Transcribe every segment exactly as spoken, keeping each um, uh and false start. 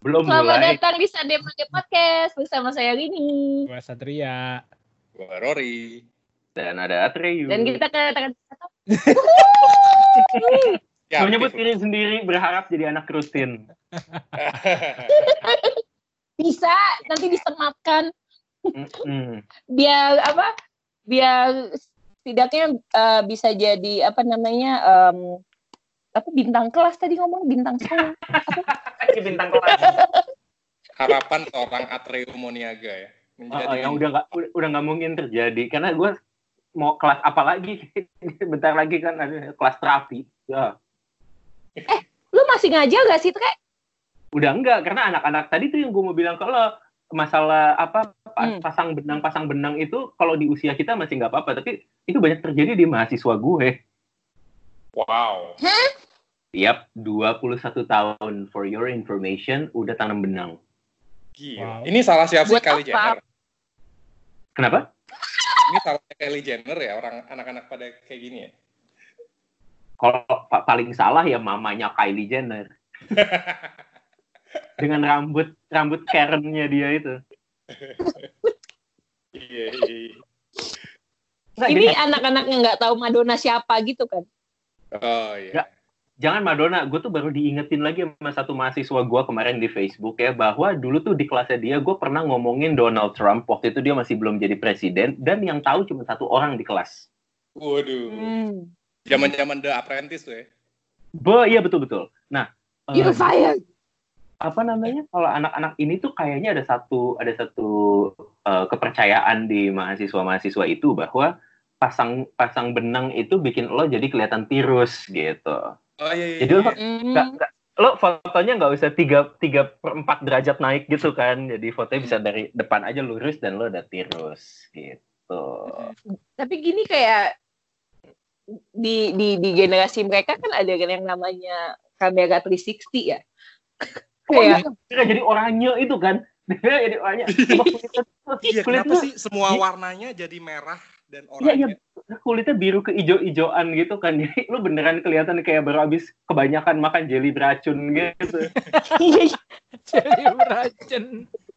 Belum Selamat mulai. datang di Sunday Monday Podcast bersama saya Rini. Gua Satria. Gua Rory. Dan ada Atreyu. Dan kita kedatangan ya, menyebut diri sendiri berharap jadi anak rutin. Bisa, nanti disematkan. Biar apa? Biar setidaknya uh, bisa jadi apa namanya? Um, apa bintang kelas tadi ngomong bintang sekolah. Apa? Bintang kelas. Harapan seorang Atreu Moniaga ya. Menjadi oh, yang udah nggak udah nggak mungkin terjadi karena gue mau kelas apa lagi? Bentar lagi kan ada kelas terapi. Ya. Eh, lu masih ngajar gak sih, Tre? Udah enggak, karena anak-anak tadi tuh yang gue mau bilang kalau masalah apa hmm. pasang benang pasang benang itu kalau di usia kita masih nggak apa-apa, tapi itu banyak terjadi di mahasiswa gue. Wow. Hah? Yap, dua puluh satu tahun for your information udah tanam benang. Gila. Wow. Ini salah siapa sih Kylie Jenner? Kenapa? Ini salah Kylie Jenner ya, orang anak-anak pada kayak gini ya. Kalau paling salah ya mamanya Kylie Jenner. Dengan rambut rambut Karen-nya dia itu. Iya, iya. Nah, ini jadi, anak-anak yang nggak tahu Madonna siapa gitu kan? Oh iya. Ya, jangan Madonna, gue tuh baru diingetin lagi sama satu mahasiswa gue kemarin di Facebook ya, bahwa dulu tuh di kelasnya dia gue pernah ngomongin Donald Trump, waktu itu dia masih belum jadi presiden, dan yang tahu cuma satu orang di kelas. Waduh. Hmm. Zaman-zaman The Apprentice tuh ya. Be, iya betul-betul. Nah, You're uh, fired. Apa namanya? Kalau anak-anak ini tuh kayaknya ada satu ada satu uh, kepercayaan di mahasiswa-mahasiswa itu bahwa pasang pasang benang itu bikin lo jadi kelihatan tirus gitu. Oh iya iya. Jadi lo nggak nggak lo fotonya nggak usah tiga tiga per empat derajat naik gitu kan. Jadi fotonya bisa dari depan aja lurus dan lo udah tirus gitu. Tapi gini kayak di di di generasi mereka kan ada yang namanya kamera tiga enam nol ya. Oh iya, dia jadi oranye itu kan. Dia jadi oranye. Iya, kenapa sih semua warnanya jadi merah dan oranye? Iya, iya. Kulitnya biru ke ijo-ijoan gitu kan. Jadi lu beneran kelihatan kayak baru habis kebanyakan makan jelly beracun gitu. Iya, jelly beracun.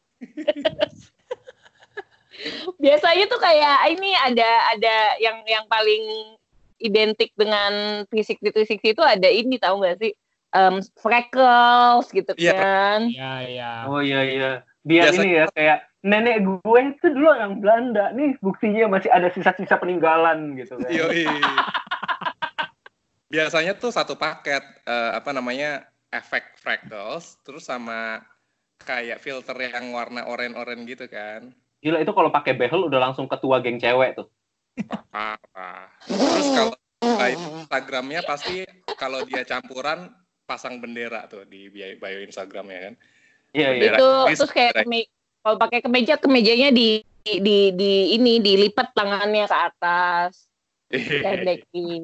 Biasanya tuh kayak ini ada ada yang yang paling identik dengan fisik tiga enam nol itu ada ini, tahu nggak sih? Um, freckles gitu yeah. kan. Iya, iya. Oh iya, iya. Biar biasa, ini ya, kayak nenek gue itu dulu orang Belanda. Nih buktinya masih ada sisa-sisa peninggalan gitu kan. Yoi. Biasanya tuh satu paket, uh, apa namanya, efek freckles, terus sama kayak filter yang warna oranye-oranye gitu kan. Gila, itu kalau pakai behel udah langsung ketua geng cewek tuh. Apa? Terus kalau Instagramnya pasti kalau dia campuran pasang bendera tuh di bio Instagramnya kan. Iya, iya. Itu terus kayak keme- kalau pakai kemeja kemejanya di di di ini dilipat tangannya ke atas. Pendek ini.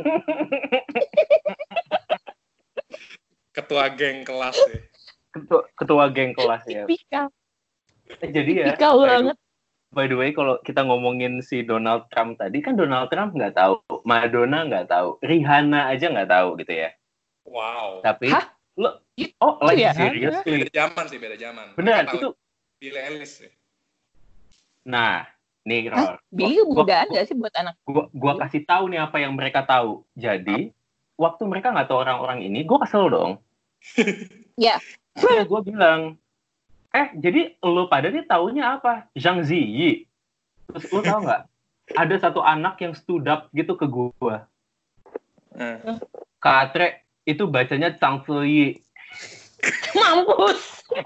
Ketua geng kelas ya. Ketua ketua geng kelas ya. Tipikal. Jadi ya. Tipikal banget. By the way, kalau kita ngomongin si Donald Trump tadi, kan Donald Trump nggak tahu, Madonna nggak tahu, Rihanna aja nggak tahu gitu ya. Wow. Tapi, Hah? lo, oh, lagi ya? serius? Beda zaman sih, beda zaman. Beneran, itu. Billie Eilish ya. Nah, nih, Ror. Billie kebudayaan nggak sih buat anak? Gua, gua kasih tahu nih apa yang mereka tahu. Jadi, waktu mereka nggak tahu orang-orang ini, gue kesel dong. Ya. Ya, gue bilang, eh, jadi lo pada nih taunya apa? Zhang Ziyi. Terus lo tau nggak? Ada satu anak yang stood up gitu ke gue. Hmm. Katre, itu bacanya Zhang Ziyi. Mampus.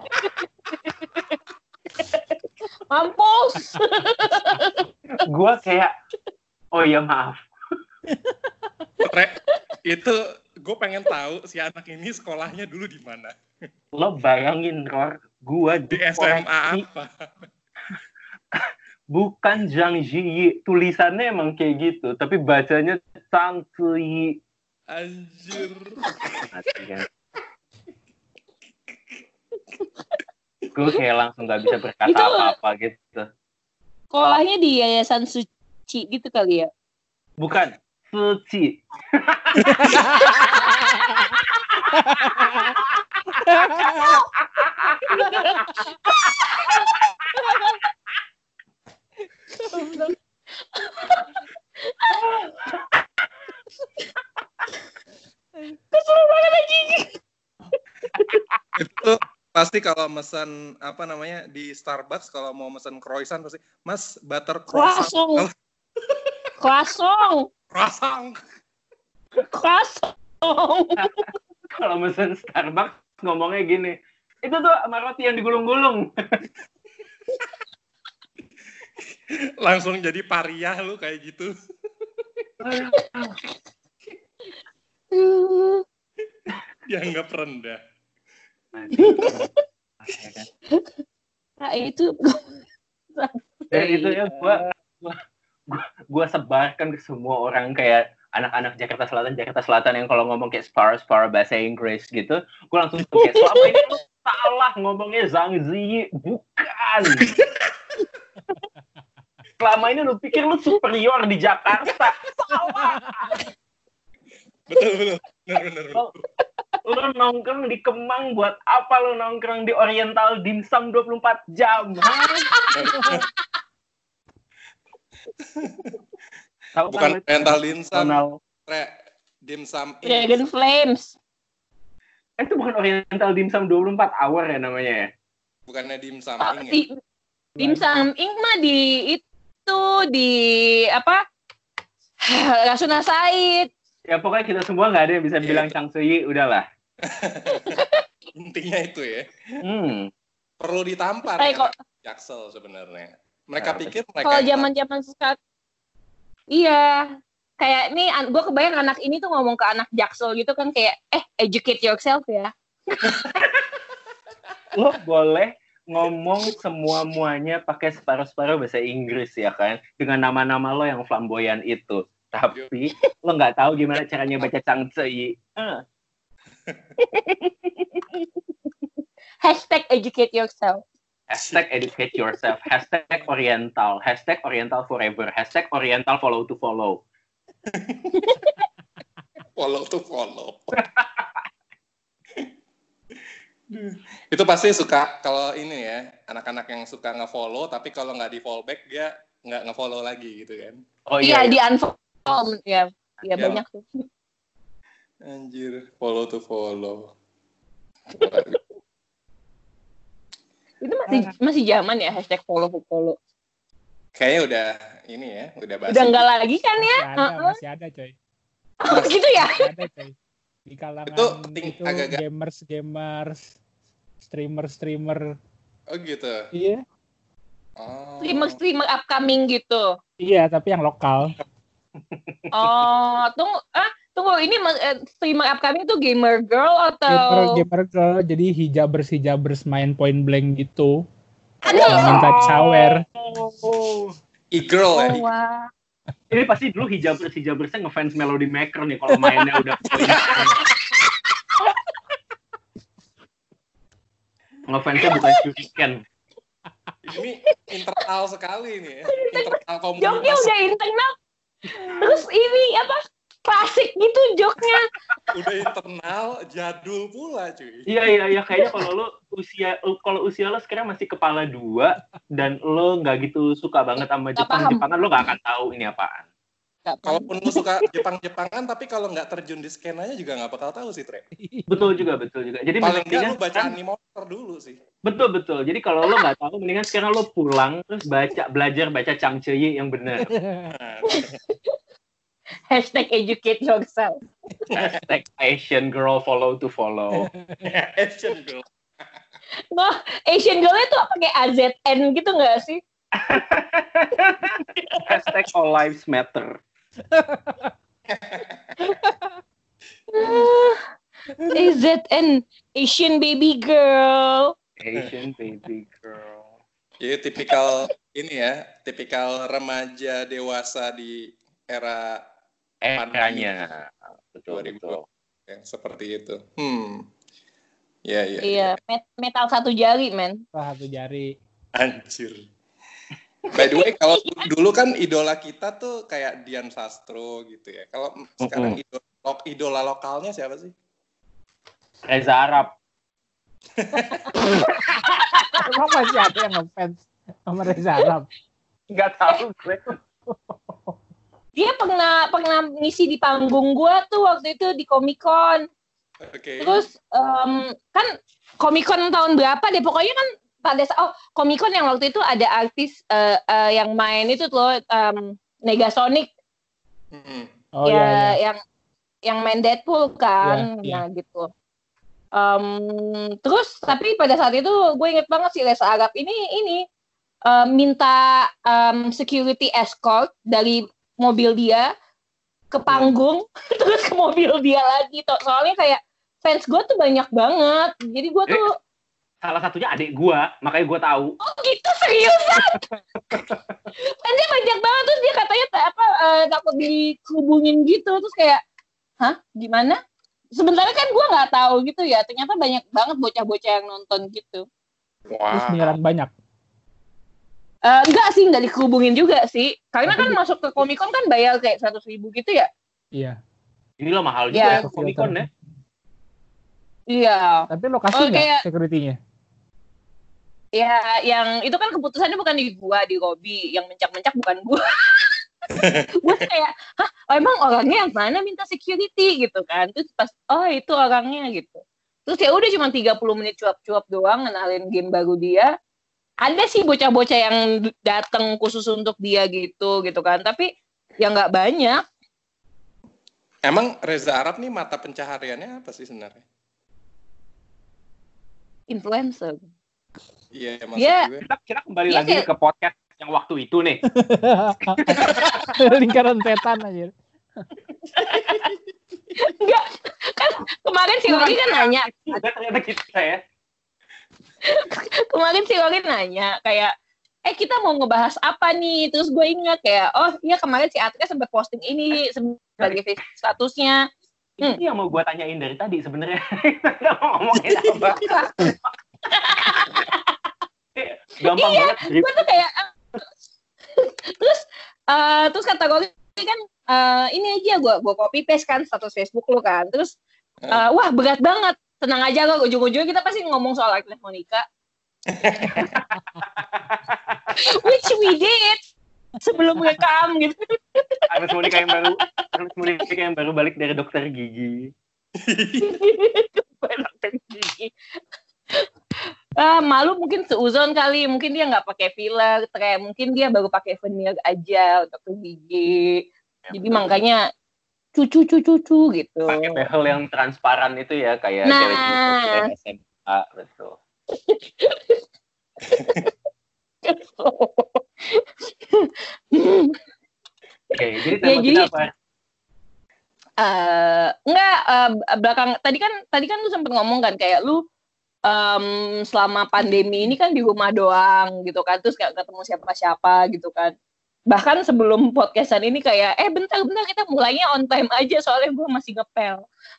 Mampus. Gue kayak, oh iya maaf. Katre, itu gue pengen tahu si anak ini sekolahnya dulu di mana. Lo bayangin, Ror, gua di S M A apa? Bukan Zhang Ziyi, tulisannya emang kayak gitu, tapi bacanya Zhang Ziyi. Anjir. Gue kayak langsung gak bisa berkata itu, apa-apa gitu. Sekolahnya di Yayasan Suci gitu kali ya? Bukan, Suci. Kesel banget anjing. Itu pasti kalau mesen apa namanya di Starbucks kalau mau mesen croissant pasti Mas butter croissant. Croissant. Croissant. Croissant. Kalau mesen Starbucks ngomongnya gini, itu tuh sama roti yang digulung-gulung. Langsung jadi pariah lu kayak gitu. Dianggap rendah. Nah itu Dan itu ya gua gua, gua, gua sebarkan ke semua orang kayak anak-anak Jakarta Selatan, Jakarta Selatan yang kalau ngomong kayak spar-spar bahasa Inggris gitu, gue langsung kayak selama ini lu salah ngomongnya Zhang Ziyi, bukan. Selama ini lu pikir lu superior di Jakarta, salah. Betul betul, benar benar. Lu, lu nongkrong di Kemang buat apa lu nongkrong di Oriental Dimsum dua puluh empat jam? Tahu Bukan kan, mental dimsum, Ronald. Tre, dimsum Inc. Dragon Flames. Eh, itu bukan Oriental Dimsum dua puluh empat hour ya namanya ya? Bukannya dimsum Oh, Inc. di, Dimsum Inc mah di itu di apa? Rasuna Said. Ya pokoknya kita semua nggak ada yang bisa bilang Chang Suyi, udahlah. Intinya itu ya. Hmm. Perlu ditampar Hey, ya, kok- Jaksel sebenarnya. Mereka Nah, pikir mereka Kalau yang zaman-zaman sekarang, iya, kayak nih, gue kebayang anak ini tuh ngomong ke anak Jaksel gitu kan kayak, eh, educate yourself ya. Lo boleh ngomong semua-muanya pakai separuh-separuh bahasa Inggris ya kan, dengan nama-nama lo yang flamboyan itu. Tapi lo nggak tahu gimana caranya baca Chang Suyi. Uh. Hashtag educate yourself. Hashtag educate yourself. Hashtag Oriental. Hashtag Oriental forever. Hashtag Oriental follow to follow. follow to follow. Itu pasti suka kalau ini ya, anak-anak yang suka nge-follow tapi kalau nggak di-follow back dia nggak nge-follow lagi gitu kan. Oh Iya, iya, di iya. unfollow. Ya, ya Ya. banyak tuh. Anjir, follow to follow. Itu masih masih zaman ya hashtag follow follow. Kayaknya udah ini ya, udah basi. Udah enggak lagi kan ya? Masih ada, Uh-uh. masih ada coy. Oh, gitu ya? Masih ada coy. Di kalangan Itu itu, ting- agak-agak- gamers, gamers, streamer, streamer. Oh gitu. Iya. Oh. Streamer-streamer upcoming gitu. Iya, tapi yang lokal. Oh, tunggu, ah, tunggu ini mas- eh, streamer upcoming itu gamer girl Gamer, atau gamer girl, jadi hijabers, hijabers main point blank gitu. ada? Main tadi sawer. Oh. E-girl ya. Oh, wah. Ini pasti dulu hijabers hijabersnya ngefans Melody Maker nih kalau mainnya udah ngefansnya bukan Shuriken. Ini internal sekali nih ya. Internal Joknya komunitas. udah internal. Terus ini apa? Klasik gitu joknya. Udah internal, jadul pula cuy. Iya iya iya kayaknya kalau lo usia kalau usia lo sekarang masih kepala dua dan lo nggak gitu suka banget sama Nggak Jepang paham. Jepangan lo nggak akan tahu ini apaan. Gak paham. Kalaupun lu suka Jepang-Jepangan, tapi kalau nggak terjun di skenanya juga nggak bakal tahu sih, Tre. Betul juga betul juga. Jadi Paling nggak mendingan lu baca sekarang- Animotor dulu sih. betul betul. Jadi kalau lo nggak tahu mendingan sekarang lo pulang terus baca belajar baca Chang Cheye yang benar. Nah, Hashtag educate yourself. Hashtag Asian girl follow to follow. action girl. Nah, Asian girl-nya tuh pakai A Z N gitu nggak sih? Hashtag all lives matter. A Z N, Asian baby girl. Asian baby girl. Jadi tipikal ini ya, tipikal remaja dewasa di era Eranya. Betul dua ribu betul. yang seperti itu. Hmm. Ya, ya. Iya, met- metal satu jari, men. Satu jari. Anjir. By the way, kalau dulu kan idola kita tuh kayak Dian Sastro gitu ya. Kalau sekarang idola, idola lokalnya siapa sih? Reza Arab. Emang masih ada yang ngefans sama Reza Arab? Nggak tahu gue. Dia pernah pernah ngisi di panggung gue tuh waktu itu di Comic Con. Oke. Terus um, kan Comic Con tahun berapa deh? Pokoknya kan pada saat oh Comic Con yang waktu itu ada artis uh, uh, yang main itu loh um, Negasonic. Mm-hmm. Oh ya, iya, iya. yang yang main Deadpool kan, Iya, iya. nah gitu. Um, terus tapi pada saat itu gue inget banget si Reza Arab ini ini uh, minta um, security escort dari mobil dia ke panggung, hmm. terus ke mobil dia lagi. Toh. Soalnya kayak fans gue tuh banyak banget, jadi gue tuh eh, salah satunya adik gue, makanya gue tahu. Oh gitu seriusan? Fansnya banyak banget, terus dia katanya apa uh, takut dihubungin gitu, terus kayak, hah gimana? Sebenarnya kan gue nggak tahu gitu ya, ternyata banyak banget bocah-bocah yang nonton gitu. Wow. Terus beneran banyak. Uh, enggak sih, nggak dihubungin juga sih. Karena kan masuk ke Comic Con kan bayar kayak seratus ribu gitu ya. Iya. Ini lo mahal juga Ya. ya Comic Con ya. Iya. Tapi lokasi Oh, nggak kayak- security-nya? Ya, yang itu kan keputusannya bukan di gua, di Robi. Yang mencak-mencak bukan gua. Gue kayak, hah, oh, emang orangnya yang mana minta security gitu kan. Terus pas, oh itu orangnya gitu. Terus ya udah cuma tiga puluh menit cuap-cuap doang ngenalin game baru dia. Ada sih bocah-bocah yang datang khusus untuk dia gitu gitu kan. Tapi ya nggak banyak. Emang Reza Arab nih mata pencahariannya apa sih sebenarnya? Influencer. Iya, maksud Iya. gue. Kita, kita kembali Iya, lagi kayak- ke podcast yang waktu itu nih. Lingkaran setan aja. Enggak, kan kemarin si Rogi kan nanya. Ada ternyata kita ya. Kemarin si Rogi nanya kayak, eh kita mau ngebahas apa nih? Terus gue ingat kayak, oh iya kemarin si Atria sempat posting ini sebagai statusnya. Itu yang mau gue tanyain dari tadi sebenarnya. Kita mau ngomongin apa? Gampang Iya, banget. gue tuh kayak, terus uh, terus kata Rogi kan, uh, ini aja gue gue copy paste kan status Facebook lu kan. Terus, uh, wah berat banget. Tenang aja kok, ujung-ujungnya kita pasti ngomong soal Agnes Monica. Which we did sebelum rekam gitu. Agnes Monica yang baru, Agnes Monica yang baru balik dari dokter gigi. Dokter gigi. Ah, malu mungkin seuzon kali, mungkin dia nggak pakai filler, kayak mungkin dia baru pakai veneer aja untuk ke gigi. Ya, Jadi betul. makanya cucu cucu cucu gitu. Pakai behel yang transparan itu ya, kayak Nah. cewek-cewek S M A, betul. Oke, jadi tema Ya, kita jadi- apa? Uh, enggak uh, belakang tadi kan tadi kan lu sempat ngomong kan kayak lu um, selama pandemi ini kan di rumah doang gitu kan, terus gak ketemu siapa-siapa gitu kan. Bahkan sebelum podcastan ini kayak eh bentar-bentar kita mulainya on time aja soalnya gue masih ngepel.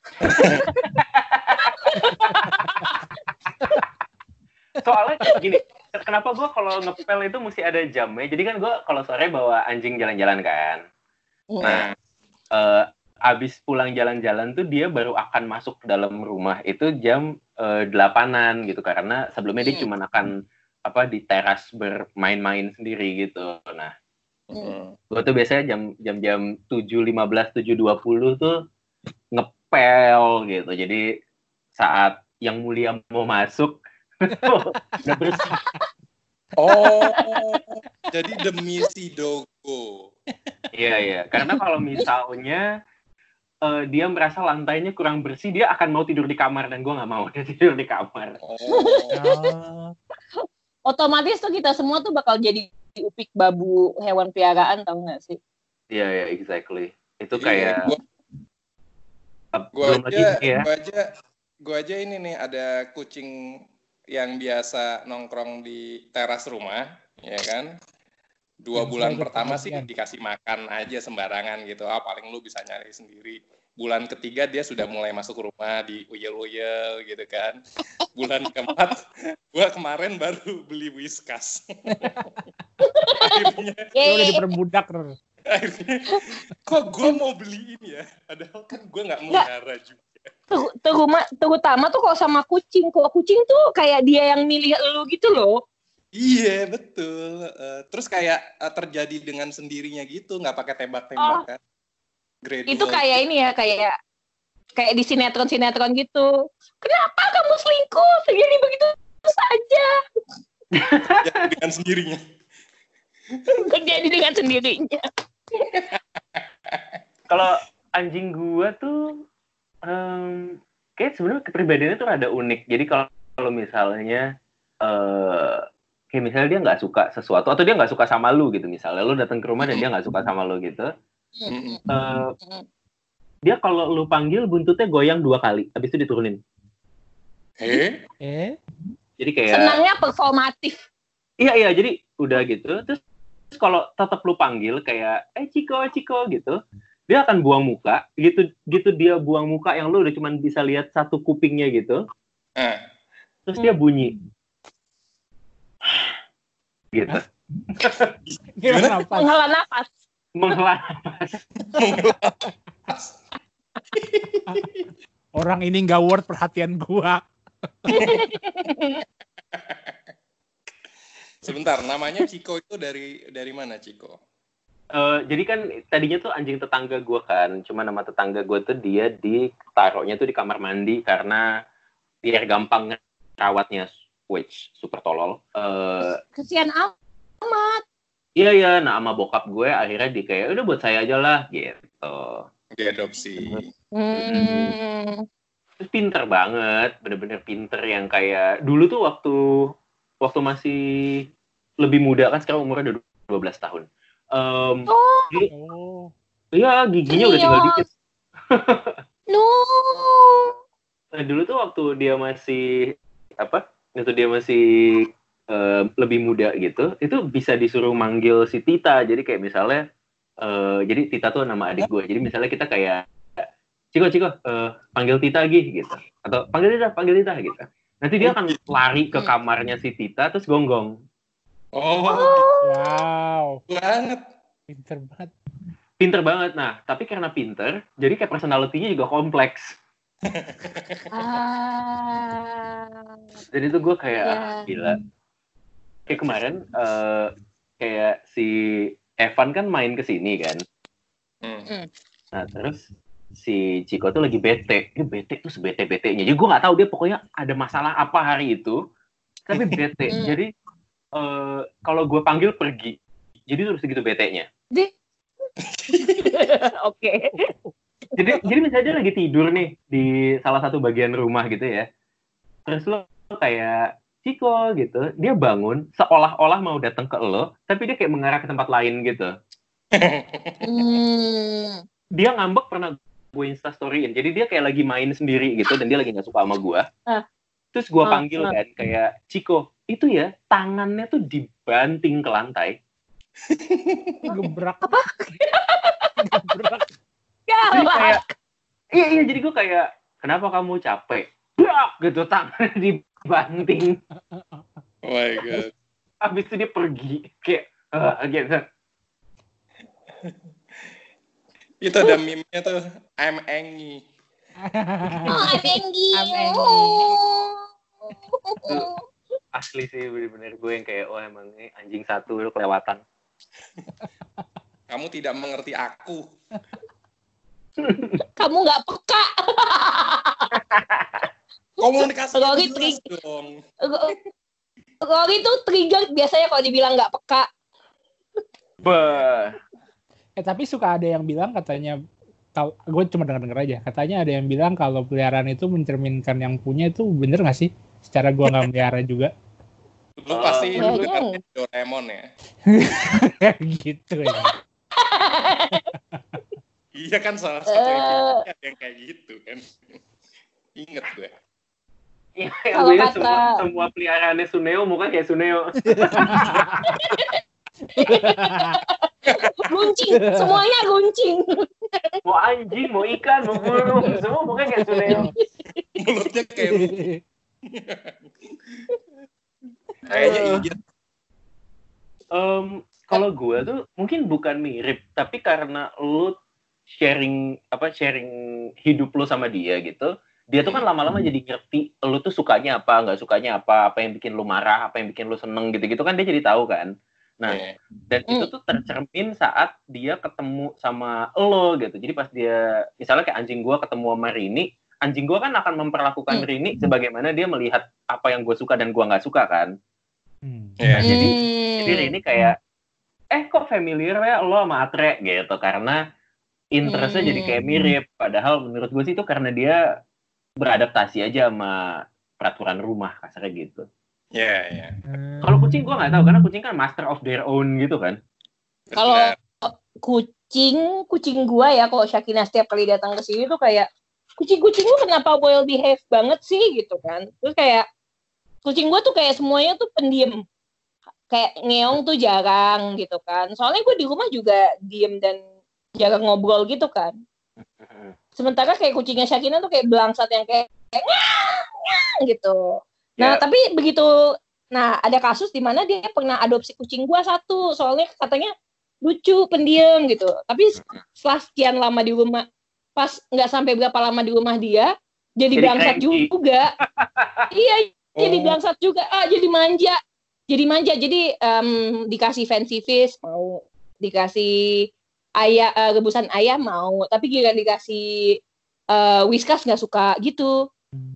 Soalnya gini, kenapa gue kalau ngepel itu mesti ada jamnya? Jadi kan gue kalau sore bawa anjing jalan-jalan kan. Nah, uh, abis pulang jalan-jalan tuh dia baru akan masuk ke dalam rumah itu jam uh, delapanan gitu, karena sebelumnya dia cuma akan apa di teras bermain-main sendiri gitu. Nah, Hmm. gue tuh biasanya jam jam jam tujuh lima belas tujuh dua puluh tuh ngepel gitu. Jadi saat yang mulia mau masuk udah bersih. Oh, jadi demi si Dogo. Iya iya, karena kalau misalnya uh, dia merasa lantainya kurang bersih, dia akan mau tidur di kamar, dan gue nggak mau dia tidur di kamar. Oh. Oh. Otomatis tuh kita semua tuh bakal jadi upik babu hewan piaraan, tau nggak sih? Iya iya, exactly. Itu Iya, kayak gua- uh, Gue belum lagi aja, ya. gue aja, gue aja ini nih ada kucing yang biasa nongkrong di teras rumah, ya kan? Dua Yang bulan selalu pertama sih keperhatian. dikasih makan aja sembarangan gitu. Ah paling lu bisa nyari sendiri. Bulan ketiga dia sudah mulai masuk rumah di uyel-uyel gitu kan. Bulan keempat, gue kemarin baru beli Whiskas. akhirnya, Lu udah diperbudak, Rer. akhirnya, kok gue mau beli ini ya? Padahal kan gue nggak melihara juga. Ter- teruma- terutama tuh kalau sama kucing. Kalau kucing tuh kayak dia yang milih lu gitu loh. Iya betul. Uh, terus kayak uh, terjadi dengan sendirinya gitu, nggak pakai tembak-tembakan. Gradual. Itu kayak ini ya, kayak kayak di sinetron-sinetron gitu. Kenapa kamu selingkuh segini begitu saja? Terjadi dengan sendirinya. Terjadi dengan sendirinya. Kalau anjing gua tuh um, kayak sebenarnya kepribadiannya tuh rada unik. Jadi kalau kalau misalnya uh, kayak misalnya dia nggak suka sesuatu atau dia nggak suka sama lu gitu, misalnya lu datang ke rumah dan dia nggak suka sama lu gitu, uh, dia kalau lu panggil buntutnya goyang dua kali, habis itu diturunin. Eh? Eh? Jadi kayak senangnya performatif. Iya iya, jadi udah gitu. Terus, terus kalau tetap lu panggil kayak eh Ciko Ciko gitu, dia akan buang muka. Gitu gitu dia buang muka yang lu udah cuma bisa lihat satu kupingnya gitu. Eh. Terus dia bunyi. Gitu. Gimana nafas? Menghela nafas. Menghela nafas. Orang ini nggak worth perhatian gua. Sebentar, namanya Ciko itu dari dari mana Ciko? Uh, jadi kan tadinya tuh anjing tetangga gue kan, cuma nama tetangga gue tuh dia ditaruhnya tuh di kamar mandi karena biar gampang rawatnya, which super tolol. Uh, Kesian amat. Iya iya, nah sama bokap gue akhirnya di kayak udah buat saya aja lah gitu. Diadopsi. Hmm. Terus pinter banget, bener-bener pinter yang kayak dulu tuh waktu waktu masih lebih muda kan, sekarang umurnya udah dua belas tahun. Um, oh. Jadi, oh. iya giginya udah tinggal dikit. No. Nah, dulu tuh waktu dia masih apa? Waktu dia masih uh, lebih muda gitu, itu bisa disuruh manggil si Tita. Jadi kayak misalnya, uh, jadi Tita tuh nama adik gue. Jadi misalnya kita kayak Ciko, Ciko, uh, panggil Tita lagi gitu. Atau panggil Tita, panggil Tita gitu. Nanti dia akan lari ke kamarnya si Tita, terus gonggong. Oh, wow. banget. Pinter banget. Pinter banget. Nah, tapi karena pinter, jadi kayak personality-nya juga kompleks. ah. Jadi itu gue kayak, yeah. ah, gila. Kayak kemarin, uh, kayak si Evan kan main ke sini kan. Hmm. Nah, terus si Ciko tuh lagi bete. Dia bete tuh sebete-betenya. Jadi gue gak tahu dia pokoknya ada masalah apa hari itu. Tapi bete. Jadi uh, kalau gue panggil pergi. Jadi terus segitu betenya. Oke. Jadi jadi misalnya dia lagi tidur nih di salah satu bagian rumah gitu ya. Terus lo kayak Ciko gitu. Dia bangun seolah-olah mau datang ke lo. Tapi dia kayak mengarah ke tempat lain gitu. hmm. Dia ngambek pernah gue instastoryin. Jadi dia kayak lagi main sendiri gitu dan dia lagi nggak suka sama gue. Uh. Terus gue Uh, panggil uh. kan kayak Ciko, itu ya tangannya tuh dibanting ke lantai. Gebrak. Apa? Gebrak. Jadi kayak, iya iya jadi gue kayak, kenapa kamu capek? Brak gitu tangannya dibanting. Oh my god. Habis itu dia pergi kayak, uh, gitu. Itu ada meme-nya tuh, I'm Engi. Oh, I'm Engi. I'm Engi. Itu asli sih bener-bener gue yang kayak, oh emang ini anjing satu lu kelewatan. Kamu tidak mengerti aku. Kamu nggak peka. Komunikasi Rory jelas trik. dong. Rory tuh trigger biasanya kalau dibilang nggak peka. Bah. Eh tapi suka ada yang bilang katanya, gue cuma denger-denger aja, katanya ada yang bilang kalau peliharaan itu mencerminkan yang punya. Itu bener nggak sih? Secara gue nggak melihara juga. Lu pasti Oh, dengerin Doraemon ya. Gitu ya. Iya kan salah satu episode uh, yang kayak gitu kan. Ingat gue. Iya, yang gue kata... semua, semua peliharaannya Suneo muka kayak Suneo. Guncing, semuanya guncing. Mau anjing, mau ikan, mau burung, semua mukanya kayak Suneo. Mulutnya kayak kayaknya iya. Um, kalau gue tuh mungkin bukan mirip, tapi karena lu sharing apa sharing hidup lu sama dia gitu, dia tuh kan lama-lama jadi ngerti lu tuh sukanya apa, nggak sukanya apa, apa yang bikin lu marah, apa yang bikin lu seneng gitu-gitu kan dia jadi tahu kan. Nah, Yeah. dan itu tuh tercermin saat dia ketemu sama lo gitu. Jadi pas dia misalnya kayak anjing gua ketemu sama Rini, anjing gua kan akan memperlakukan Hmm. Rini sebagaimana dia melihat apa yang gue suka dan gua nggak suka kan. Hmm. Nah, Yeah. jadi Hmm. jadi Rini kayak eh kok familiar ya lo sama Atre gitu karena interestnya Hmm. jadi kayak mirip. Padahal menurut gue sih itu karena dia beradaptasi aja sama peraturan rumah kasarnya gitu. Iya, iya. Kalau kucing gue nggak tahu karena kucing kan master of their own gitu kan. Kalau Benar. kucing, kucing gua ya kalau Syakina setiap kali datang ke sini tuh kayak kucing-kucing lu kenapa well behave banget sih gitu kan. Terus kayak kucing gua tuh kayak semuanya tuh pendiam. Kayak ngeong tuh jarang gitu kan. Soalnya gue di rumah juga diem dan jarang ngobrol gitu kan. Sementara kayak kucingnya Syakina tuh kayak belangsat yang kayak, kayak ngang, ngang gitu. Nah, Ya. tapi begitu nah ada kasus di mana dia pernah adopsi kucing gua satu, soalnya katanya lucu, pendiam gitu. Tapi setelah sekian lama di rumah, pas nggak sampai berapa lama di rumah dia, jadi, Jadi belangsat cranky. juga. Iya, jadi Oh. belangsat juga. Ah, jadi manja. Jadi manja. Jadi em, dikasih fancy fish mau, dikasih ayam eh, rebusan ayam mau, tapi gila dikasih eh, whiskas nggak suka gitu.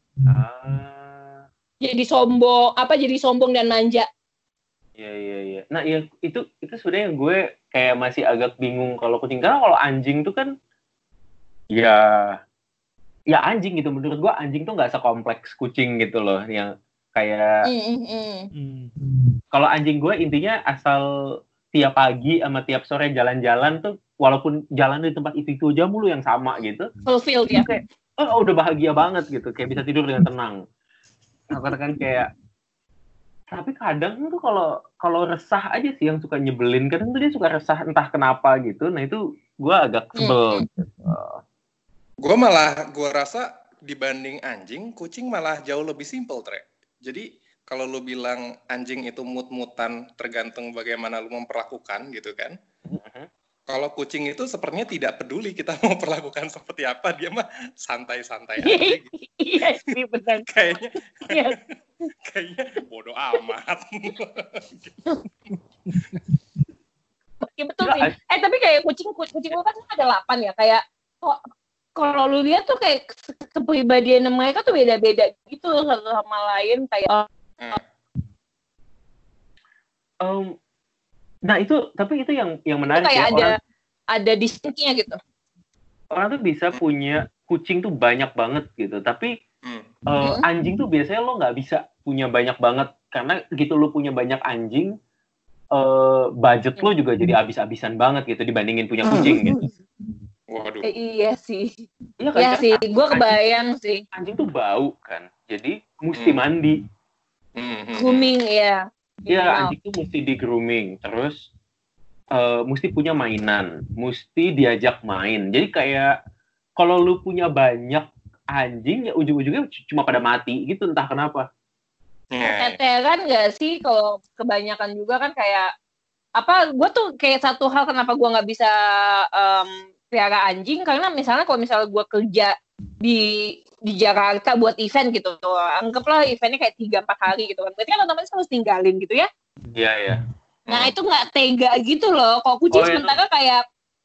Ah, Jadi sombong, apa jadi sombong dan manja. iya iya iya. Nah, ya itu itu sebenarnya yang gue kayak masih agak bingung kalau kucing karena kalau anjing tuh kan ya ya anjing gitu menurut gue anjing tuh nggak sekompleks kucing gitu loh yang kayak Mm, mm, mm. Hmm. kalau anjing gue intinya asal tiap pagi sama tiap sore jalan-jalan tuh walaupun jalan di tempat itu itu aja mulu yang sama gitu Fulfilled itu ya. kayak oh udah bahagia banget gitu kayak bisa tidur dengan tenang. Nah, kan kayak tapi kadang tuh kalau kalau resah aja sih yang suka nyebelin kadang tuh dia suka resah entah kenapa gitu. Nah itu gue agak sebel. Hmm. Gitu. Gue malah, gue rasa dibanding anjing, kucing malah jauh lebih simple, Tre. Jadi, kalau lu bilang anjing itu mut-mutan tergantung bagaimana lu memperlakukan gitu kan. Kalau kucing itu sepertinya tidak peduli kita mau perlakukan seperti apa, dia mah santai-santai aja gitu. Iya sih benar. Kayaknya, Iya. kayaknya bodoh amat. Iya betul sih. Eh tapi kayak kucing kucing lu kan ada delapan ya kayak kok kalau lu lihat tuh kayak kepribadian mereka tuh beda-beda gitu satu sama lain kayak Um, nah itu tapi itu yang yang menarik kayak ya ada orang ada distinknya gitu. orang tuh bisa punya kucing tuh banyak banget gitu tapi Hmm. uh, Hmm. anjing tuh biasanya lo nggak bisa punya banyak banget karena gitu lo punya banyak anjing uh, budget lo juga jadi abis-abisan banget gitu dibandingin punya kucing gitu. Waduh. Eh, iya sih. Iya kan? Iya Karena sih, anjing- gue kebayang sih. Anjing tuh bau kan, jadi mesti Hmm. mandi. Hmm, hmm, Grooming ya. Iya, Minimal. anjing tuh mesti di grooming, terus uh, mesti punya mainan, mesti diajak main. Jadi kayak kalau lu punya banyak anjing ya ujung-ujungnya c- cuma pada mati gitu entah kenapa. hmm. Ya, ya. Teteran nggak sih kalau kebanyakan juga kan kayak apa? Gue tuh kayak satu hal kenapa gue nggak bisa em, pelihara anjing karena misalnya kalau misalnya gue kerja di di Jakarta buat event gitu, anggaplah eventnya kayak tiga empat hari gitu kan, berarti kan otomatis harus tinggalin gitu ya. Iya ya. Nah Hmm. itu nggak tega gitu loh. Kalau kucing Oh, iya. sementara kayak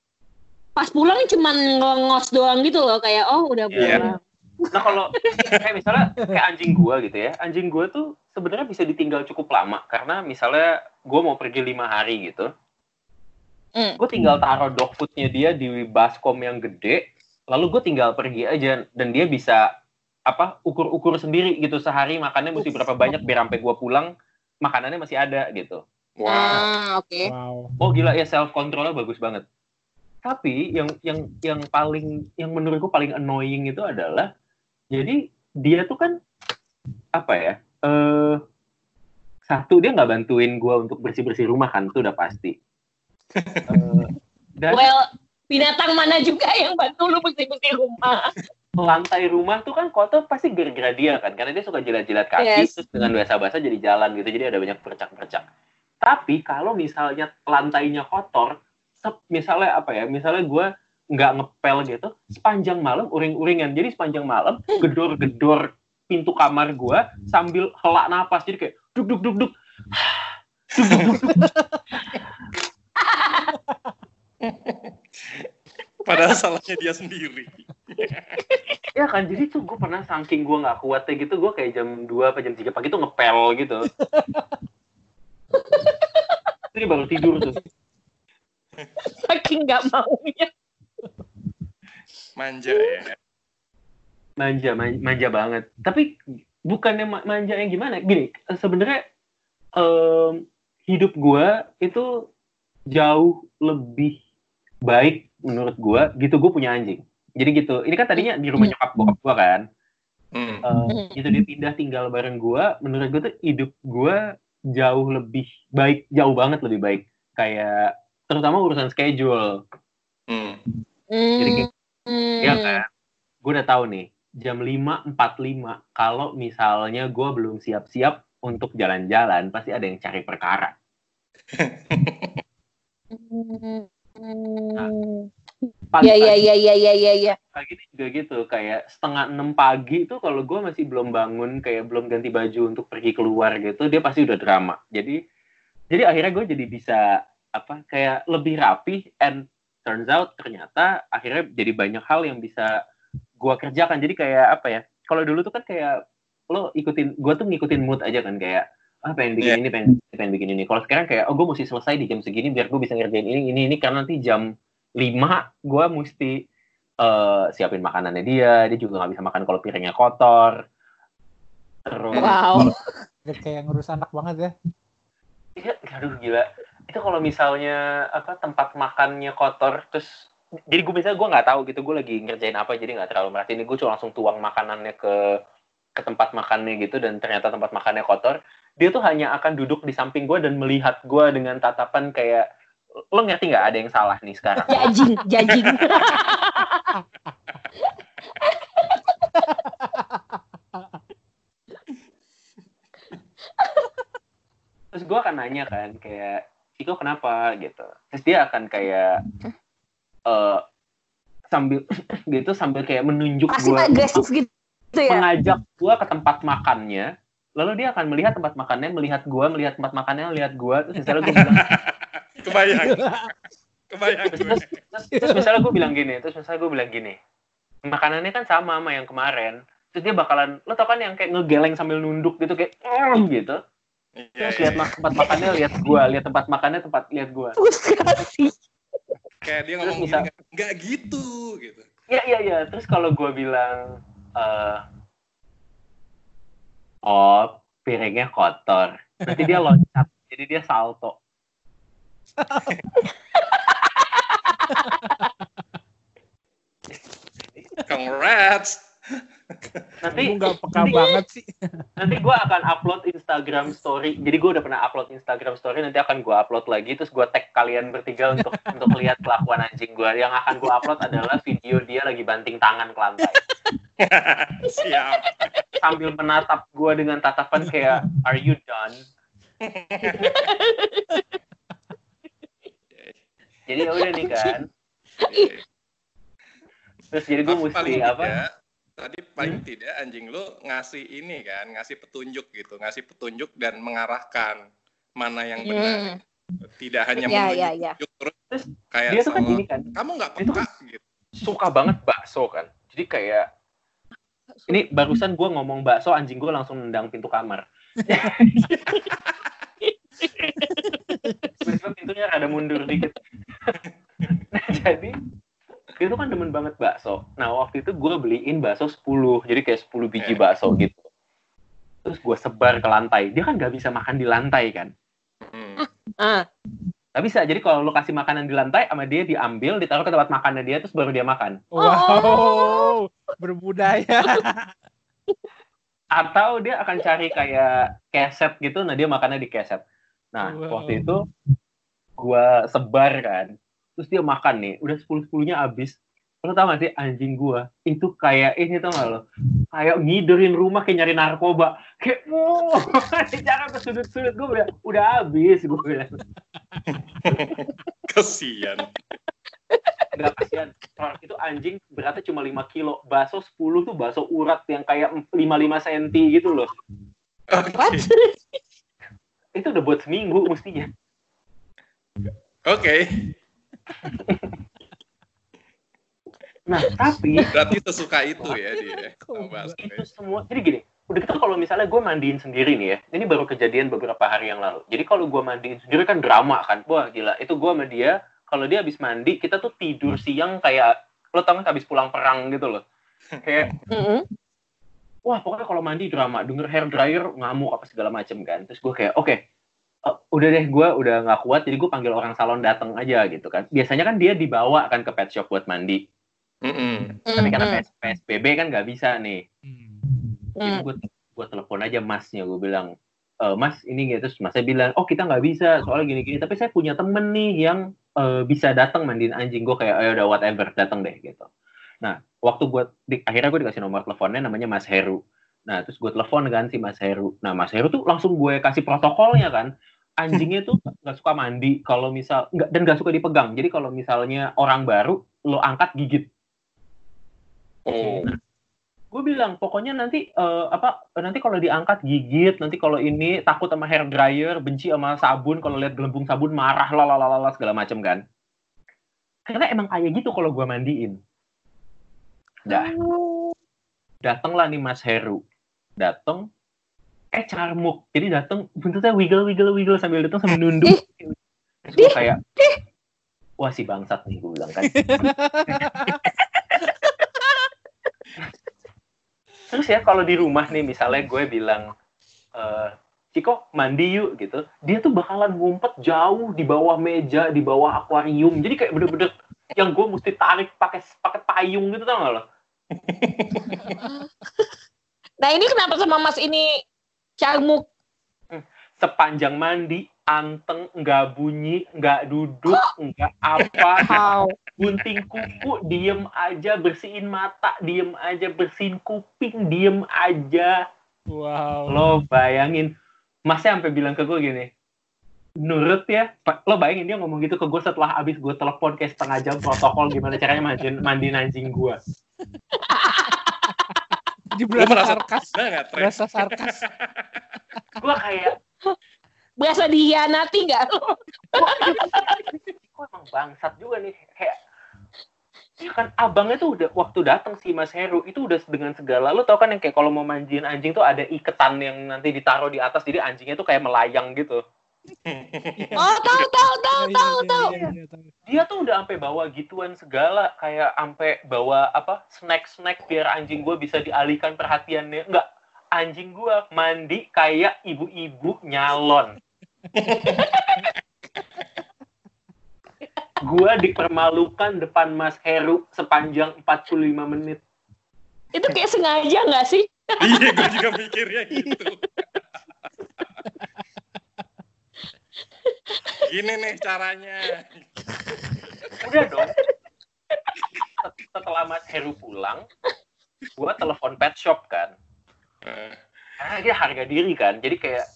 pas pulang cuman ngos doang gitu loh kayak oh udah Iya. pulang. Nah kalau kayak misalnya kayak anjing gua gitu ya, anjing gua tuh sebenarnya bisa ditinggal cukup lama karena misalnya gua mau pergi lima hari gitu, Hmm. gue tinggal taruh dog foodnya dia di baskom yang gede, lalu gue tinggal pergi aja dan dia bisa apa ukur-ukur sendiri gitu sehari makannya mesti berapa banyak biar sampai gue pulang makanannya masih ada gitu. Wow. Ah oke. Wow. Oh gila ya self controlnya bagus banget. Tapi yang yang yang paling yang menurutku paling annoying itu adalah jadi dia tuh kan apa ya? Eh satu dia nggak bantuin gue untuk bersih-bersih rumah kan itu udah pasti. Eh, dan Well binatang mana juga yang bantu lu bersih-bersih rumah. lantai rumah tuh kan kotor pasti gara-gara dia kan karena dia suka jilat-jilat kaki Yes. terus dengan basah-basah jadi jalan gitu jadi ada banyak percak-percak. Tapi kalau misalnya lantainya kotor, sep, misalnya apa ya? Misalnya gue nggak ngepel gitu, sepanjang malam uring-uringan. Jadi sepanjang malam gedor-gedor pintu kamar gue sambil hela napas. Jadi kayak duk duk duk duk. Duk duk duk duk. Padahal salahnya dia sendiri. Ya kan, jadi tuh gue pernah saking gue nggak kuatnya gitu, gue kayak jam dua apa jam tiga pagi tuh ngepel gitu. Jadi baru tidur tuh. Saking nggak maunya. Manja ya. Manja, manja, manja banget. Tapi bukannya manja yang gimana? Gini, sebenarnya um, hidup gue itu jauh lebih baik menurut gue. Gitu gue punya anjing. Jadi gitu. Ini kan tadinya di rumah nyokap bokap gue kan. Hmm. Uh, gitu dia pindah tinggal bareng gue. Menurut gue tuh hidup gue jauh lebih baik, jauh banget lebih baik. Kayak terutama urusan schedule. Hmm. Jadi ya kan, gue udah tahu nih jam lima empat puluh lima kalau misalnya gue belum siap-siap untuk jalan-jalan pasti ada yang cari perkara. Nah, Iya iya iya iya iya iya ya. Pagi ini juga gitu, kayak setengah enam pagi itu kalau gue masih belum bangun, kayak belum ganti baju untuk pergi keluar gitu, dia pasti udah drama. Jadi jadi akhirnya gue jadi bisa apa kayak lebih rapi, and turns out ternyata akhirnya jadi banyak hal yang bisa gue kerjakan. Jadi kayak apa ya, kalau dulu tuh kan kayak lo ikutin, gue tuh ngikutin mood aja kan, kayak ah pengen bikin yeah. ini, pengen, pengen bikin ini. Kalau sekarang kayak oh gue mesti selesai di jam segini biar gue bisa ngerjain ini, ini, ini, karena nanti jam lima gue mesti uh, siapin makanannya dia, dia juga gak bisa makan kalau piringnya kotor. Terus wow. Kayak ngurus anak banget ya. Iya, aduh gila. Itu kalau misalnya apa tempat makannya kotor, terus jadi gue misalnya gue nggak tahu gitu, gue lagi ngerjain apa, jadi nggak terlalu merhatiin, gue cuma langsung tuang makanannya ke ke tempat makannya gitu, dan ternyata tempat makannya kotor, dia tuh hanya akan duduk di samping gue dan melihat gue dengan tatapan kayak, lo ngerti nggak ada yang salah nih sekarang? Jajing, jajing. Terus gue akan nanya kan kayak, Ciko kenapa gitu, terus dia akan kayak uh, sambil gitu sambil kayak menunjuk gue, agresif gitu ya, mengajak gue ke tempat makannya, lalu dia akan melihat tempat makannya, melihat gue, melihat tempat makannya, melihat gue, terus misalnya gue bilang kebayang kebayang terus, terus, terus, terus misalnya gue bilang gini terus misalnya gue bilang gini makanannya kan sama sama yang kemarin, terus dia bakalan, lo tau kan yang kayak ngegeleng sambil nunduk gitu kayak mm, gitu. Terus lihat mak- tempat makannya, lihat gua, lihat tempat makannya, tempat lihat gua. Kayak dia ngomong misal, gini, nggak gitu, gitu. Iya iya iya. Terus kalau gua bilang, uh, oh piringnya kotor, nanti dia loncat, jadi dia salto. Congrats. Nanti gue nggak peka banget sih. Nanti gue akan upload Instagram story. Jadi gue udah pernah upload Instagram story. Nanti akan gue upload lagi. Terus gue tag kalian bertiga untuk untuk lihat kelakuan anjing gue. Yang akan gue upload adalah video dia lagi banting tangan ke lantai. Siap. Sambil menatap gue dengan tatapan kayak, are you done? Jadi ya udah nih kan. Terus jadi gue mesti apa? Tidak, tadi paling hmm? tidak anjing lo ngasih ini kan, ngasih petunjuk gitu, ngasih petunjuk dan mengarahkan mana yang benar. Hmm. Tidak hanya ya, menunjuk ya, ya. terus, terus kayak dia tuh kan gini kan, kamu nggak peka kan gitu. Suka banget bakso kan. Jadi kayak ini barusan gue ngomong bakso, anjing gue langsung nendang pintu kamar. Tiba-tiba pintunya rada mundur dikit. Nah, jadi dia tuh kan demen banget bakso. Nah waktu itu gue beliin bakso sepuluh, jadi kayak sepuluh biji bakso gitu. Terus gue sebar ke lantai. Dia kan gak bisa makan di lantai kan. Hmm. Ah. Gak bisa, jadi kalau lo kasih makanan di lantai sama dia diambil, ditaruh ke tempat makannya dia, terus baru dia makan. Wow, berbudaya. Atau dia akan cari kayak keset gitu, nah dia makannya di keset. Nah wow. Waktu itu gue sebar kan. Terus dia makan nih, udah sepuluh-sepuluhnya habis. Lo tau gak sih anjing gua itu kayak ini tau gak lo? Kayak ngiderin rumah kayak nyari narkoba. Kayak wow, jangan ke sudut-sudut. Gue bilang, udah habis gue bilang. Kasian. Enggak kasian. Orang itu anjing beratnya cuma lima kilo, bakso sepuluh tuh bakso urat yang kayak lima puluh lima sentimeter gitu loh. What? Itu udah buat seminggu mestinya. Oke. Okay. Nah, tapi Berarti sesuka itu ya dia. Oh, itu semua. Jadi gini, udah gitu kalau misalnya gue mandiin sendiri nih ya, ini baru kejadian beberapa hari yang lalu. Jadi kalau gue mandiin sendiri kan drama kan, wah gila. Itu gue sama dia, kalau dia habis mandi, kita tuh tidur siang kayak, lo tau kan habis pulang perang gitu loh. Kayak, Mm-hmm. wah pokoknya kalau mandi drama, denger hair dryer, ngamuk apa segala macem kan. Terus gue kayak, oke, okay, uh, udah deh gue udah gak kuat, jadi gue panggil orang salon datang aja gitu kan. Biasanya kan dia dibawa kan ke pet shop buat mandi. Mm-mm. Tapi karena P S B B kan nggak bisa nih. Hmm. Jadi gue gue telepon aja masnya, gue bilang, e, mas ini gitu. Terus masnya bilang, oh kita nggak bisa soalnya gini-gini. Tapi saya punya temen nih yang uh, bisa datang mandiin anjing. Gue kayak, ayo udah whatever, datang deh gitu. Nah waktu gue di, akhirnya gue dikasih nomor teleponnya, namanya Mas Heru. Nah terus gue telepon kan si Mas Heru. Nah Mas Heru tuh langsung gue kasih protokolnya kan. Anjingnya tuh nggak suka mandi kalau misal nggak, dan nggak suka dipegang. Jadi kalau misalnya orang baru lo angkat gigit. Oh. Nah, gue bilang pokoknya nanti uh, apa nanti kalau diangkat gigit, nanti kalau ini takut sama hair dryer, benci sama sabun, kalau lihat gelembung sabun marah lalalala segala macem kan. Karena emang kayak gitu kalau gue mandiin. Dah. Datanglah nih Mas Heru. Datang eh carmuk. Jadi datang bentuknya wiggle wiggle wiggle sambil datang sambil nunduk. Terus gue kayak wah si bangsat nih gue bilang kan. Terus ya kalau di rumah nih misalnya gue bilang e, Ciko mandi yuk gitu, dia tuh bakalan ngumpet jauh di bawah meja, di bawah akuarium. Jadi kayak bener-bener yang gue mesti tarik pakai pakai payung gitu, tau gak lo? Nah ini kenapa sama Mas ini carmuk? Sepanjang mandi anteng, nggak bunyi, nggak duduk, nggak apa, Wow. gunting kuku, diem aja, bersihin mata, diem aja, bersihin kuping, diem aja. Wow. Lo bayangin, masnya sampai bilang ke gue gini, nurut ya, lo bayangin dia ngomong gitu ke gue setelah abis gue telepon kayak setengah jam protokol gimana caranya mandiin mandiin anjing gue. Jadi berasa sarkas, banget, berasa sarkas. Gue kayak Berasa dihianati nggak lo? kok emang bangsat juga nih, kayak ya kan abangnya tuh udah waktu datang si Mas Heru itu udah dengan segala, lo tau kan yang kayak kalau mau mandiin anjing tuh ada iketan yang nanti ditaruh di atas jadi anjingnya tuh kayak melayang gitu. Oh tahu tahu tahu tahu tahu. Dia tuh udah sampai bawa gituan segala, kayak sampai bawa apa snack-snack biar anjing gue bisa dialihkan perhatiannya. Enggak, anjing gue mandi kayak ibu-ibu nyalon. Gue dipermalukan depan Mas Heru sepanjang empat puluh lima menit. Itu kayak sengaja nggak sih? Iya, gue juga mikirnya gitu. Gini nih caranya. Udah dong. Setelah Mas Heru pulang, gue telepon pet shop kan. Karena dia harga diri kan, jadi kayak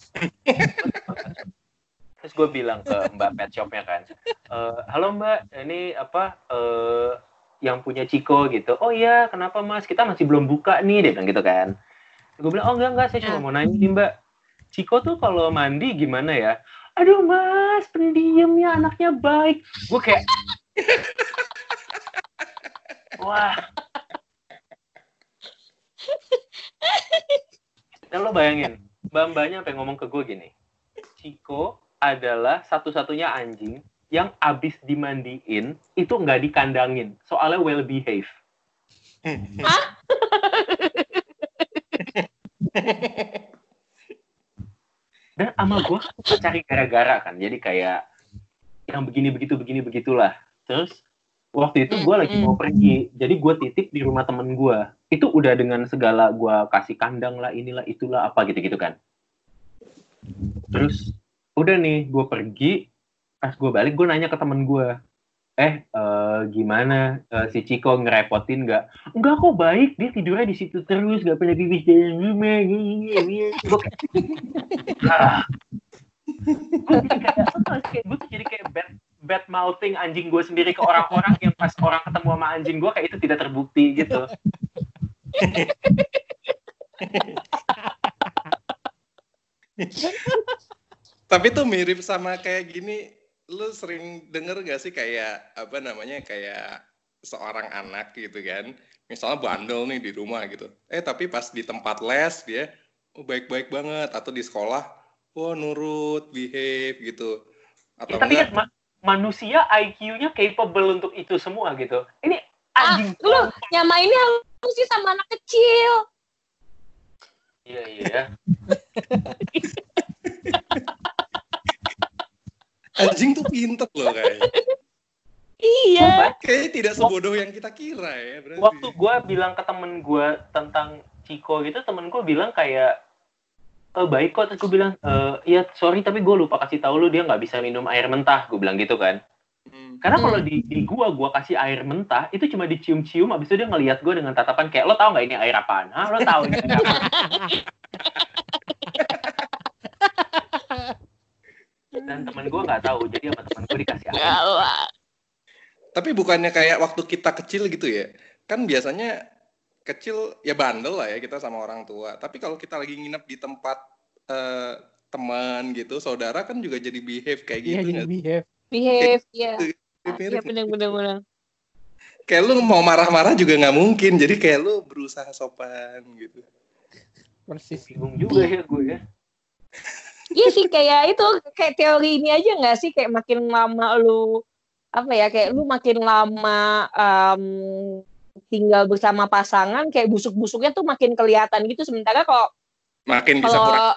terus gue bilang ke mbak pet shopnya kan, e, halo mbak, ini apa e, yang punya Ciko gitu. Oh iya, kenapa mas, kita masih belum buka nih, dia bilang gitu kan. Gue bilang oh enggak enggak, saya cuma mau nanya nih mbak, Ciko tuh kalau mandi gimana ya? Aduh mas, pendiam ya, anaknya baik. Gue kayak wah. Dan lo bayangin, mbak-mbaknya sampai ngomong ke gue gini, Ciko adalah satu-satunya anjing yang abis dimandiin itu nggak dikandangin, soalnya well behave. Hah? Dan sama gue cari gara-gara kan, jadi kayak yang begini begitu begini begitulah. Terus waktu itu gue lagi mau pergi, jadi gue titip di rumah temen gue. Itu udah dengan segala gue kasih kandang lah, inilah, itulah, apa gitu-gitu kan. Terus udah nih, gue pergi, pas gue balik gue nanya ke temen gue, eh uh, gimana uh, si Ciko ngerepotin nggak? Enggak kok, baik, dia tidurnya di situ terus, nggak pernah pipis dari rumah. Gue kayak, ah. gue jadi kayak, gue tuh jadi kayak bad bad mouthing anjing gue sendiri ke orang-orang yang pas orang ketemu sama anjing gue kayak itu tidak terbukti gitu. Tapi tuh mirip sama kayak gini, lu sering denger gak sih kayak apa namanya kayak seorang anak gitu kan, misalnya bandel nih di rumah gitu, eh tapi pas di tempat les dia oh, baik-baik banget, atau di sekolah, wah oh, nurut, behave gitu. Atau ya, tapi enggak, kan ma- manusia I Q-nya capable untuk itu semua gitu. Ini anjing. Ah, lu nyamainnya lu sih sama anak kecil. Iya iya. anjing tuh pinter loh kayaknya. Iya. Kayaknya tidak sebodoh yang kita kira ya. Berarti. Waktu gue bilang ke temen gue tentang Ciko gitu, temen gue bilang kayak, oh, baik kok. Terus gue bilang, e, ya sorry tapi gue lupa kasih tahu lu dia nggak bisa minum air mentah. Gue bilang gitu kan. Hmm. Karena kalau di, di gue, gue kasih air mentah, itu cuma dicium-cium, abis itu dia ngeliat gue dengan tatapan kayak, lo tau nggak ini air apaan? Hah? Lo tau ini air apaan? Dan temen gue nggak tahu, jadi sama temen gue dikasih air. Tapi bukannya kayak waktu kita kecil gitu ya, kan biasanya kecil ya bandel lah ya kita sama orang tua. Tapi kalau kita lagi nginep di tempat uh, teman gitu, saudara kan juga jadi behave kayak gitu. Iya, jadi behave. Behave, iya. Iya, benar-benar. Kayak lu mau marah-marah juga nggak mungkin, jadi kayak lu berusaha sopan gitu. Persis. Bingung juga ya gue ya. Iya sih, kayak itu, kayak teori ini aja nggak sih, kayak makin lama lu, apa ya, kayak lu makin lama um, tinggal bersama pasangan, kayak busuk-busuknya tuh makin kelihatan gitu, sementara kok makin bisa kurang.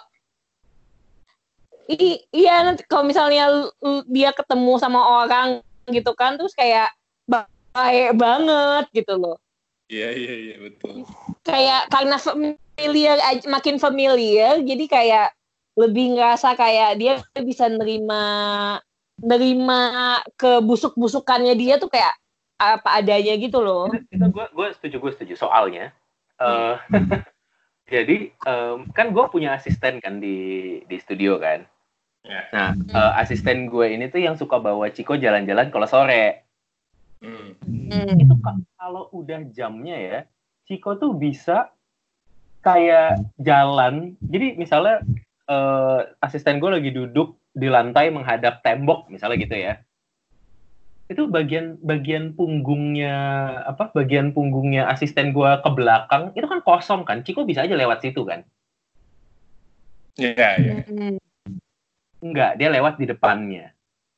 I- iya, nanti kalau misalnya lu, dia ketemu sama orang gitu kan, terus kayak baik banget gitu loh. Iya, iya, iya, betul. Kayak karena familiar, makin familiar, jadi kayak lebih ngerasa kayak dia bisa nerima nerima kebusuk-busukannya dia tuh kayak apa adanya gitu loh. Itu gue gue setuju gue setuju soalnya. Uh, jadi um, kan gue punya asisten kan di di studio kan. Yeah. Nah uh, asisten gue ini tuh yang suka bawa Ciko jalan-jalan kalau sore. Hmm. Hmm. Itu kalau udah jamnya ya, Ciko tuh bisa kayak jalan. Jadi misalnya Uh, asisten gue lagi duduk di lantai menghadap tembok misalnya gitu ya, itu bagian bagian punggungnya apa bagian punggungnya asisten gue ke belakang itu kan kosong kan, Ciko bisa aja lewat situ kan. Iya yeah, iya yeah. Enggak, dia lewat di depannya,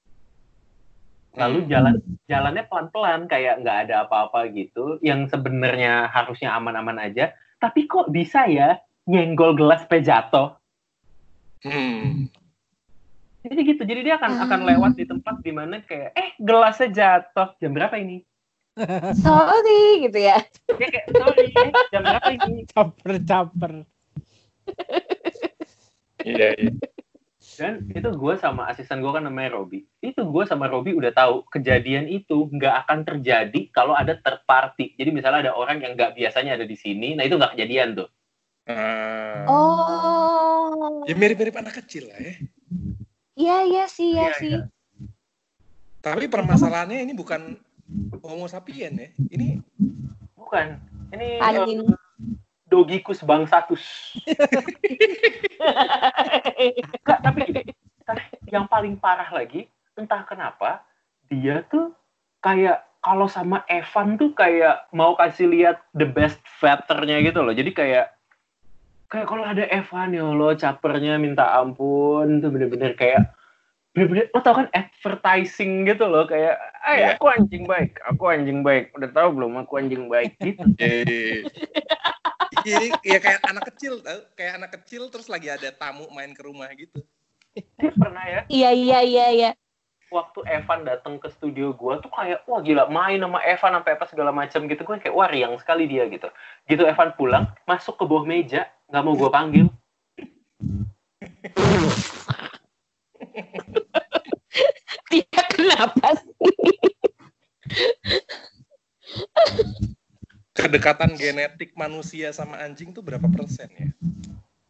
lalu jalan jalannya pelan-pelan kayak nggak ada apa-apa gitu, yang sebenarnya harusnya aman-aman aja, tapi kok bisa ya nyenggol gelas pe jatuh. Hmm. Jadi gitu, jadi dia akan akan lewat di tempat di mana kayak eh gelasnya jatuh, jam berapa ini? Sorry gitu ya. Dia kayak sorry, eh, jam berapa ini? Caper-caper. Iya iya. Dan itu gue sama asisten gue kan namanya Robi. Itu gue sama Robi udah tahu kejadian itu nggak akan terjadi kalau ada third party. Jadi misalnya ada orang yang nggak biasanya ada di sini, nah itu nggak kejadian tuh. Hmm. Oh. Ya mirip-mirip anak kecil lah ya. Iya iya sih ya, ya sih. Ya. Tapi permasalahannya ini bukan Homo sapien ya. Ini bukan. Ini anjing. Uh, Dogicus bangsatus. Enggak, tapi yang paling parah lagi, entah kenapa dia tuh kayak kalau sama Evan tuh kayak mau kasih lihat the best fighter-nya gitu loh. Jadi kayak kayak kalau ada Evan ya lo capernya minta ampun tuh bener-bener kayak bener-bener lo tau kan advertising gitu loh kayak ay aku anjing baik aku anjing baik udah tahu belum aku anjing baik gitu. Iya ya kayak anak kecil tau kayak anak kecil terus lagi ada tamu main ke rumah gitu. Dia pernah ya? Iya iya iya iya. Waktu Evan datang ke studio gue tuh kayak wah gila main sama Evan sampai apa segala macam gitu, gue kayak wah riang sekali dia gitu. Gitu Evan pulang masuk ke bawah meja nggak mau gue panggil. Dia kenapa sih? Kedekatan genetik manusia sama anjing tuh berapa persen ya?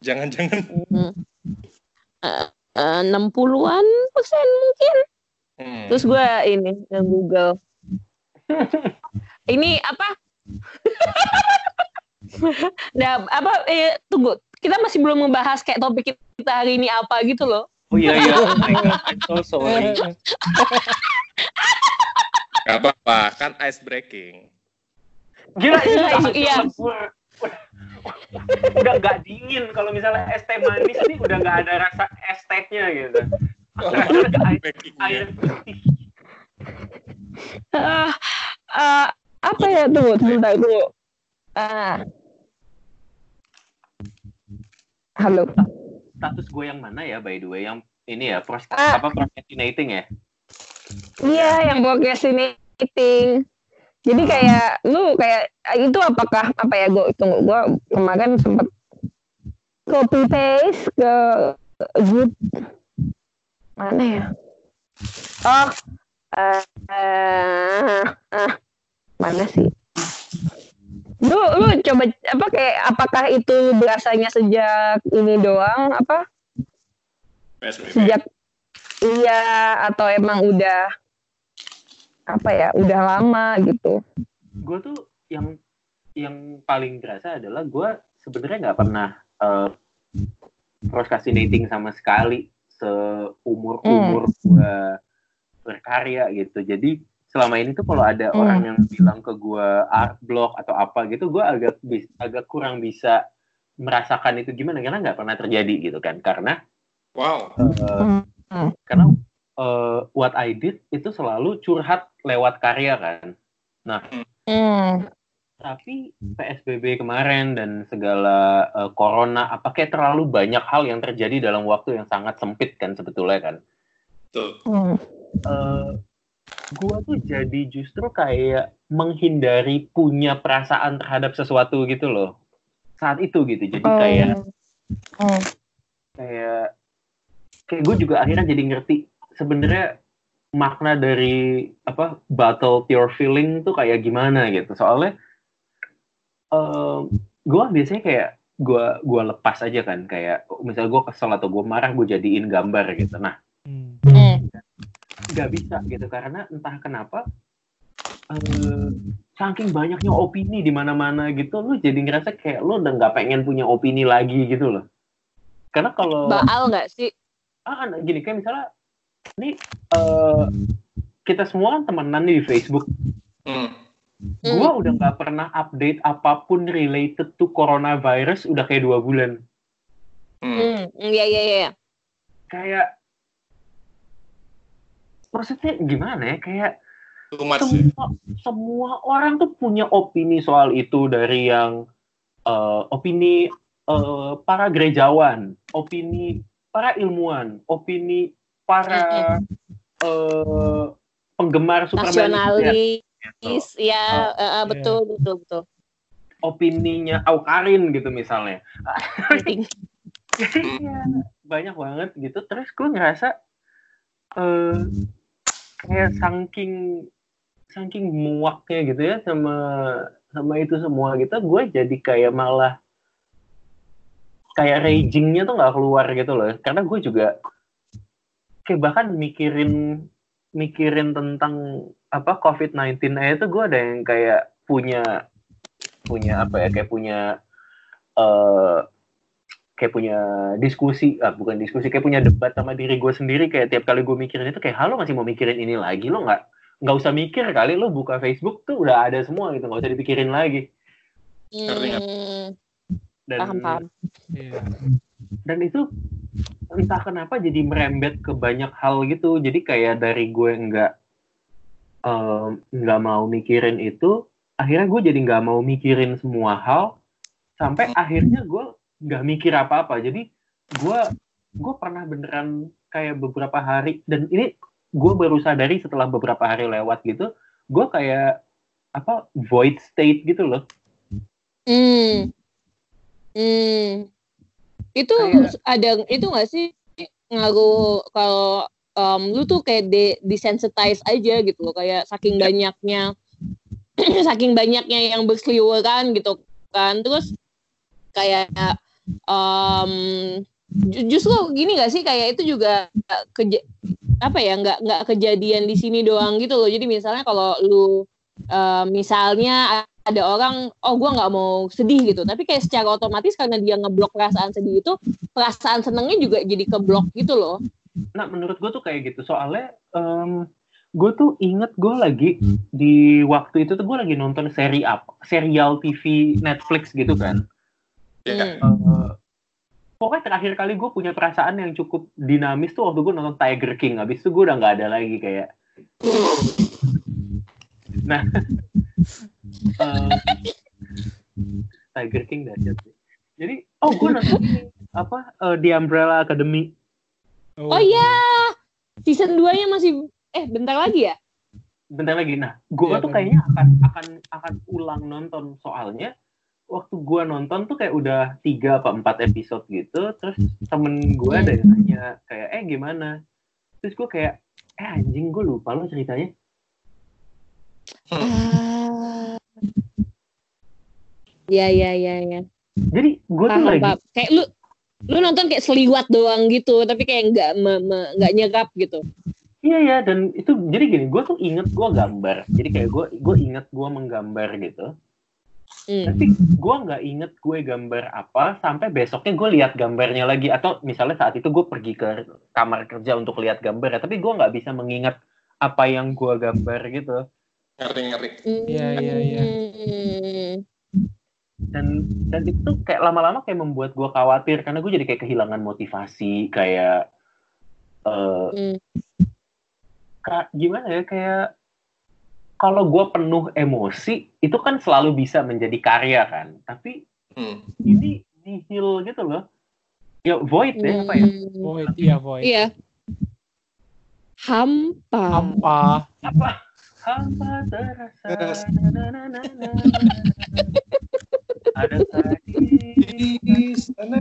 Jangan-jangan enam puluhan persen mungkin. Hmm. Hmm. Terus gue ini nge-google. Ini apa? Nah, apa eh, tunggu. Kita masih belum membahas kayak topik kita hari ini apa gitu loh. Oh iya iya. Oh my God, I'm so sorry. Gak apa-apa, kan ice breaking. Gila, Iya. iya. Udah nggak dingin kalau misalnya es teh manis nih udah nggak ada rasa es tehnya gitu. Air putih. Uh, uh, apa ya tuh? Sebentar dulu. Ah. Halo. Status gue yang mana ya by the way? Yang ini ya, pros- ah. apa procrastinating ya? Iya, yang procrastinating. Jadi kayak lu kayak itu apakah apa ya gue tunggu gue kemarin sempat copy paste ke group mana ya? Oh, uh, uh, uh, mana sih? Lu lu coba apa kayak apakah itu berasanya sejak ini doang apa? P S B B. Sejak iya atau emang udah apa ya udah lama gitu. Gue tuh yang yang paling berasa adalah gue sebenarnya nggak pernah uh, procrastinating sama sekali seumur umur mm. gue berkarya gitu. Jadi selama ini tuh kalau ada mm. orang yang bilang ke gue art block atau apa gitu, gue agak agak kurang bisa merasakan itu gimana karena nggak pernah terjadi gitu kan. Karena wow. Uh, mm. Karena uh, what I did itu selalu curhat lewat karya kan. Nah, mm. tapi P S B B kemarin dan segala uh, corona, apa kayak terlalu banyak hal yang terjadi dalam waktu yang sangat sempit kan sebetulnya kan. Tuh. Mm. Uh, gue tuh jadi justru kayak menghindari punya perasaan terhadap sesuatu gitu loh. Saat itu gitu. Jadi kayak mm. kayak kayak gue juga akhirnya jadi ngerti sebenarnya makna dari apa battle pure feeling tuh kayak gimana gitu. Soalnya uh, gue biasanya kayak gue gue lepas aja kan kayak misalnya gue kesel atau gue marah gue jadiin gambar gitu. Nah nggak bisa gitu karena entah kenapa uh, saking banyaknya opini di mana-mana gitu lu jadi ngerasa kayak lu udah nggak pengen punya opini lagi gitu loh. Karena kalau baal nggak sih? Ah gini kayak misalnya ini uh, kita semua kan temenan nih di Facebook. Hmm. Gue udah nggak pernah update apapun related to coronavirus udah kayak dua bulan. Hmm, iya iya iya. Kayak maksudnya gimana ya? Kayak semua semua orang tuh punya opini soal itu dari yang uh, opini uh, para gerejawan, opini para ilmuwan, opini para uh, penggemar Superman nasionalis, gitu. ya uh, uh, betul yeah. betul betul. Opininya Aukarin gitu misalnya. Jadi ya, banyak banget gitu. Terus gue ngerasa uh, kayak saking saking muaknya gitu ya sama sama itu semua gitu. Gue jadi kayak malah kayak ragingnya tuh nggak keluar gitu loh. Karena gue juga kayak bahkan mikirin mikirin tentang apa covid sembilan belas aja tuh gue ada yang kayak punya punya apa ya kayak punya uh, kayak punya diskusi ah, bukan diskusi kayak punya debat sama diri gue sendiri kayak tiap kali gue mikirin itu kayak halo masih mau mikirin ini lagi lo nggak nggak usah mikir kali lo buka Facebook tuh udah ada semua gitu nggak usah dipikirin lagi. Hmm. Dan paham paham. Dan itu entah kenapa jadi merembet ke banyak hal gitu. Jadi kayak dari gue nggak nggak um, mau mikirin itu, akhirnya gue jadi nggak mau mikirin semua hal, sampai akhirnya gue nggak mikir apa-apa. Jadi gue gue pernah beneran kayak beberapa hari, dan ini gue baru sadari setelah beberapa hari lewat gitu, gue kayak apa void state gitu loh. Hmm. Hmm. Itu kayak, ada itu nggak sih ngaruh kalau um, lu tuh kayak de- desensitize aja gitu loh, kayak saking banyaknya saking banyaknya yang berseliweran gitu kan, terus kayak um, justru gini nggak sih kayak itu juga keja- apa ya nggak nggak kejadian di sini doang gitu loh. Jadi misalnya kalau lu uh, misalnya ada orang, oh gue nggak mau sedih gitu, tapi kayak secara otomatis karena dia ngeblok perasaan sedih itu, perasaan senengnya juga jadi keblok gitu loh. Nah menurut gue tuh kayak gitu, soalnya um, gue tuh inget gue lagi di waktu itu tuh gue lagi nonton seri apa, serial T V Netflix gitu kan. Yeah. Uh, pokoknya terakhir kali gue punya perasaan yang cukup dinamis tuh waktu gue nonton Tiger King. Habis itu gue udah nggak ada lagi kayak. Nah, uh, Tiger King dahsyat. Jadi, oh gue nonton ini apa uh, The Umbrella Academy. Oh, oh iya, season dua-nya masih eh bentar lagi ya? Bentar lagi. Nah, gue ya, tuh kan. kayaknya akan akan akan ulang nonton soalnya. Waktu gue nonton tuh kayak udah tiga apa empat episode gitu, terus temen gue ada yang nanya kayak eh gimana, terus gue kayak eh anjing gue lupa lo ceritanya. Ah, ya ya ya ya. Jadi gue tuh lagi kayak lu lu nonton kayak seliwat doang gitu, tapi kayak nggak nggak nyerap gitu. Iya ya, dan itu jadi gini, gue tuh inget gue gambar, jadi kayak gue gue inget gue menggambar gitu. Hmm. Tapi gue nggak inget gue gambar apa sampai besoknya gue lihat gambarnya lagi, atau misalnya saat itu gue pergi ke kamar kerja untuk lihat gambar, tapi gue nggak bisa mengingat apa yang gue gambar gitu. Ngerti-ngerti. Iya iya iya. Dan dan itu kayak lama-lama kayak membuat gue khawatir karena gue jadi kayak kehilangan motivasi, kayak uh, hmm. kak, gimana ya kayak kalau gue penuh emosi, itu kan selalu bisa menjadi karya kan. Tapi hmm. ini nihil gitu loh. Ya void deh, apa ya? Void, iya void. Iya. Hampa. Hampa. Apa? Hampa terasa. Na, na, na, na, na. Ada tadi sana.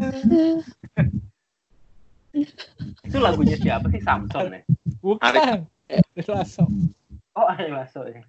Itu lagunya siapa sih? Samson ya? Bukan. Ari Lasso. Oh, Ari Lasso ya.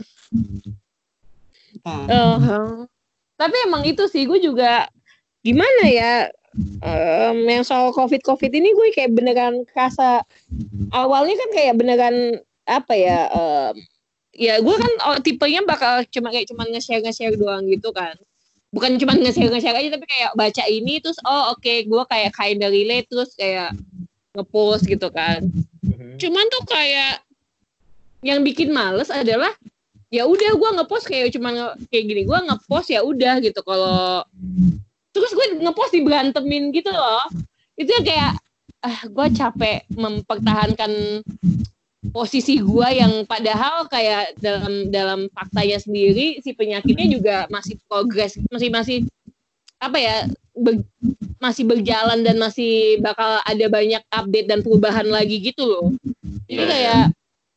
Uh, tapi emang itu sih gue juga gimana ya um, yang soal covid covid ini gue kayak beneran kerasa awalnya kan kayak beneran apa ya um, ya gue kan oh, tipenya bakal cuma kayak cuma nge-share nge-share doang gitu kan, bukan cuma nge-share nge-share aja tapi kayak baca ini terus oh oke okay, gue kayak kinda relate terus kayak nge-post gitu kan. Cuman tuh kayak yang bikin males adalah ya udah gue ngepost kayak cuma nge- kayak gini gue ngepost ya udah gitu, kalau terus gue ngepost diberantemin gitu loh, itu kayak ah gue capek mempertahankan posisi gue yang padahal kayak dalam dalam faktanya sendiri si penyakitnya juga masih progres, masih masih apa ya be, masih berjalan dan masih bakal ada banyak update dan perubahan lagi gitu loh. Jadi kayak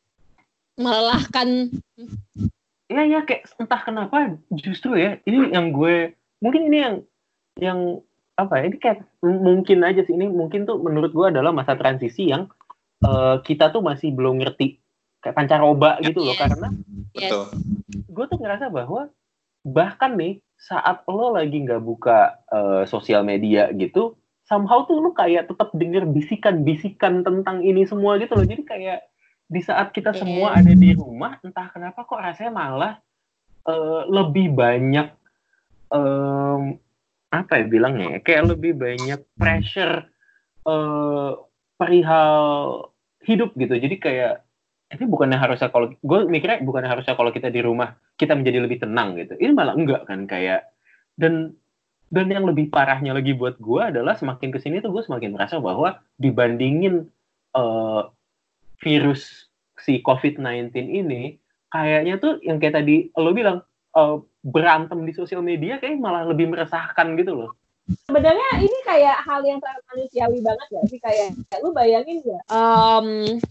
melelahkan. Iya ya kayak entah kenapa justru ya ini yang gue mungkin ini yang yang apa ya ini kayak mungkin aja sih ini mungkin tuh menurut gue adalah masa transisi yang uh, kita tuh masih belum ngerti kayak pancaroba gitu loh. Yes. Karena yes. gue tuh ngerasa bahwa bahkan nih saat lo lagi nggak buka uh, sosial media gitu somehow tuh lo kayak tetap denger bisikan-bisikan tentang ini semua gitu loh. Jadi kayak di saat kita semua ada di rumah, entah kenapa kok rasanya malah uh, lebih banyak, um, apa ya bilangnya, kayak lebih banyak pressure uh, perihal hidup gitu. Jadi kayak, ini bukannya harusnya kalau, gue mikirnya bukannya harusnya kalau kita di rumah, kita menjadi lebih tenang gitu. Ini malah enggak kan, kayak, dan dan yang lebih parahnya lagi buat gue adalah semakin kesini tuh gue semakin merasa bahwa dibandingin uh, virus si covid sembilan belas ini kayaknya tuh yang kayak tadi lo bilang uh, berantem di sosial media kayak malah lebih meresahkan gitu loh. Sebenarnya ini kayak hal yang sangat manusiawi banget gak sih, kayak lu bayangin gak um,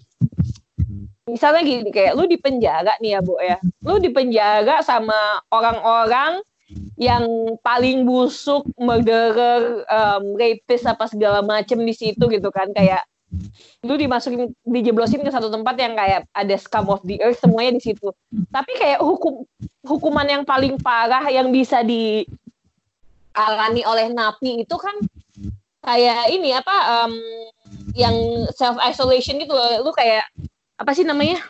misalnya gini, kayak lu di penjara nih ya Bu ya, lu di penjara sama orang-orang yang paling busuk, murderer, um, rapist apa segala macem di situ gitu kan, kayak lu dimasukin, dijeblosin ke satu tempat yang kayak ada scum of the earth semuanya di situ. Tapi kayak hukum hukuman yang paling parah yang bisa dialami oleh napi itu kan kayak ini apa um, yang self isolation gitu loh. Lu kayak apa sih namanya?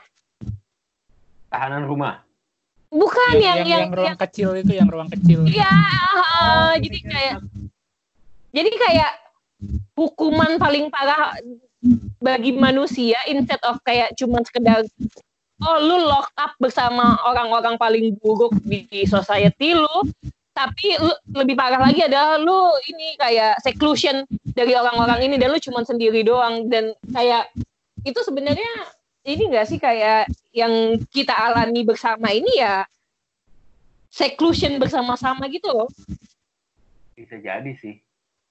Tahanan rumah. Bukan yang, yang yang, yang, yang ruang yang kecil itu, yang ruang kecil. Iya, uh, jadi kayak jadi kayak hukuman paling parah bagi manusia instead of kayak cuman sekedar oh lu lock up bersama orang-orang paling buruk di society lu, tapi lu, lebih parah lagi adalah lu ini kayak seclusion dari orang-orang ini dan lu cuman sendiri doang. Dan kayak itu sebenarnya ini nggak sih kayak yang kita alami bersama ini ya seclusion bersama-sama gitu loh. Bisa jadi sih.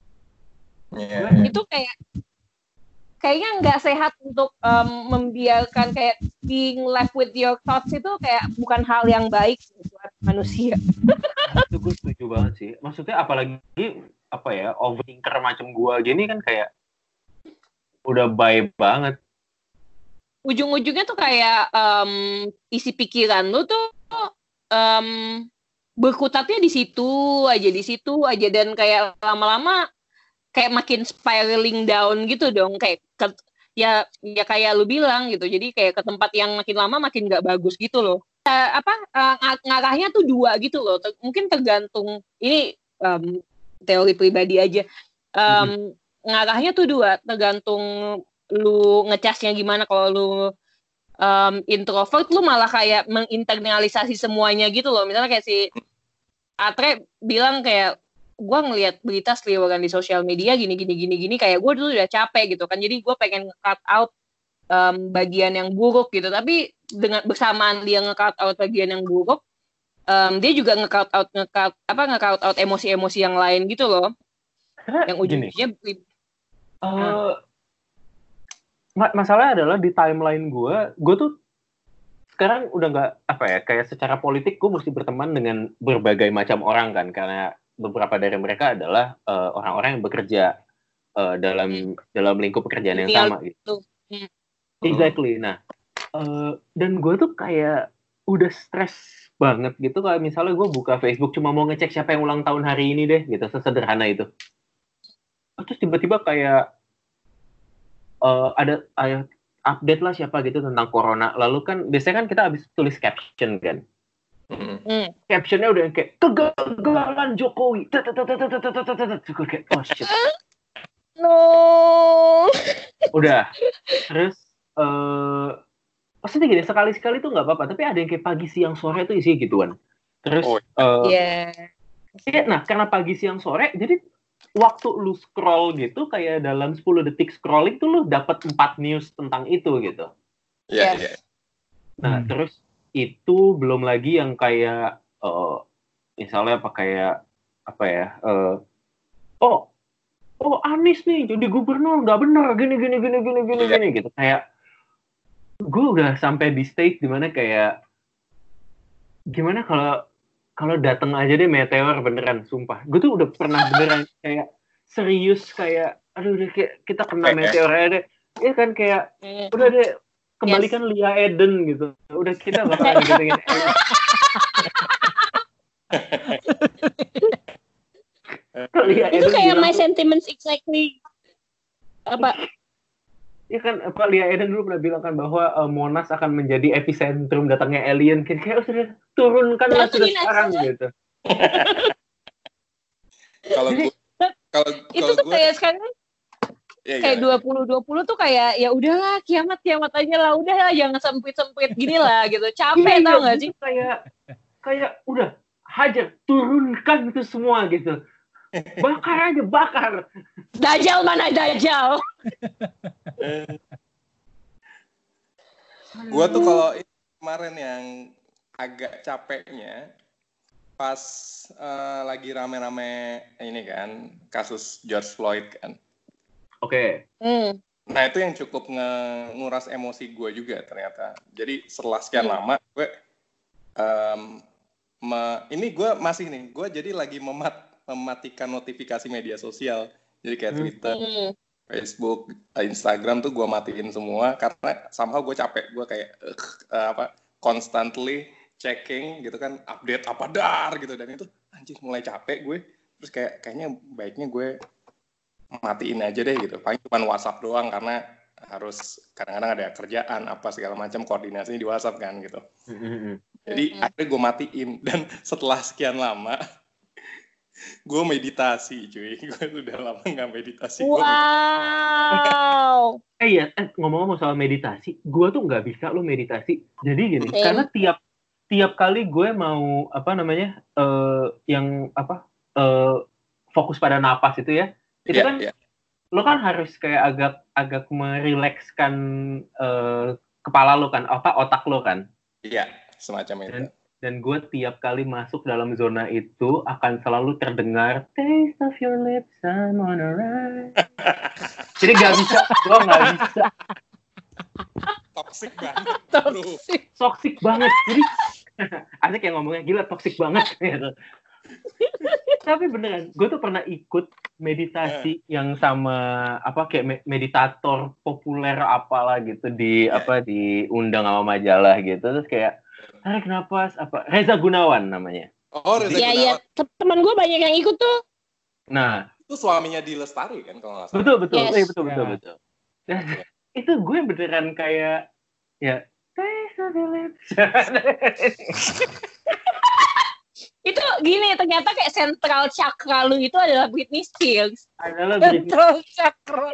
Yeah. Itu kayak kayaknya nggak sehat untuk um, membiarkan kayak being left with your thoughts itu kayak bukan hal yang baik buat manusia. Itu gue setuju banget sih. Maksudnya apalagi apa ya overthinker macam gue gini kan kayak udah baik banget. Ujung-ujungnya tuh kayak um, isi pikiran lu tuh um, berkutatnya di situ aja, di situ aja dan kayak lama-lama kayak makin spiraling down gitu dong, kayak ke, ya ya kayak lu bilang gitu, jadi kayak ke tempat yang makin lama makin nggak bagus gitu loh. Uh, apa uh, ng- ngarahnya tuh dua gitu loh. Ter- mungkin tergantung ini um, teori pribadi aja. Um, mm-hmm. Ngarahnya tuh dua, tergantung lu ngecasnya gimana. Kalau lu um, introvert, lu malah kayak menginternalisasi semuanya gitu loh. Misalnya kayak si Atre bilang kayak gue ngelihat berita seliweran di sosial media gini gini gini gini kayak gue dulu udah capek gitu kan, jadi gue pengen cut out um, bagian yang buruk gitu, tapi dengan bersamaan dia nge-cut out bagian yang buruk, um, dia juga nge-cut out nge-cut apa nge-cut out emosi-emosi yang lain gitu loh. Karena yang ujungnya uh, ma- masalahnya adalah di timeline gue gue tuh sekarang udah nggak apa ya kayak secara politik gue mesti berteman dengan berbagai macam orang kan, karena beberapa dari mereka adalah uh, orang-orang yang bekerja uh, dalam hmm. dalam lingkup pekerjaan yang sama gitu. Hmm. Exactly. Nah, uh, dan gue tuh kayak udah stres banget gitu kalau misalnya gue buka Facebook cuma mau ngecek siapa yang ulang tahun hari ini deh gitu, sesederhana itu. Terus tiba-tiba kayak uh, ada uh, update lah siapa gitu tentang corona. Lalu kan biasanya kan kita habis tulis caption kan. Mm. Captionnya udah kayak kegagalan Jokowi. Gue kayak oh shit. No. Udah. Terus uh, maksudnya gini, sekali-sekali tuh nggak apa-apa, tapi ada yang kayak pagi siang sore tuh isi gituan. Terus oh, uh, yeah. ya, nah karena pagi siang sore jadi waktu lu scroll gitu kayak dalam sepuluh detik scrolling tuh lu dapat empat news tentang itu gitu. Iya, yeah, iya. Yeah. Nah, hmm. terus itu belum lagi yang kayak uh, misalnya apa kayak apa ya uh, oh oh Anies nih jadi gubernur nggak benar gini gini gini gini gini yeah. gini gitu, kayak gue udah sampai di stage dimana kayak gimana kalau kalau datang aja deh meteor beneran, sumpah gue tuh udah pernah beneran kayak serius kayak aduh deh kayak kita kena meteor aja deh ya kan, kayak udah deh kembalikan yes. Lia Eden gitu. Udah kita bakalan digantengin Lia Eden. Itu kayak my sentiments exactly. Apa? Ya kan, apa Lia Eden dulu pernah bilang kan bahwa uh, Monas akan menjadi epicentrum datangnya alien. Kayak sudah turunkanlah sudah sekarang gitu. Kalau gue kalau itu tuh kayak sekarang Ya, kayak dua puluh dua puluh tuh kayak ya udahlah kiamat kiamat aja lah, udahlah jangan sempit sempit gini lah gitu, capek tau nggak sih, kayak kayak udah hajar turunkan itu semua gitu, bakar aja bakar. Dajjal mana Dajjal? Gua tuh kalau kemarin yang agak capeknya pas uh, lagi rame-rame ini kan kasus George Floyd kan. Oke. Okay. Mm. Nah itu yang cukup nge- nguras emosi gue juga ternyata. Jadi setelah sekian mm. lama gue, um, me- ini gue masih nih, gue jadi lagi memat- mematikan notifikasi media sosial. Jadi kayak mm. Twitter, mm. Facebook, Instagram tuh gue matiin semua karena somehow gue capek. Gue kayak uh, apa, constantly checking gitu kan, update apa dar gitu, dan itu anjir mulai capek gue. Terus kayak kayaknya baiknya gue matiin aja deh gitu. Paling cuma WhatsApp doang karena harus kadang-kadang ada kerjaan apa segala macam koordinasinya di WhatsApp kan gitu. Mm-hmm. Jadi Mm-hmm. akhirnya gue matiin dan setelah sekian lama gue meditasi cuy. Gue udah lama nggak meditasi. Wow. Eh iya, eh, ngomong-ngomong soal meditasi, gue tuh nggak bisa lo meditasi. Jadi gini, Same. karena tiap tiap kali gue mau apa namanya, uh, yang apa uh, fokus pada napas itu ya, itu yeah, kan yeah. lo kan harus kayak agak agak merilekskan uh, kepala lo kan, apa otak lo kan. Iya, yeah, semacam itu. Dan, dan gue tiap kali masuk dalam zona itu akan selalu terdengar taste of your lips, I'm on a ride. Jadi gak bisa, gue gak bisa. Toxic banget, bro. Toxic banget. Jadi asik yang ngomongnya gila toxic banget. Gitu. Tapi beneran, gue tuh pernah ikut meditasi yang sama apa kayak meditator populer apalah gitu di yeah. apa diundang sama majalah gitu. Terus kayak tarik napas apa Reza Gunawan namanya. Oh Reza ya, Gunawan. Iya, teman gue banyak yang ikut tuh. Nah, itu suaminya di Lestari kan kalau nggak salah. Betul betul, yes. eh, betul betul yeah. betul. Nah, itu gue beneran kayak ya itu gini, ternyata kayak sentral chakra lu itu adalah Britney Spears. Adalah Britney. Sentral chakra.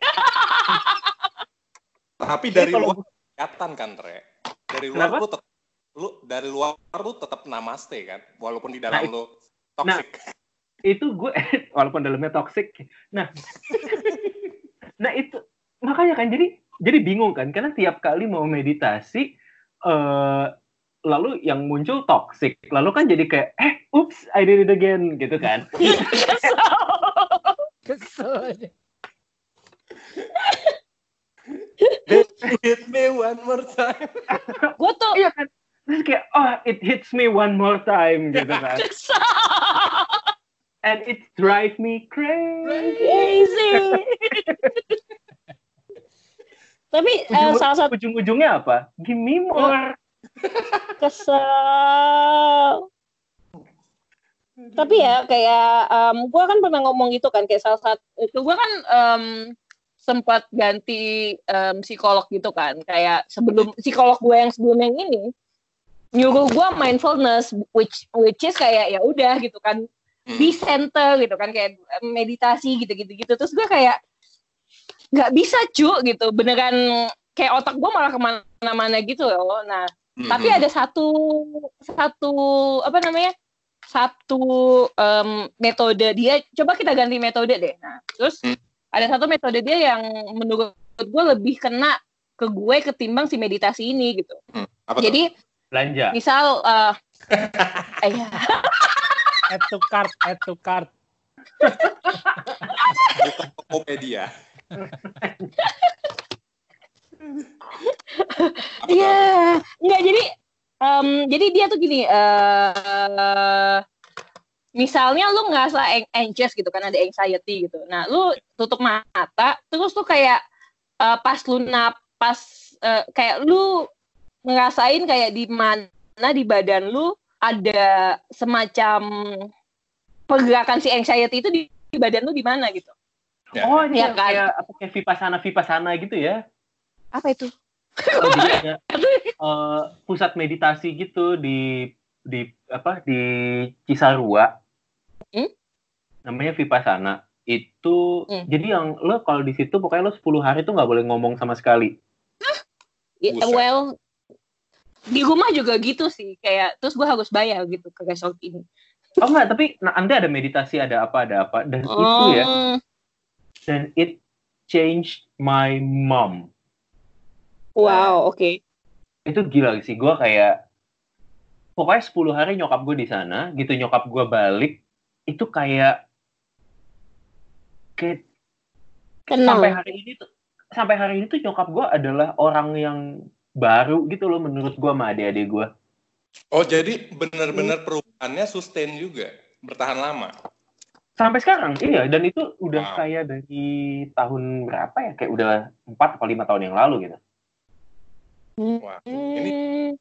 Tapi dari luar kelihatan kan, Tre. Dari luar lu tetap lu dari luar lu tetap namaste kan, walaupun di dalam nah, lu toxic. Nah, itu gue walaupun dalamnya toxic. Nah. nah itu makanya kan jadi jadi bingung kan karena tiap kali mau meditasi uh, lalu yang muncul toxic. Lalu kan jadi kayak eh oops I did it again gitu kan. Kesel. Kesel. Hit me one more time. Gue tuh iya kan. Terus kayak oh it hits me one more time gitu kan. And it drive me crazy. Tapi Ujung, uh, salah satu ujung-ujungnya apa? Give me more. Kesel. Tapi ya kayak um, gue kan pernah ngomong gitu kan kayak salah satu itu gue kan um, sempat ganti um, psikolog gitu kan kayak sebelum psikolog gue yang sebelum yang ini nyuruh gue mindfulness which which is kayak ya udah gitu kan di center gitu kan kayak meditasi gitu-gitu gitu terus gue kayak nggak bisa cu gitu beneran kayak otak gue malah kemana-mana gitu loh. Nah mm-hmm. tapi ada satu satu apa namanya satu um, metode dia coba kita ganti metode deh. Nah terus mm. ada satu metode dia yang menurut gue lebih kena ke gue ketimbang si meditasi ini gitu. Mm. Apa jadi tuh? Belanja. Misal uh, iya add to cart, add to cart. Bukan Tokopedia. Iya, nggak jadi, um, jadi dia tuh gini, uh, misalnya lu ngerasa anxious gitu kan, ada anxiety gitu. Nah, lu tutup mata, terus tuh kayak uh, pas lu napas, uh, kayak lu ngerasain kayak di mana di badan lu ada semacam pergerakan si anxiety itu di, di badan lu di mana gitu. Ya. Oh, ini ya, kan? Kayak apa kayak vipassana vipassana gitu ya? Apa itu? Oh, jadi ada uh, pusat meditasi gitu di di apa di Cisarua. Hmm? Namanya vipassana. Itu hmm. jadi yang lo kalau di situ pokoknya lo sepuluh hari tuh nggak boleh ngomong sama sekali. Yeah, well, di rumah juga gitu sih kayak terus gue harus bayar gitu ke resort ini. Oh enggak, tapi nah, Anda ada meditasi ada apa ada apa dan oh. itu ya. Dan it changed my mom. Wow, oke. Okay. Itu gila sih, gue kayak pokoknya sepuluh hari nyokap gue di sana, gitu nyokap gue balik, itu kayak kayak Kenal. sampai hari ini tuh sampai hari ini tuh nyokap gue adalah orang yang baru gitu loh menurut gue sama adik-adik gue. Oh jadi benar-benar perubahannya sustain juga, bertahan lama. Sampai sekarang, iya. Dan itu udah wow. kayak dari tahun berapa ya? Kayak udah empat atau lima tahun yang lalu gitu. Wah, ini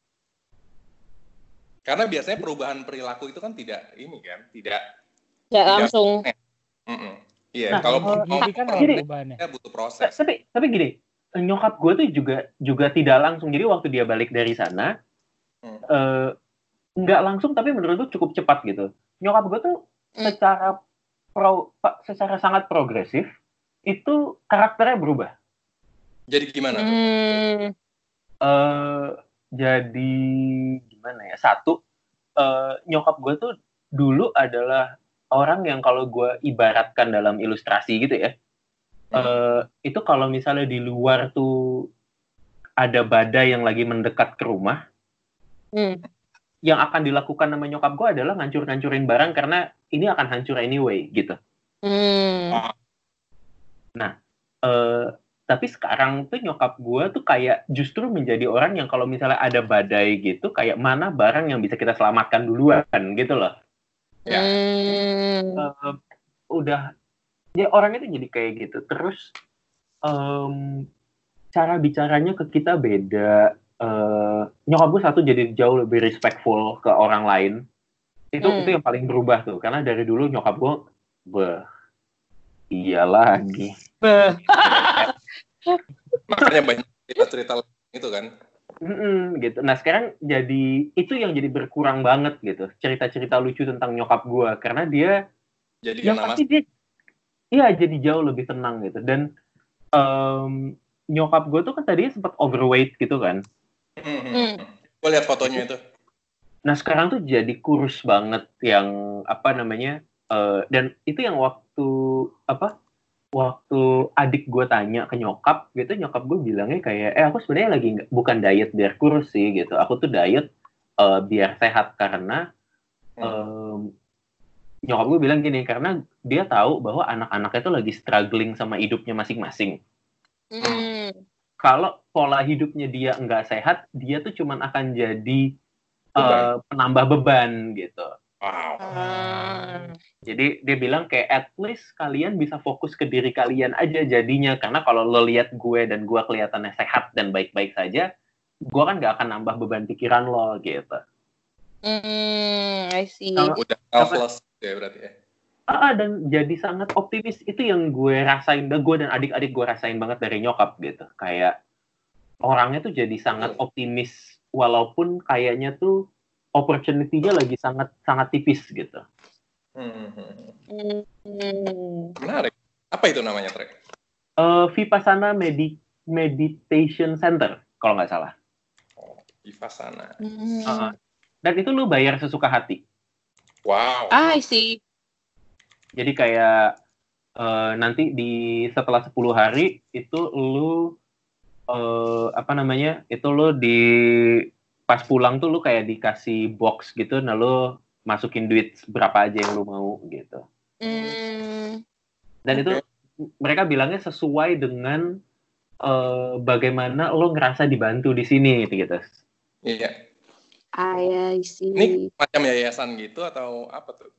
karena biasanya perubahan perilaku itu kan tidak ini kan, tidak tidak langsung. Mm-mm. Iya, Nah, kalau oh, mau jadi kan ada gini. perubahannya. ya butuh proses. Tapi tapi gini, nyokap gue tuh juga juga tidak langsung. Jadi waktu dia balik dari sana, Hmm. eh, nggak langsung tapi menurut gue cukup cepat gitu. Nyokap gue tuh Hmm. secara pro, pa- secara sangat progresif itu karakternya berubah. Jadi gimana tuh? Hmm. Eh jadi gimana ya? Satu, eh, nyokap gue tuh dulu adalah orang yang kalau gue ibaratkan dalam ilustrasi gitu ya, eh, itu kalau misalnya di luar tuh ada badai yang lagi mendekat ke rumah, Hmm. yang akan dilakukan sama nyokap gue adalah ngancur-ngancurin barang karena ini akan hancur anyway gitu. Hmm. Nah, eh, tapi sekarang tuh nyokap gue tuh kayak justru menjadi orang yang kalau misalnya ada badai gitu, kayak mana barang yang bisa kita selamatkan duluan gitu loh. Ya. Hmm. Eh, udah, ya orang itu jadi kayak gitu. Terus em, cara bicaranya ke kita beda. Eh, nyokap gue satu jadi jauh lebih respectful ke orang lain. Itu Hmm. itu yang paling berubah tuh. Karena dari dulu nyokap gue, beh, iya lagi. Beh. Makanya banyak cerita-cerita itu kan. Mm-mm, gitu. Nah sekarang jadi itu yang jadi berkurang banget gitu. Cerita-cerita lucu tentang nyokap gue. Karena dia, Jadi yang karena mas pasti dia, iya jadi jauh lebih tenang gitu. Dan em, nyokap gue tuh kan tadinya sempat overweight gitu kan. Hmm. Gue lihat fotonya itu. Nah sekarang tuh jadi kurus banget yang apa namanya, eh, dan itu yang waktu apa waktu adik gue tanya ke nyokap gitu, nyokap gue bilangnya kayak eh aku sebenarnya lagi nggak- bukan diet biar kurus sih gitu, aku tuh diet eh, biar sehat karena em, nyokap gue bilang gini karena dia tahu bahwa anak-anaknya tuh lagi struggling sama hidupnya masing-masing. Hmm. Kalau pola hidupnya dia nggak sehat, dia tuh cuman akan jadi Beban. eh, penambah beban gitu. Wow. Ah. Jadi dia bilang kayak at least kalian bisa fokus ke diri kalian aja jadinya. Karena kalau lo lihat gue dan gue kelihatannya sehat dan baik-baik saja, gue kan nggak akan nambah beban pikiran lo gitu. Hmm. I see. Sama, Udah sama, selfless ya berarti ya. ah, dan jadi sangat optimis. Itu yang gue rasain, gue dan adik-adik gue rasain banget dari nyokap gitu. Kayak orangnya tuh jadi sangat optimis walaupun kayaknya tuh opportunity-nya lagi sangat sangat tipis gitu. Hmm. Hmm. Menarik. Apa itu namanya, Trek? Uh, Vipassana Medi- Meditation Center kalau nggak salah. Oh, Vipassana. Hmm. Uh, dan itu lu bayar sesuka hati. Wow. Ah, I see. Jadi kayak uh, nanti di setelah sepuluh hari itu lu uh, apa namanya? Itu lu di pas pulang tuh lu kayak dikasih box gitu, nah lu masukin duit berapa aja yang lu mau gitu. Hmm. Dan Okay. itu mereka bilangnya sesuai dengan uh, bagaimana lo ngerasa dibantu di sini gitu. Iya. I see. Ini macam yayasan gitu atau apa tuh?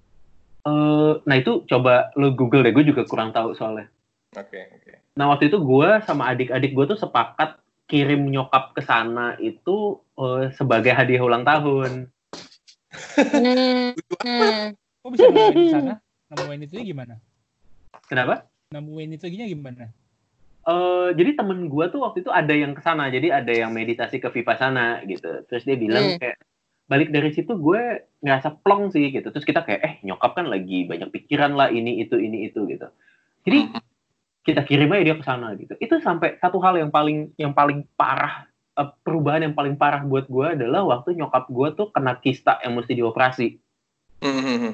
Uh, nah itu coba lo Google deh, gue juga kurang tahu soalnya. Oke, okay, oke. Okay. Nah waktu itu gue sama adik-adik gue tuh sepakat kirim nyokap ke sana itu uh, sebagai hadiah ulang tahun. Hmm. Hmm. Kok bisa nemuin di sana? Nemuin itu gimana? Kenapa? Nemuin itu gimana? Uh, jadi temen gue tuh waktu itu ada yang ke sana, jadi ada yang meditasi ke Vipassana gitu. Terus dia bilang Hmm. kayak balik dari situ gue ngerasa plong sih gitu. Terus kita kayak eh nyokap kan lagi banyak pikiran lah ini itu ini itu gitu. Jadi kita kirim aja dia ke sana gitu. Itu sampai satu hal yang paling yang paling parah, uh, perubahan yang paling parah buat gue adalah waktu nyokap gue tuh kena kista yang mesti dioperasi. Mm-hmm.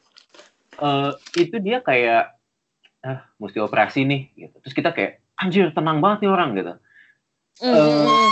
Uh, itu dia kayak ah mesti operasi nih gitu. Terus kita kayak anjir tenang banget nih orang gitu. Uh,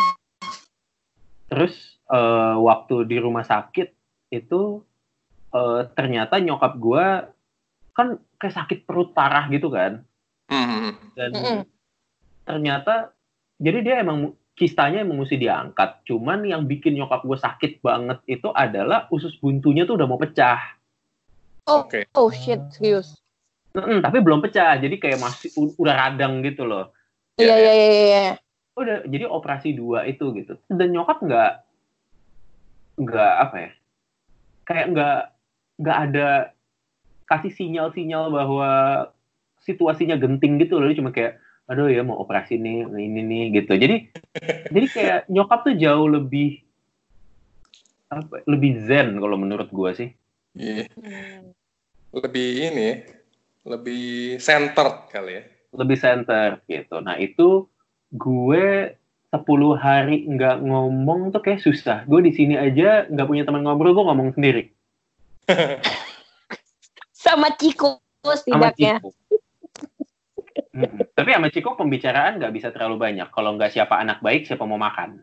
terus uh, waktu di rumah sakit itu uh, ternyata nyokap gue kan kayak sakit perut parah gitu kan. Dan Mm-mm. ternyata jadi dia emang kistanya emang mesti diangkat. Cuman yang bikin nyokap gue sakit banget itu adalah usus buntunya tuh udah mau pecah. Oh, Oke. oh shit, serius. Mm-mm, tapi belum pecah, jadi kayak masih u- udah radang gitu loh. Iya, iya, iya, iya. Udah, jadi operasi dua itu gitu. Dan nyokap nggak nggak apa ya? Kayak nggak nggak ada kasih sinyal-sinyal bahwa situasinya genting gitu loh, dia cuma kayak aduh ya mau operasi nih ini nih gitu. Jadi jadi kayak nyokap tuh jauh lebih apa lebih zen kalau menurut gue sih. Iya. Lebih ini lebih center kali ya. Lebih center gitu. Nah itu gue sepuluh hari nggak ngomong tuh kayak susah. Gue di sini aja nggak punya teman ngobrol, gue ngomong sendiri. Sama Ciko setidaknya. Sama Ciko. Hmm. Tapi sama Ciko pembicaraan nggak bisa terlalu banyak. Kalau nggak siapa anak baik, siapa mau makan.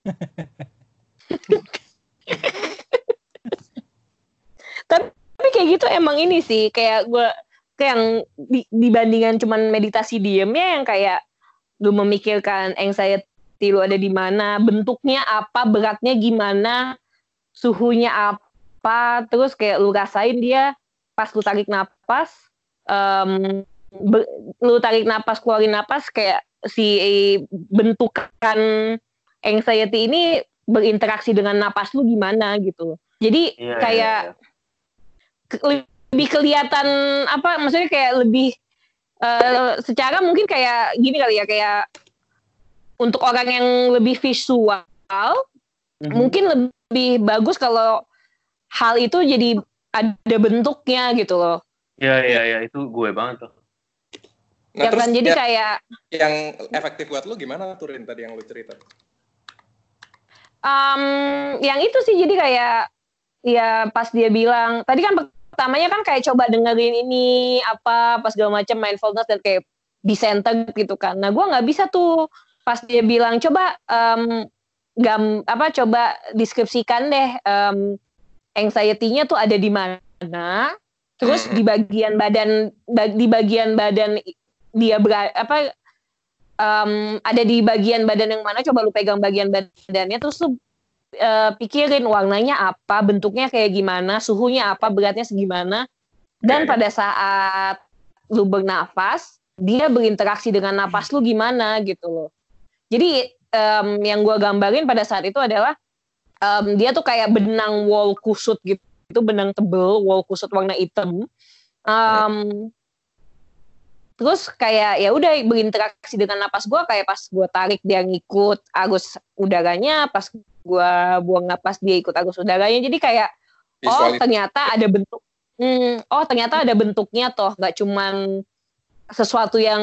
Tapi kayak gitu emang ini sih, kayak gue kayak yang di, dibandingkan cuman meditasi diemnya yang kayak lu memikirkan anxiety lu ada di mana, bentuknya apa, beratnya gimana, suhunya apa, terus kayak lu rasain dia pas lu tarik napas, um, Be, lu tarik napas keluarin napas kayak si bentukan anxiety ini berinteraksi dengan napas lu gimana gitu. Jadi yeah, kayak yeah, yeah. Ke, lebih kelihatan apa maksudnya kayak lebih uh, secara mungkin kayak gini kali ya, kayak untuk orang yang lebih visual mm-hmm. mungkin lebih bagus kalau hal itu jadi ada bentuknya gitu loh. Iya yeah, iya yeah, iya yeah. Itu gue banget tuh. Nah, ya terus kan jadi yang, kayak yang efektif buat lu gimana tuh Rin tadi yang lu cerita? Um, yang itu sih jadi kayak ya pas dia bilang tadi kan pertamanya kan kayak coba dengerin ini apa pas segala macam mindfulness dan kayak be centered gitu kan. Nah gue nggak bisa tuh pas dia bilang coba um, gam apa coba deskripsikan deh um, anxiety-nya tuh ada di mana. Terus di bagian badan di bagian badan dia ber, apa um, ada di bagian badan yang mana, coba lu pegang bagian badannya terus lu uh, pikirin warnanya apa, bentuknya kayak gimana, suhunya apa, beratnya segimana, dan pada saat lu bernafas dia berinteraksi dengan napas lu gimana gitu loh. Jadi um, yang gue gambarin pada saat itu adalah um, dia tuh kayak benang wol kusut gitu, itu benang tebel wol kusut warna hitam. Um, Terus kayak ya udah berinteraksi dengan napas gue, kayak pas gue tarik dia ngikut arus udaranya, pas gue buang napas dia ikut arus udaranya. Jadi kayak oh ternyata ada bentuk, hmm, oh ternyata ada bentuknya toh, nggak cuman sesuatu yang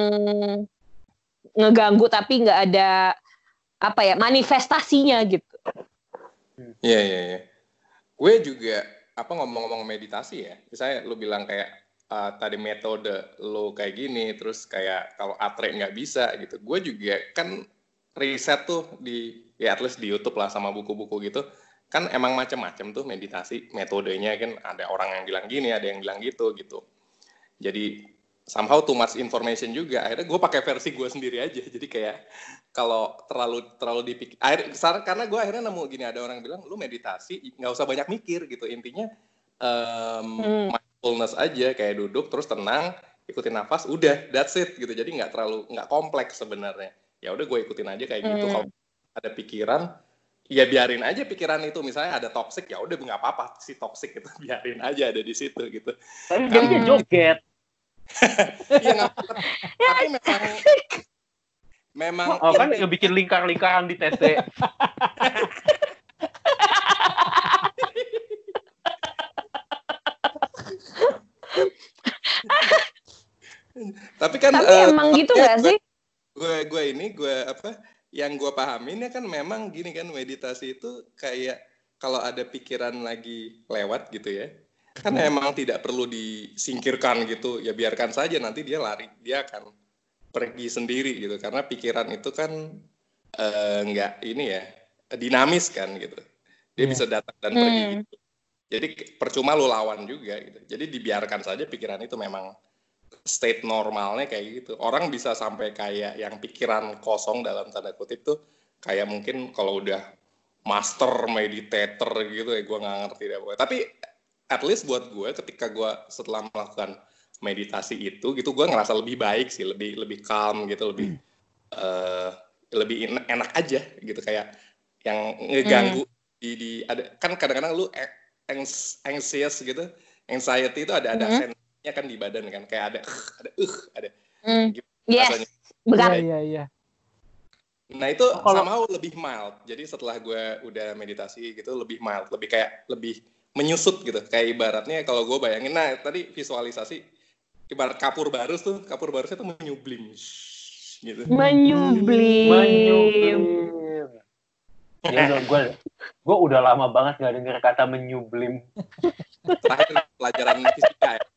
ngeganggu tapi nggak ada apa ya manifestasinya gitu. Iya iya iya. Gue juga apa ngomong-ngomong meditasi ya, misalnya lu bilang kayak Uh, tadi metode lo kayak gini, terus kayak kalau atre nggak bisa gitu. Gue juga kan riset tuh di, ya at least di YouTube lah sama buku-buku gitu, kan emang macam-macam tuh meditasi, metodenya kan ada orang yang bilang gini, ada yang bilang gitu gitu. Jadi somehow too much information juga. Akhirnya gue pakai versi gue sendiri aja. Jadi kayak kalau terlalu terlalu dipikir, akhir, karena gue akhirnya nemu gini, ada orang bilang lu meditasi nggak usah banyak mikir gitu. Intinya um, hmm. mindfulness aja, kayak duduk terus tenang, ikutin nafas, udah that's it gitu. Jadi nggak terlalu nggak kompleks sebenarnya. Ya udah gue ikutin aja kayak gitu. Hmm. Kalau ada pikiran, ya biarin aja pikiran itu. Misalnya ada toxic, ya udah nggak apa-apa si toxic itu, biarin aja ada di situ gitu. Tapi jadinya joget. Iya nggak apa-apa. Tapi memang memang oh kan ya bikin lingkar-lingkaran di T C. Tapi kan tapi uh, emang gitu nggak sih? Gue gue ini gue apa yang gue pahamin ya kan memang gini kan, meditasi itu kayak kalau ada pikiran lagi lewat gitu ya, kan emang tidak perlu disingkirkan gitu, ya biarkan saja nanti dia lari, dia akan pergi sendiri gitu, karena pikiran itu kan uh, nggak ini ya dinamis kan gitu, dia yeah. bisa datang dan hmm. pergi gitu. Jadi percuma lu lawan juga gitu, jadi dibiarkan saja pikiran itu memang state normalnya kayak gitu. Orang bisa sampai kayak yang pikiran kosong dalam tanda kutip tuh kayak mungkin kalau udah master meditator gitu ya, gue nggak ngerti deh pokoknya. Tapi at least buat gue ketika gue setelah melakukan meditasi itu gitu, gue ngerasa lebih baik sih, lebih lebih calm gitu, lebih hmm. uh, lebih enak aja gitu, kayak yang ngeganggu hmm. di, di ada kan kadang-kadang lu anxious gitu, anxiety itu ada ada hmm. sense ya kan di badan kan kayak ada ada uh ada Mm. gitu Yes, rasanya. berat. Iya, iya, iya. Nah itu Oh, kalau- somehow lebih mild. Jadi setelah gue udah meditasi gitu lebih mild, lebih kayak lebih menyusut gitu. Kayak ibaratnya kalau gue bayangin, nah tadi visualisasi ibarat kapur barus tuh, kapur barusnya tuh menyublim gitu. Menyublim. Menyublim. Ya udah, gue gue udah lama banget nggak denger kata menyublim. Terakhir pelajaran fisika ya.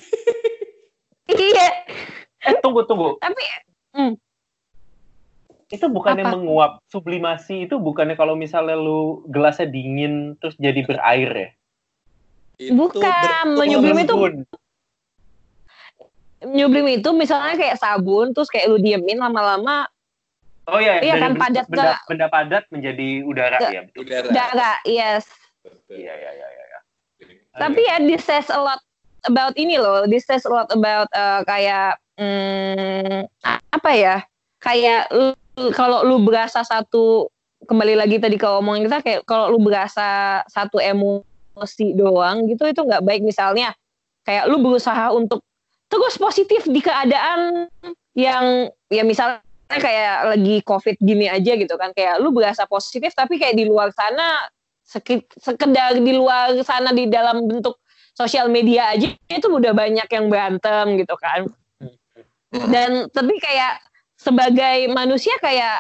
Iya. Eh tunggu tunggu, Tapi mm, itu bukannya Apa? menguap, sublimasi itu bukannya kalau misalnya lu gelasnya dingin terus jadi berair ya? Itu bukan berturun menyublim itu Mengembun. menyublim itu misalnya kayak sabun terus kayak lu diemin lama-lama Oh iya, Iya dari kan, padat benda, nggak? benda padat menjadi udara Nggak. ya. Betul. udara. darah. Yes. Betul. Iya iya iya iya. Tapi ya this says a lot about ini loh. This says a lot about uh, kayak hmm, apa ya? Kayak lu, kalau lu berasa satu, kembali lagi tadi ke omongan kita, kayak kalau lu berasa satu emosi doang gitu, itu nggak baik. Misalnya kayak lu berusaha untuk terus positif di keadaan yang ya misalnya kayak lagi COVID gini aja gitu kan, kayak lu berasa positif tapi kayak di luar sana sekedar di luar sana di dalam bentuk sosial media aja itu udah banyak yang berantem gitu kan. Dan tapi kayak sebagai manusia kayak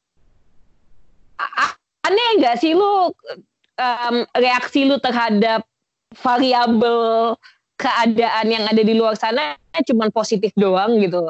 aneh nggak sih lu um, reaksi lu terhadap variabel keadaan yang ada di luar sana cuman positif doang gitu.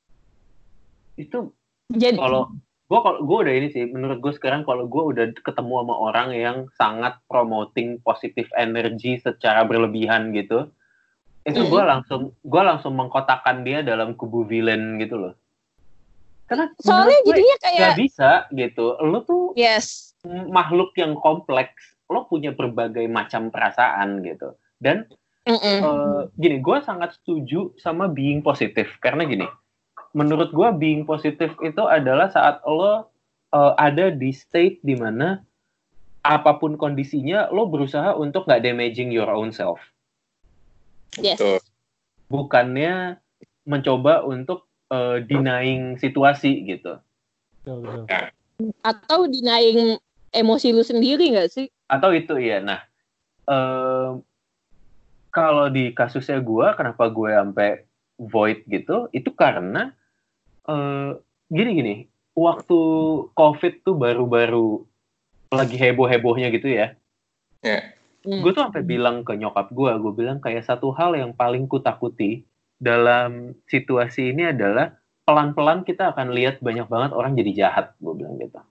Itu Jadi kalau gue kalau gue udah ini sih, menurut gue sekarang kalau gue udah ketemu sama orang yang sangat promoting positive energy secara berlebihan gitu, itu gue langsung gue langsung mengkotakkan dia dalam kubu villain gitu loh. Karena soalnya menurut gue jadinya kayak gak bisa gitu. Lo tuh yes. makhluk yang kompleks, lo punya berbagai macam perasaan gitu. Dan uh, gini, gue sangat setuju sama being positif karena gini. Menurut gue being positif itu adalah saat lo uh, ada di state di mana apapun kondisinya lo berusaha untuk nggak damaging your own self. Yes. Betul. Bukannya mencoba untuk uh, denying situasi gitu. Betul, betul. Atau denying emosi lu sendiri nggak sih? Atau itu ya. Nah, uh, kalau di kasusnya gue, kenapa gue sampai void gitu? Itu karena Uh, gini-gini, waktu COVID tuh baru-baru lagi heboh-hebohnya gitu ya. Yeah. Hmm. Gue tuh sampai bilang ke nyokap gue, gue bilang kayak satu hal yang paling kutakuti dalam situasi ini adalah pelan-pelan kita akan lihat banyak banget orang jadi jahat, gue bilang gitu.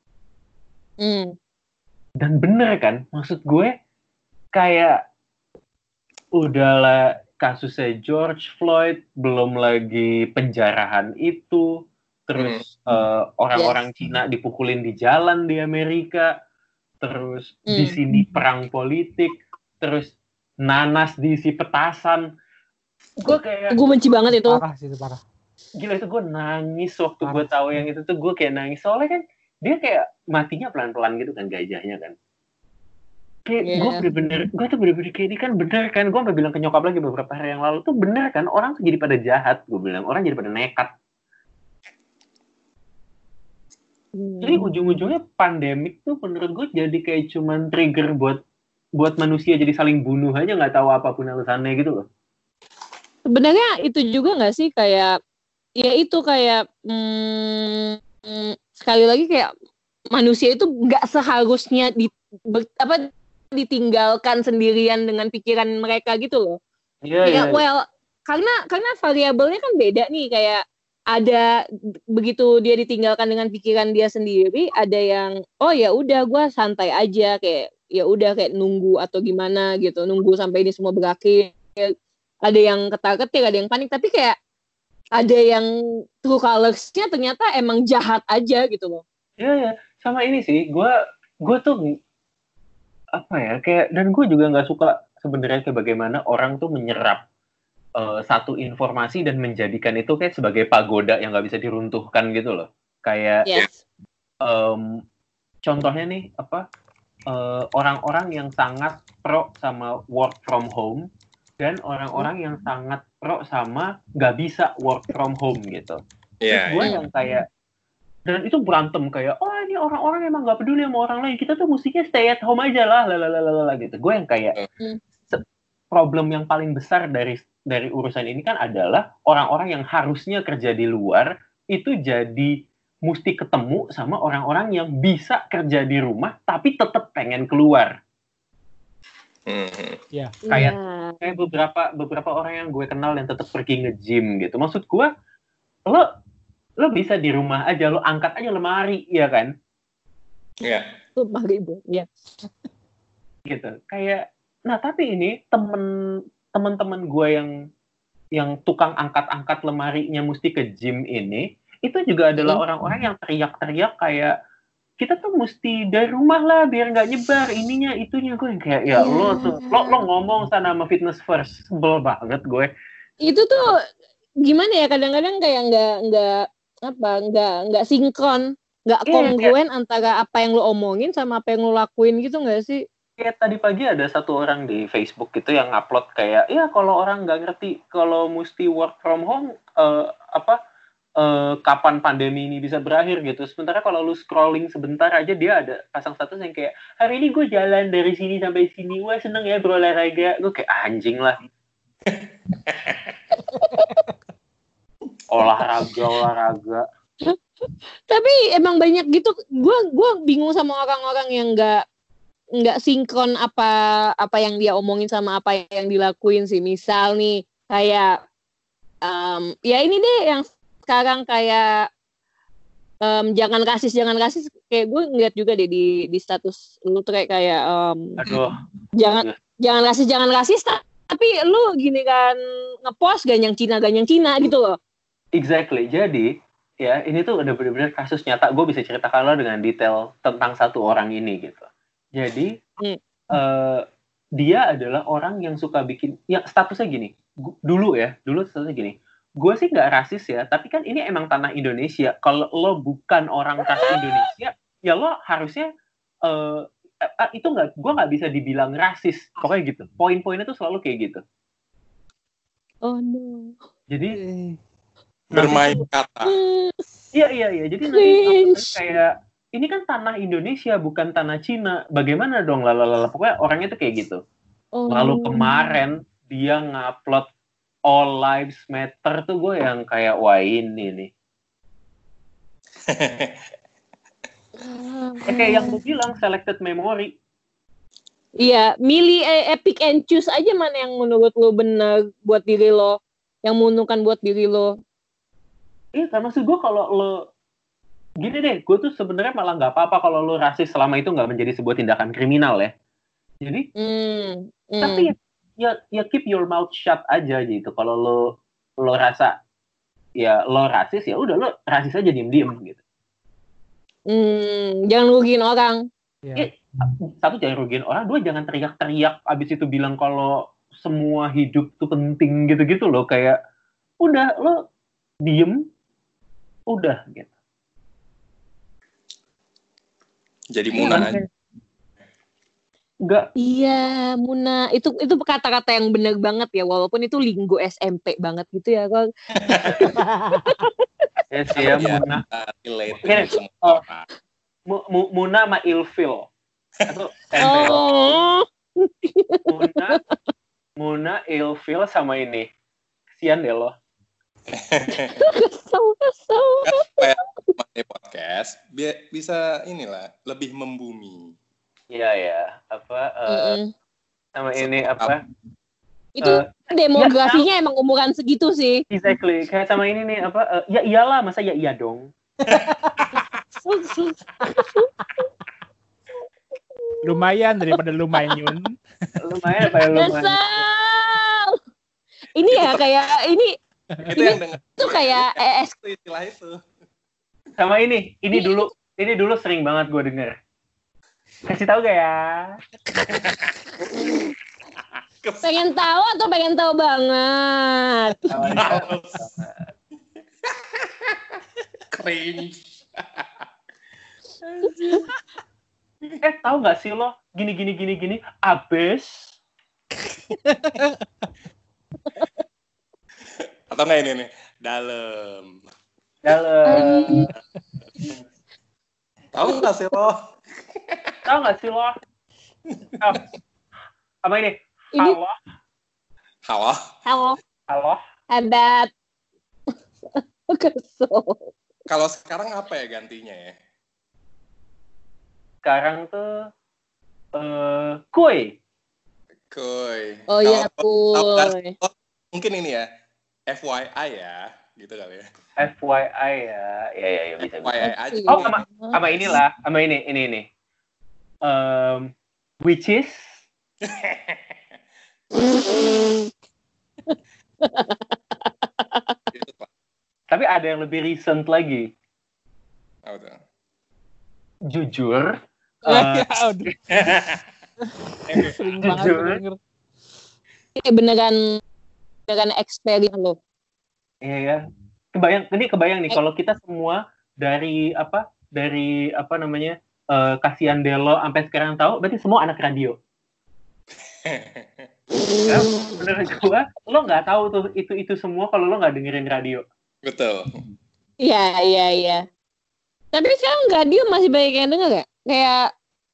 Hmm. Dan bener kan, maksud gue kayak udahlah kasusnya George Floyd, belum lagi penjarahan itu, terus mm. uh, orang-orang yes. Cina dipukulin di jalan di Amerika, terus mm. di sini perang politik, terus nanas diisi petasan. Gue kayak gue benci banget itu. Parah sih itu parah. Gila itu gue nangis waktu gue tahu yang itu tuh, gue kayak nangis soalnya kan dia kayak matinya pelan-pelan gitu kan gajahnya kan. Kayak yeah. gue bener-bener, gue tuh bener-bener kayak ini kan bener kan, gue sampai bilang ke nyokap lagi beberapa hari yang lalu tuh bener kan, orang tuh jadi pada jahat, gue bilang, orang jadi pada nekat. Hmm. Jadi ujung-ujungnya pandemik tuh menurut gue jadi kayak cuman trigger buat buat manusia jadi saling bunuh aja, nggak tahu apapun alasannya gitu loh. Sebenarnya itu juga nggak sih kayak, ya itu kayak hmm, sekali lagi kayak manusia itu nggak seharusnya di ber, apa ditinggalkan sendirian dengan pikiran mereka gitu loh. Iya, ya, iya. Well, karena karena variabelnya kan beda nih, kayak ada begitu dia ditinggalkan dengan pikiran dia sendiri, ada yang oh ya udah gue santai aja, kayak ya udah kayak nunggu atau gimana gitu, nunggu sampai ini semua berakhir. Ada yang ketar-ketir, ada yang panik, tapi kayak ada yang true colors-nya ternyata emang jahat aja gitu loh. Iya ya, sama ini sih, gue gue tuh apa ya kayak, dan gue juga nggak suka sebenarnya kayak bagaimana orang tuh menyerap uh, satu informasi dan menjadikan itu kayak sebagai pagoda yang nggak bisa diruntuhkan gitu loh. Kayak yes. um, contohnya nih apa uh, orang-orang yang sangat pro sama work from home dan orang-orang yang sangat pro sama nggak bisa work from home gitu. Iya. Terus gue iya. yang kayak, dan itu berantem kayak, oh ini orang-orang emang nggak peduli sama orang lain, kita tuh mestinya stay at home aja lah, lalalala gitu. Gue yang kayak, Hmm. se- problem yang paling besar dari dari urusan ini kan adalah orang-orang yang harusnya kerja di luar itu jadi mesti ketemu sama orang-orang yang bisa kerja di rumah tapi tetap pengen keluar. Hmm. Iya. Kayak Iya. kayak beberapa beberapa orang yang gue kenal yang tetap pergi nge-gym gitu. Maksud gue, lo lo bisa di rumah aja, lo angkat aja lemari, ya kan? Iya. Sumpah ribu. Iya. Gitu. Kayak, nah tapi ini temen teman-teman gue yang yang tukang angkat-angkat lemarinya mesti ke gym ini, itu juga adalah Mm. orang-orang yang teriak-teriak kayak, kita tuh mesti dari rumah lah biar nggak nyebar ininya itunya. Gue yang kayak, ya lo tuh lo lo ngomong sana sama fitness first, sebel banget gue. Itu tuh gimana ya, kadang-kadang kayak nggak nggak apa nggak nggak sinkron, nggak Iya, kongruen antara apa yang lo omongin sama apa yang lo lakuin gitu nggak sih? Kayak tadi pagi ada satu orang di Facebook gitu yang upload kayak, ya kalau orang nggak ngerti kalau mesti work from home, eh, apa eh, kapan pandemi ini bisa berakhir gitu. Sementara kalau lu scrolling sebentar aja dia ada pasang status yang kayak, hari ini gue jalan dari sini sampai sini, wah seneng ya berolahraga. Gue kayak anjing lah. olahraga olahraga. Tapi emang banyak gitu. Gue gue bingung sama orang-orang yang nggak nggak sinkron apa apa yang dia omongin sama apa yang dilakuin sih. Misal nih kayak um, ya ini deh yang sekarang kayak um, jangan rasis jangan rasis kayak gue ngeliat juga deh di di status lu tuh kayak kayak um, Aduh. jangan Yes. jangan rasis jangan rasis tapi lu gini kan ngepost ganyang Cina ganyang Cina gitu loh. Exactly. Jadi ya ini tuh udah benar-benar kasus nyata. Gue bisa ceritakan lo dengan detail tentang satu orang ini gitu. Jadi Hmm. uh, dia adalah orang yang suka bikin, ya statusnya gini. Gu- dulu ya, dulu statusnya gini. Gue sih nggak rasis ya, tapi kan ini emang tanah Indonesia. Kalau lo bukan orang khas Indonesia, ya lo harusnya uh, uh, itu nggak, gue nggak bisa dibilang rasis. Pokoknya gitu. Poin-poinnya tuh selalu kayak gitu. Oh no. Jadi Bermain nanti tuh- kata. Iya iya iya. Jadi nanti Cringe. upload kayak, ini kan tanah Indonesia bukan tanah Cina. Bagaimana dong, lalalala. Pokoknya orangnya tuh kayak gitu. Oh. Lalu kemarin dia ngupload All Lives Matter tuh, gue yang kayak, wah ini nih. Eh, kayak yang lu bilang selected memory. Iya, milih eh, epic and choose aja mana yang menurut lo benar buat diri lo, yang menguntungkan buat diri lo. Iya, kan maksud gue kalau lo gini deh, gue tuh sebenarnya malah nggak apa-apa kalau lo rasis selama itu nggak menjadi sebuah tindakan kriminal ya. Jadi, Hmm. hmm. tapi ya, ya ya keep your mouth shut aja gitu. Kalau lo lo rasa ya lo rasis, ya udah lo rasis aja, diem-diem gitu. Hmm, jangan rugiin orang. Iya. Eh, satu, jangan rugiin orang. Dua, jangan teriak-teriak abis itu bilang kalau semua hidup tuh penting gitu-gitu loh. Kayak udah lo diem, udah gitu. Jadi Muna aja. Enggak. Iya, Muna. Itu itu kata-kata yang benar banget ya, walaupun itu linggo S M P banget gitu ya, Kang. Ya sih ya, Iya, Muna. kita relate Gini, dengan semua oh. orang. Mu- Mu- Muna sama Ilfil. Atau S M P. Oh. Muna, Muna, Ilfil sama ini. Kesian deh lo. Kesel, kesel. Kan supaya pakai podcast biar bisa inilah lebih membumi. Iya ya. Apa? eh, Mm-mm. sama ini apa? Itu Eh, demografinya emang umuran segitu sih. Exactly. Kayak sama ini nih apa? eh, ya iyalah, masa ya iya dong. Lumayan daripada lumayan. Lumayan apa ya, lumayan. Kesel. Ini ya kayak ini Itu yang dengar tuh kayak eh, itu istilah itu. Sama ini, ini dulu, ini dulu sering banget gue denger. Kasih tahu gak ya? pengen tahu atau pengen tahu banget. Cringe. Eh, tahu nggak sih lo? Gini gini gini gini. Abis Atau nggak ini nih? Dalam. Dalam. Tahu nggak sih lo? Tahu nggak sih lo? Oh. Apa ini? Ini Halo. Halo. halo, Halo. adat. Kesel. Kalau sekarang apa ya gantinya ya? Sekarang tuh eh kuy. Kuy. Oh iya, kuy. Mungkin ini ya, F Y I ya, gitu kali ya. F Y I ya, ya ya, ya bisa F Y I bisa. aja. Oh sama sama inilah, sama ini ini ini. Um, which is tapi ada yang lebih recent lagi. Oh, tuh. Jujur. Ya, Uh, udah. Sering banget Jujur. gue denger. Kayak beneran beneran experience lo. Iya ya. Kebayang ini kebayang nih kalau kita semua dari apa? Dari apa namanya? Uh, Kasihan Delo sampai sekarang tahu berarti semua anak radio. Ya, menurut gua lo nggak tahu tuh itu itu semua kalau lo nggak dengerin radio. Betul. Iya, iya, iya. Tapi sekarang radio masih banyak yang denger gak? Kayak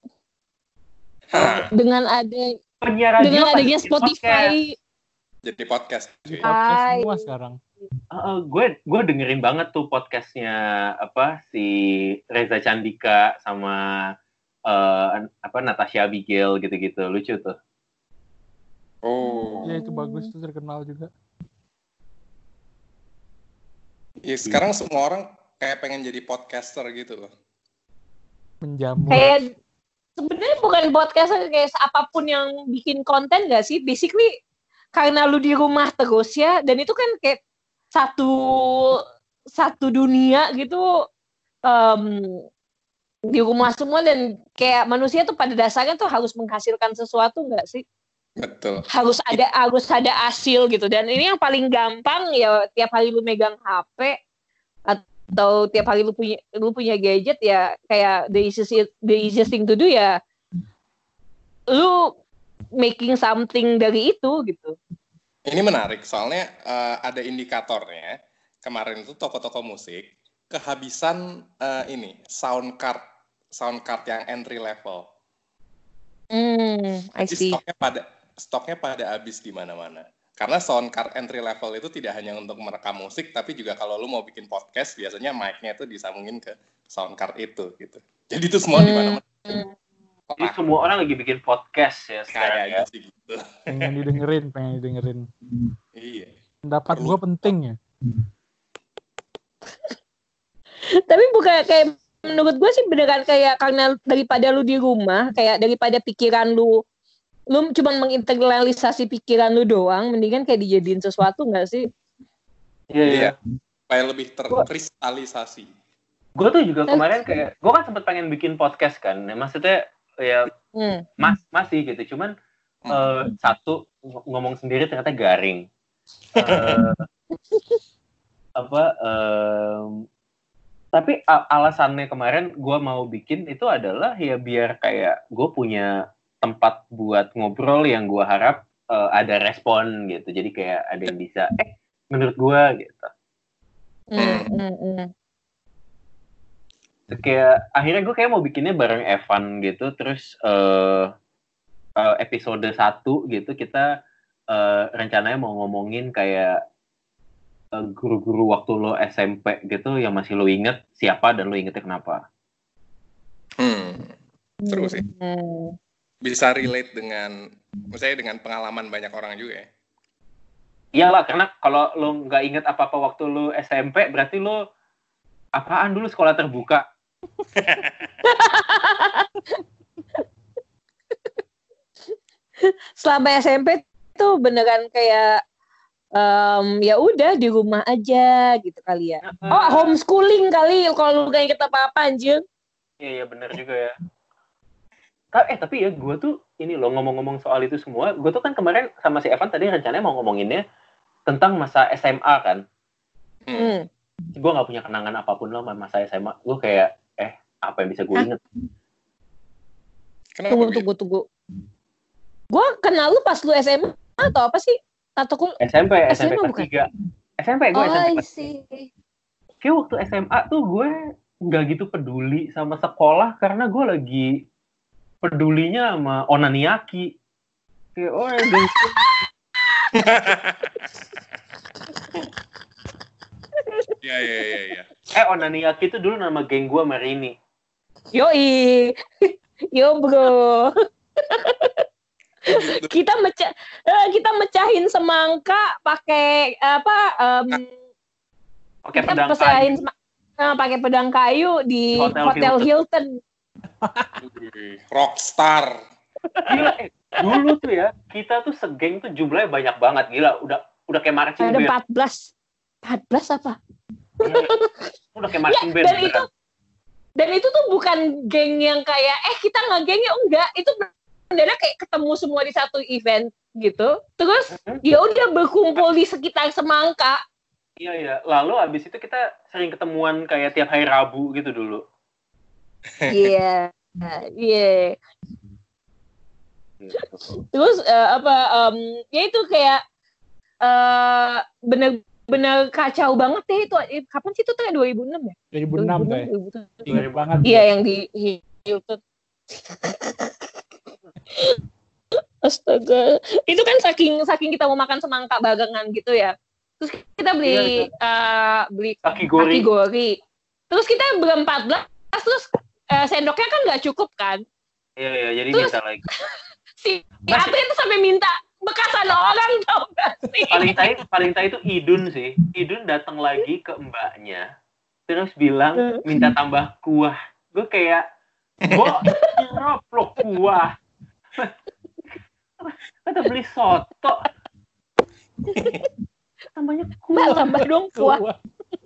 Hah. dengan ada Penyiar radio dengan pada adanya bikin Spotify. Jadi podcast. cuy. Podcast Hai. semua sekarang. Uh, uh, gue gue dengerin banget tuh podcastnya apa si Reza Candika sama uh, apa Natasha Abigail gitu-gitu, lucu tuh. Oh. Ya itu bagus tuh, terkenal juga. Ya, sekarang semua orang kayak pengen jadi podcaster gitu loh. Menjamur. Kayak sebenarnya bukan podcast, kayak apapun yang bikin konten gak sih? Basically karena lu di rumah terus ya, dan itu kan kayak satu satu dunia gitu, um, di rumah semua, dan kayak manusia tuh pada dasarnya tuh harus menghasilkan sesuatu nggak sih? Betul. Harus ada harus ada hasil gitu, dan ini yang paling gampang ya tiap hari lu megang H P atau tiap hari lu punya lu punya gadget ya, kayak the easiest the easiest thing to do ya lu making something dari itu gitu. Ini menarik soalnya uh, ada indikatornya. Kemarin itu toko-toko musik kehabisan uh, ini sound card sound card yang entry level. Hmm, I Jadi see. stoknya pada stoknya pada habis di mana-mana. Karena sound card entry level itu tidak hanya untuk merekam musik, tapi juga kalau lu mau bikin podcast, biasanya mic-nya itu disambungin ke sound card itu gitu. Jadi itu semua di mana-mana. Jadi semua orang lagi bikin podcast ya sekarang ya. Kayaknya sih gitu. Pengen didengerin, pengen didengerin. Iya. Pendapat gue penting ya. Tapi bukan kayak, menurut gue sih beneran kayak karena daripada lu di rumah, kayak daripada pikiran lu lu cuma menginternalisasi pikiran lu doang, mendingan kayak dijadiin sesuatu nggak sih? Iya, iya. Iya. Supaya lebih terkristalisasi. Gue tuh juga kemarin kayak, gue kan sempet pengen bikin podcast kan, ya, maksudnya ya Hmm. mas masih gitu, cuman Hmm. uh, satu ng- ngomong sendiri ternyata garing. Uh, apa? Um, tapi a- alasannya kemarin gue mau bikin itu adalah ya biar kayak gue punya tempat buat ngobrol yang gue harap uh, ada respon gitu, jadi kayak ada yang bisa, eh menurut gue gitu. Hmm, hmm, hmm. Kayak akhirnya gue kayak mau bikinnya bareng Evan gitu, terus uh, uh, episode satu gitu kita uh, rencananya mau ngomongin kayak uh, guru-guru waktu lo S M P gitu yang masih lo inget siapa dan lo ingetnya kenapa. Hmm. Seru sih. Hmm. Bisa relate dengan, misalnya dengan pengalaman banyak orang juga ya. Iyalah, karena kalau lo nggak inget apa-apa waktu lo S M P, berarti lo apaan dulu sekolah terbuka. Selama S M P tuh beneran kayak um, ya udah di rumah aja gitu kali ya. Oh, homeschooling kali kalau lu gak inget apa-apa anjir. Iya, iya benar juga ya. Eh tapi ya gue tuh ini loh ngomong-ngomong soal itu semua, gue tuh kan kemarin sama si Evan tadi rencananya mau ngomonginnya tentang masa S M A kan. Hmm. Gue nggak punya kenangan apapun loh masa S M A. Gue kayak eh apa yang bisa gue inget? Kenapa? Tunggu Bi? tunggu tunggu. Gue kenal lu pas lu S M A atau apa sih? Tato S M P, S M P S M A kelas bukan? tiga. S M P gue Oh, S M P I kelas tiga. see. Kayak waktu S M A tuh gue nggak gitu peduli sama sekolah karena gue lagi pedulinya sama onaniaki. Kayak oh geng. Iya iya iya iya. Eh onaniaki itu dulu nama geng gue sama Rini. Yoi. Yo bro. kita mecah kita mecahin semangka pakai apa um, Pakai kita pedang pecahin kayu. sema- eh, pakai pedang kayu di Hotel Hotel, Hilton. Wih, Rockstar. Gila, eh, dulu tuh ya kita tuh segeng tuh jumlahnya banyak banget gila. Udah udah kayak marching Ada band. empat belas empat belas apa? Ya, udah kayak marching Ya, band. dan beneran. itu dan itu tuh bukan geng yang kayak eh kita nggak gengnya enggak, itu benar kayak ketemu semua di satu event gitu. Terus Mhm. ya udah berkumpul di sekitar semangka. Iya iya. Lalu abis itu kita sering ketemuan kayak tiap hari Rabu gitu dulu. Iya. Iya. Gitu. Terus eh, apa em, ya itu kayak eh bener-bener kacau banget deh itu. Eh, Kapan sih itu tuh dua ribu enam ya? dua ribu enam tuh ya. dua ribu enam. Ingat banget. Iya yang di Hilton. Astaga, itu kan saking saking kita mau makan semangka bagangan gitu ya. Terus kita beli Iya, eh, beli Kakigori. kakigori. Terus kita berempat belas, terus eh, sendoknya kan nggak cukup kan? Iya iya. Jadi Terus- minta lagi. Si Mas- Atri itu sampai minta bekasan orang tau gak sih? Paling tai paling tai itu Idun sih. Idun datang lagi ke mbaknya. Terus bilang minta tambah kuah. Gue kayak Bo, sirup loh kuah. Kita beli soto. Tambahnya Mbak kuah. tambah dong kuah. Kuah.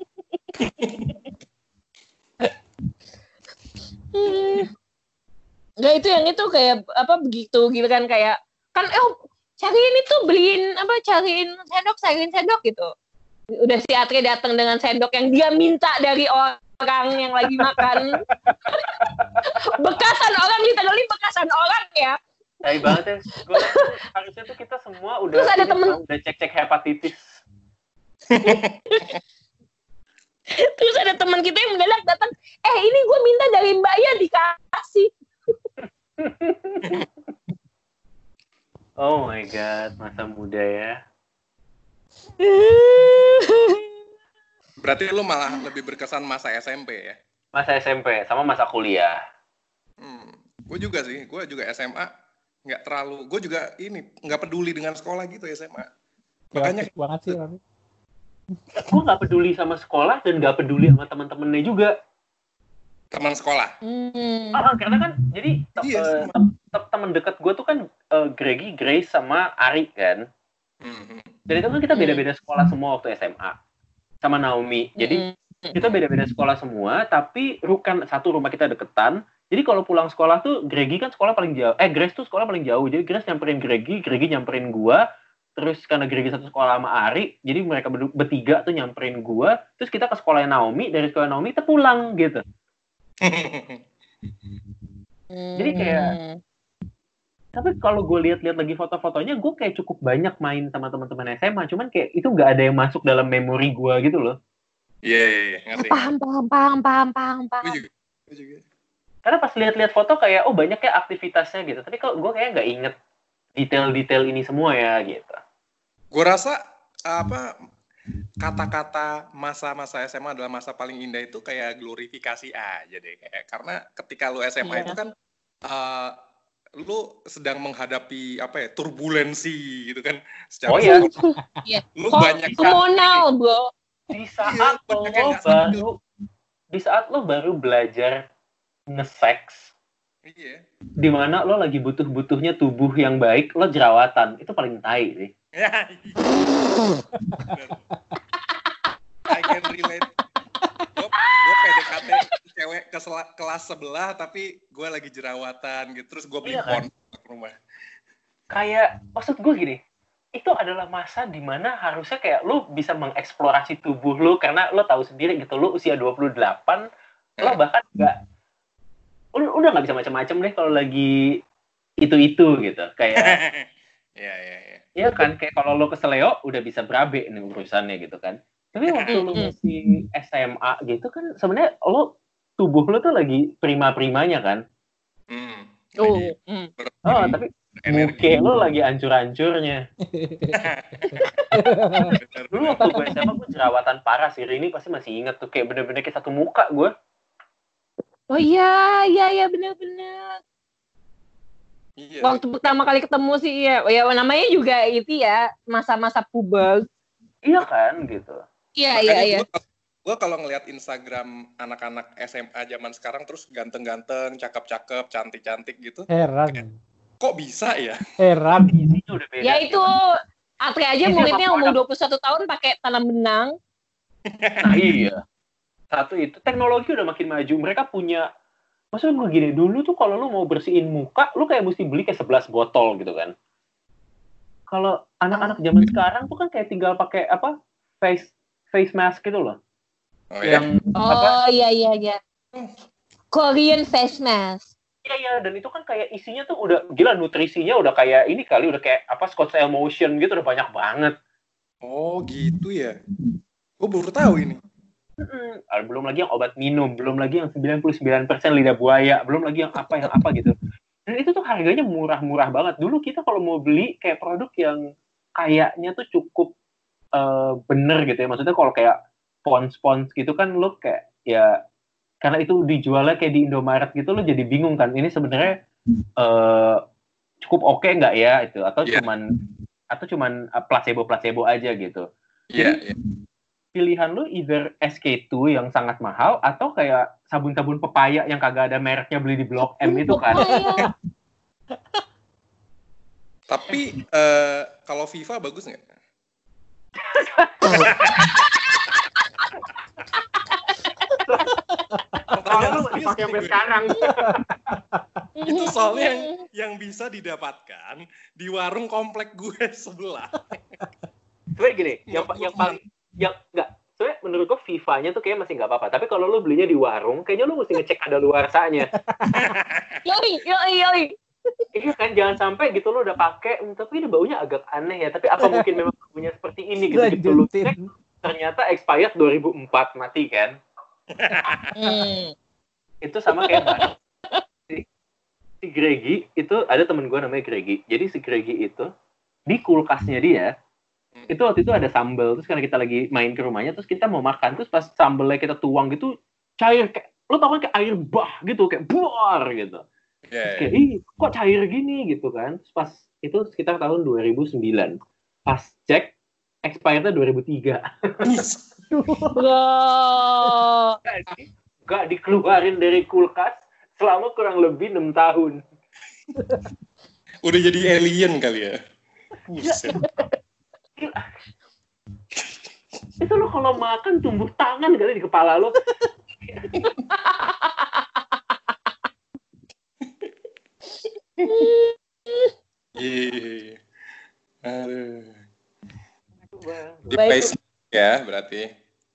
Hmm. Nggak itu yang itu kayak apa begitu gitu kan kayak kan eh cariin itu beliin apa cariin sendok cariin sendok gitu. Udah si Atri datang dengan sendok yang dia minta dari orang yang lagi makan. Bekasan orang literally bekasan orang ya. Tai banget ya. Gue harusnya tuh kita semua udah Terus ada ini temen- tau, udah cek-cek hepatitis. Terus ada teman kita yang mendadak datang, eh ini gue minta dari Mbak Ya dikasih. Oh my god, masa muda ya. Berarti lu malah lebih berkesan masa S M P ya? Masa S M P sama masa kuliah. Hmm. Gue juga sih, gue juga S M A nggak terlalu, gue juga ini nggak peduli dengan sekolah gitu S M A. Makanya Kreatif banget sih Rani. Gue nggak peduli sama sekolah dan nggak peduli sama teman-temannya juga. teman sekolah. Hmm. Ah, karena kan jadi te- Iya, eh, sama. tem- tem- teman dekat gue tuh kan eh, Gregi, Grace sama Ari kan. Hmm. Jadi itu kan kita beda-beda sekolah semua waktu S M A sama Naomi. Jadi Hmm. kita beda-beda sekolah semua, tapi rukan satu rumah kita deketan. Jadi kalau pulang sekolah tuh Gregi kan sekolah paling jauh. Eh Grace tuh sekolah paling jauh. Jadi Grace nyamperin Gregi, Gregi nyamperin gua. Terus karena Gregi satu sekolah sama Ari, jadi mereka berdu- bertiga tuh nyamperin gua. Terus kita ke sekolahnya Naomi, dari sekolah Naomi kita pulang gitu. Jadi kayak- Tapi kalau gue lihat-lihat lagi foto-fotonya, gue kayak cukup banyak main sama teman-teman S M A. Cuman kayak itu nggak ada yang masuk dalam memori gue gitu loh. Iya iya iya, ngerti. Paham, paham, paham, paham, paham, Gue paham. juga. Gue juga. Karena pas lihat-lihat foto kayak, oh banyak ya aktivitasnya gitu. Tapi kalau gue kayak nggak inget detail-detail ini semua ya gitu. Gue rasa apa kata-kata masa-masa S M A adalah masa paling indah itu kayak glorifikasi aja deh. Kayak, karena ketika lu S M A Iya. itu kan uh, lu sedang menghadapi apa ya turbulensi gitu kan. Secara Oh iya. psikologi. Iya. Lu Kok banyak hormonal, bro. Di Iya, saat banyak yang lo nggak stabil. baru, di saat lo baru belajar nge-sex, Iya. di mana lo lagi butuh-butuhnya tubuh yang baik, lo jerawatan. Itu paling tai sih. Ya. Bener. I can relate. Gue gue P D K T cewek ke sela- kelas sebelah tapi gue lagi jerawatan gitu. Terus gue beli Iya kan? pon ke rumah. Kayak, maksud gue gini, itu adalah masa dimana harusnya kayak lo bisa mengeksplorasi tubuh lo, karena lo tahu sendiri gitu, lo usia dua puluh delapan, lo bahkan nggak, lo udah nggak bisa macam-macam deh kalau lagi itu-itu gitu. Kayak, Iya iya iya. Iya kan, kayak kalau lo keseleo udah bisa berabe nih urusannya gitu kan. Tapi waktu lo masih S M A gitu kan sebenarnya lo tubuh lo tuh lagi prima-primanya kan. Hmm. Oh, Lagi mm. ber- Oh, ini, tapi energi. muke lo lagi hancur-hancurnya. Bener, Dulu bener. waktu gue S M A gue jerawatan parah sih. Rini pasti masih inget tuh kayak bener-bener kayak satu muka gue. Oh iya, iya, iya benar-benar. Iya. Waktu pertama kali ketemu sih ya, ya namanya juga itu ya masa-masa puber. Iya kan gitu. Iya, iya, Makanya iya. gue gue kalau ngelihat Instagram anak-anak S M A zaman sekarang terus ganteng-ganteng, cakep-cakep, cantik-cantik gitu, Heran. kok bisa ya? Heran. Isinya udah beda. Ya itu Atri aja Iya, muridnya sama umur produk. dua puluh satu tahun pakai tanam benang. Nah iya. Satu itu teknologi udah makin maju. Mereka punya maksudnya gue gini, dulu tuh kalau lu mau bersihin muka, lu kayak mesti beli kayak sebelas botol gitu kan. Kalau anak-anak zaman sekarang tuh kan kayak tinggal pakai apa? Face face mask gitu loh. Oh ya. Yang Oh apa? iya iya iya. Korean face mask. Iya iya, dan itu kan kayak isinya tuh udah gila, nutrisinya udah kayak ini kali, udah kayak apa Scotch Emotion gitu, udah banyak banget. Oh gitu ya. Gue baru tahu ini. Mm-mm. Ah, belum lagi yang obat minum, belum lagi yang sembilan puluh sembilan persen lidah buaya, belum lagi yang apa yang apa gitu. Dan itu tuh harganya murah-murah banget. Dulu kita kalau mau beli kayak produk yang kayaknya tuh cukup uh, bener gitu ya. Maksudnya kalau kayak Pond's-Pond's gitu kan lo kayak ya karena itu dijualnya kayak di Indomaret gitu lo jadi bingung kan. Ini sebenarnya uh, cukup oke okay nggak ya itu atau Yeah. cuman atau cuman uh, placebo-placebo aja gitu. Iya. Jadi pilihan lu either S K dua yang sangat mahal atau kayak sabun-sabun pepaya yang kagak ada mereknya beli di Blok M itu kan. Tapi uh, kalau Viva bagus nggak? Soalnya lu masih pakai sampai sekarang. Itu soalnya yang, yang bisa didapatkan di warung komplek gue sebelah. Sebenarnya gini, yang yang paling yang enggak, sebenarnya menurut gue Vivanya tuh kayak masih nggak apa-apa. Tapi kalau lu belinya di warung, kayaknya lu mesti ngecek ada luarsanya. Yoi, yoi, yoi. Iya kan, jangan sampai gitu lu udah pakai, tapi ini baunya agak aneh ya. Tapi apa mungkin memang baunya seperti ini gitu gitu lu cek, ternyata expired dua ribu empat mati kan. Hmm. Itu sama kayak bahan. Si, si Gregi itu ada temen gue namanya Gregi. Jadi si Gregi itu di kulkasnya dia itu waktu itu ada sambal, terus karena kita lagi main ke rumahnya, terus kita mau makan, terus pas sambalnya kita tuang gitu cair kayak lo tau kan kayak air bah gitu, kayak buar gitu. Yeah, kayak ih kok cair gini gitu kan. Terus pas itu sekitar tahun dua ribu sembilan, pas cek expirednya dua ribu tiga. Bro. Gak dikeluarin dari kulkas selama kurang lebih enam tahun. Udah jadi alien kali ya. Buset. Itu lo kalau makan tumbuh tangan kali di kepala lo. Iya. Aduh. Di Baik. Facebook ya berarti.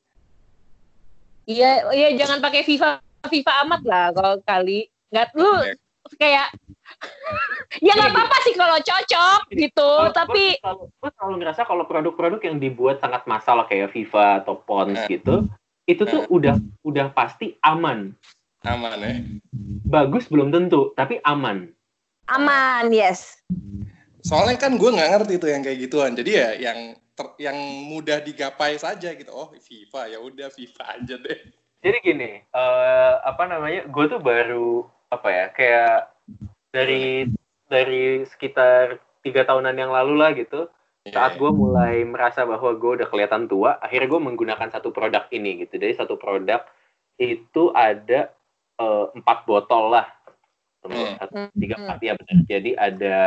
Iya, iya jangan pakai Viva Viva amat lah kalau kali. Nggak lu kayak ya nggak apa-apa sih kalau cocok gitu, Kalo, tapi gue selalu ngerasa kalau produk-produk yang dibuat sangat massal kayak Viva atau Pond's Eh. gitu, itu tuh Eh. udah udah pasti aman. Aman ya. Bagus belum tentu, tapi aman. aman, yes. Soalnya kan gue nggak ngerti tuh yang kayak gituan. Jadi ya yang ter, yang mudah digapai saja gitu. Oh Viva ya udah Viva aja deh. Jadi gini, uh, apa namanya? Gue tuh baru apa ya? Kayak dari dari sekitar tiga tahunan yang lalu lah gitu. Saat gue mulai merasa bahwa gue udah kelihatan tua, akhirnya gue menggunakan satu produk ini gitu. Jadi satu produk itu ada uh, empat botol lah. Hmm. Tiga empat ya benar. Jadi ada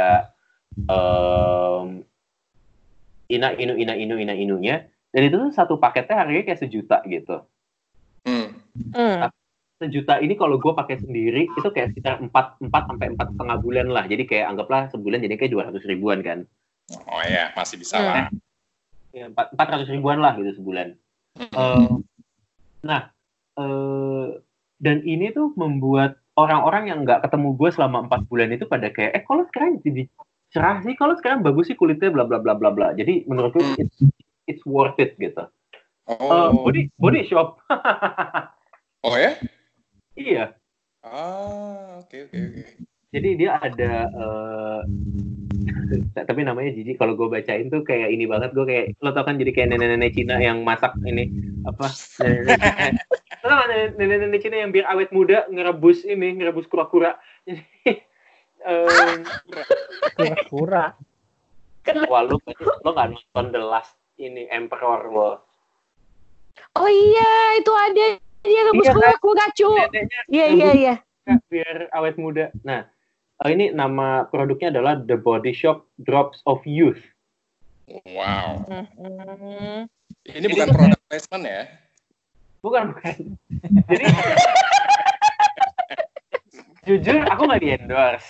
um, ina inu ina inu ina inunya. Dan itu tuh satu paketnya harganya kayak sejuta gitu. Hmm. Hmm. Sejuta ini kalau gue pakai sendiri itu kayak sekitar empat sampai empat setengah bulan lah. Jadi kayak anggaplah sebulan jadi kayak dua ratus ribuan kan. Oh ya masih bisa Hmm. lah. Ya, empat ratus ribuan lah gitu sebulan. Uh, nah, uh, dan ini tuh membuat orang-orang yang nggak ketemu gue selama empat bulan itu pada kayak, eh kalau sekarang jadi cerah sih, kalau sekarang bagus sih kulitnya bla bla bla bla bla. Jadi menurutku Hmm. it's, it's worth it gitu. Oh. Uh, body body shop. Oh ya? Iya. Ah, oke oke oke. Jadi dia ada uh, tapi namanya jijik kalau gue bacain tuh kayak ini banget, gue kayak lo tau kan jadi kayak nenek-nenek Cina yang masak ini apa nenek-nenek Cina, lo tau kan nenek-nenek Cina yang biar awet muda ngerebus ini ngerebus kura-kura. Jadi um, Kura-kura. wah lo lo nggak nonton The Last ini Emperor lo. Oh iya, itu ada dia rebus Iya, kura-kura cu. Neneknya Iya iya iya. biar awet muda. Nah, ini nama produknya adalah The Body Shop Drops of Youth. Wow. Hmm. Ini bukan product placement ya? Bukan, bukan. Jadi jujur aku nggak di endorse.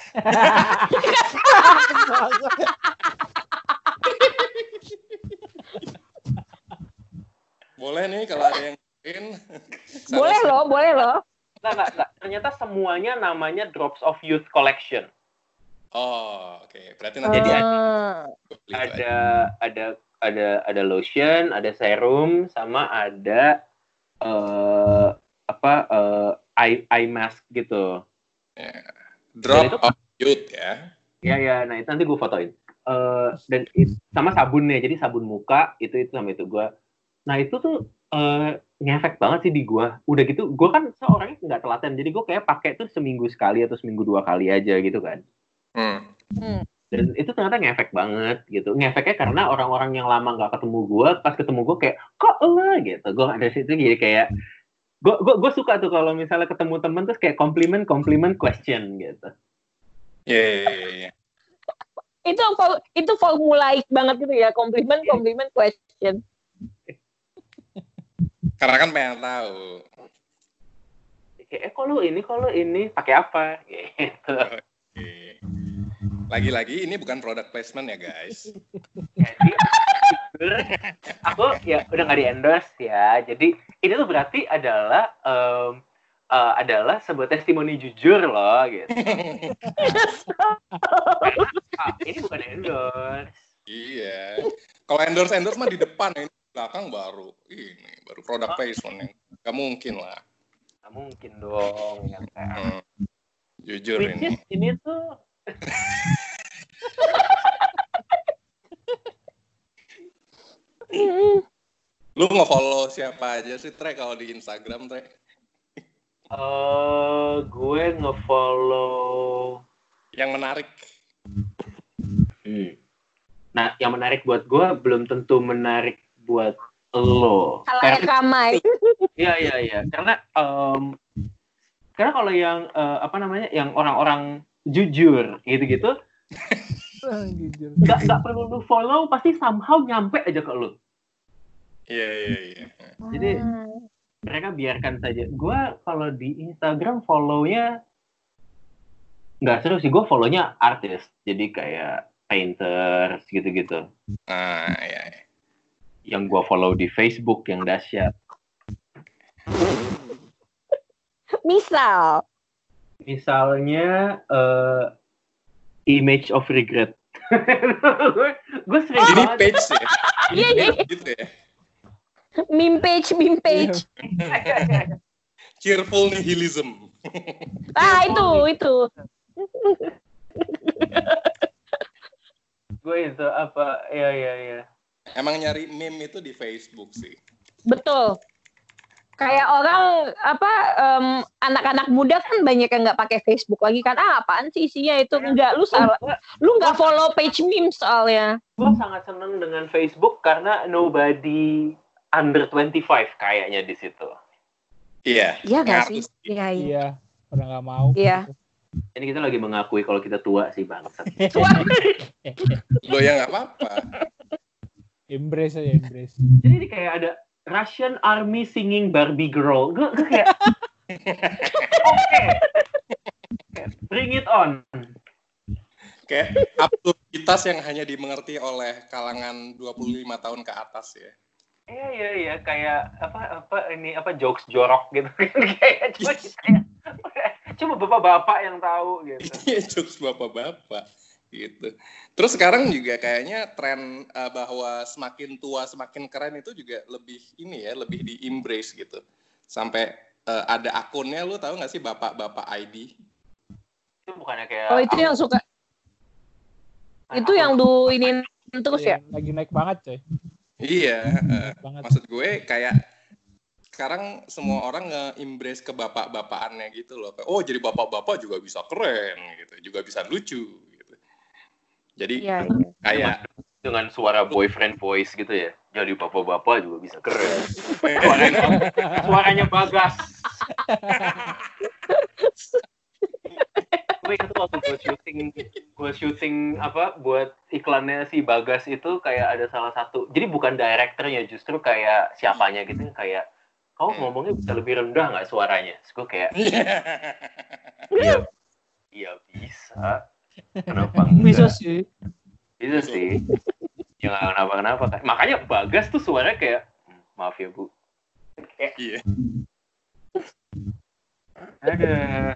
Boleh nih kalau ada yang ingin. Boleh loh, boleh loh. Nggak, nggak, nggak. Ternyata semuanya namanya Drops of Youth Collection. Oh, oke. Okay. Berarti nanti Jadi ada Hmm. ada ada ada ada lotion, ada serum, sama ada uh, apa uh, eye eye mask gitu. Yeah. Drop itu, of youth ya. Ya ya, nah itu nanti gue fotoin. Uh, dan it, sama sabunnya, jadi sabun muka itu itu sama itu gue. Nah itu tuh uh, ngefek banget sih di gue. Udah gitu, gue kan seorangnya nggak telaten, jadi gue kayak pakai tuh seminggu sekali atau seminggu dua kali aja gitu kan. Hmm. Hmm. Dan itu ternyata ngefek banget gitu. Ngefeknya karena orang-orang yang lama nggak ketemu gue, pas ketemu gue kayak kok lo gitu. Gue dari situ jadi kayak gue gue gue suka tuh kalau misalnya ketemu temen terus kayak compliment compliment question gitu. Iya yeah, iya yeah, yeah. Itu itu formulaik banget gitu ya, compliment compliment question. Karena kan pengen tahu. Eh kok lu ini, kok lu ini pakai apa gitu. Okay. Lagi-lagi ini bukan product placement ya guys. Jadi aku ya udah nggak di endorse ya. Jadi ini tuh berarti adalah um, uh, adalah sebuah testimoni jujur loh gitu. Ah, ini bukan endorse. Iya. Kalau endorse endorse mah di depan, ini belakang baru ini baru product placement yang nggak mungkin lah. Nggak mungkin dong ya kan. Hmm. Jujur Which ini. is, ini tuh Lu nge-follow siapa aja sih, Tre, kalau di Instagram, Tre? Uh, gue nge-follow yang menarik. Hmm. Nah, yang menarik buat gue belum tentu menarik buat lo. Halayak ramai. Iya, iya, iya. Karena um, karena kalau yang uh, apa namanya, yang orang-orang jujur gitu-gitu, nggak nggak perlu lu follow, pasti somehow nyampe aja ke lu. Iya, iya, iya. Jadi mereka biarkan saja. Gue kalau di Instagram follow-nya nggak seru sih. Gue follow-nya artis. Jadi kayak painters gitu-gitu. Ah, iya, iya. Yang gue follow di Facebook yang dahsyat. Misal. Misalnya uh, Image of Regret. Gue sering Ini banget. page ya? Ini Iya, iya, page gitu ya? Meme page, meme page. Cheerful nihilism. Ah, itu, itu. Gue itu apa? Ya, ya, ya. Emang nyari meme itu di Facebook sih. Betul. Kayak orang apa um, anak-anak muda kan banyak yang nggak pakai Facebook lagi kan. Ah, apaan sih isinya itu? Enggak, lu salah. Lu nggak follow page meme soalnya. Gue sangat seneng dengan Facebook karena nobody under twenty-five kayaknya di situ. Iya. Iya nggak sih? Ngaruh. Iya, iya. Iya, orang nggak mau. Iya. Ini kita lagi mengakui kalau kita tua sih, bangsat. Lo ya nggak apa-apa. Embrace aja, embrace. Jadi ini kayak ada Russian Army singing Barbie Girl. Gue kayak oke. Okay. Bring it on. Kayak absurditas yang hanya dimengerti oleh kalangan dua puluh lima tahun ke atas ya. Iya iya iya kayak apa apa ini apa jokes jorok gitu kayak cuma kayak, cuma bapak-bapak yang tahu gitu. Iya, jokes bapak-bapak. gitu. Terus sekarang juga kayaknya tren uh, bahwa semakin tua semakin keren itu juga lebih ini ya, lebih di-embrace gitu. Sampai uh, ada akunnya, lu tahu nggak sih bapak-bapak I D? Itu bukannya kayak Oh itu yang suka, itu yang du ini terus ya? Lagi naik banget coy. Iya, uh, banget. maksud gue kayak sekarang semua orang nge-embrace ke bapak-bapakannya gitu loh. Oh jadi bapak-bapak juga bisa keren gitu, juga bisa lucu gitu. Jadi Iya. kayak dengan suara boyfriend voice gitu ya. Jadi bapak-bapak juga bisa keren. Suaranya, suaranya Bagas. Gue itu waktu gue syuting, gue syuting apa buat iklannya si Bagas itu kayak ada salah satu. Jadi bukan direkturnya, justru kayak siapanya gitu kayak, kau ngomongnya bisa lebih rendah nggak suaranya? Terus gue kayak, iya, iya bisa. Kenapa enggak? Bisa sih. Bisa sih. Ya nggak kenapa-kenapa kan. Makanya Bagas tuh suaranya kayak, maaf ya Bu. Kayak, iya. Ada.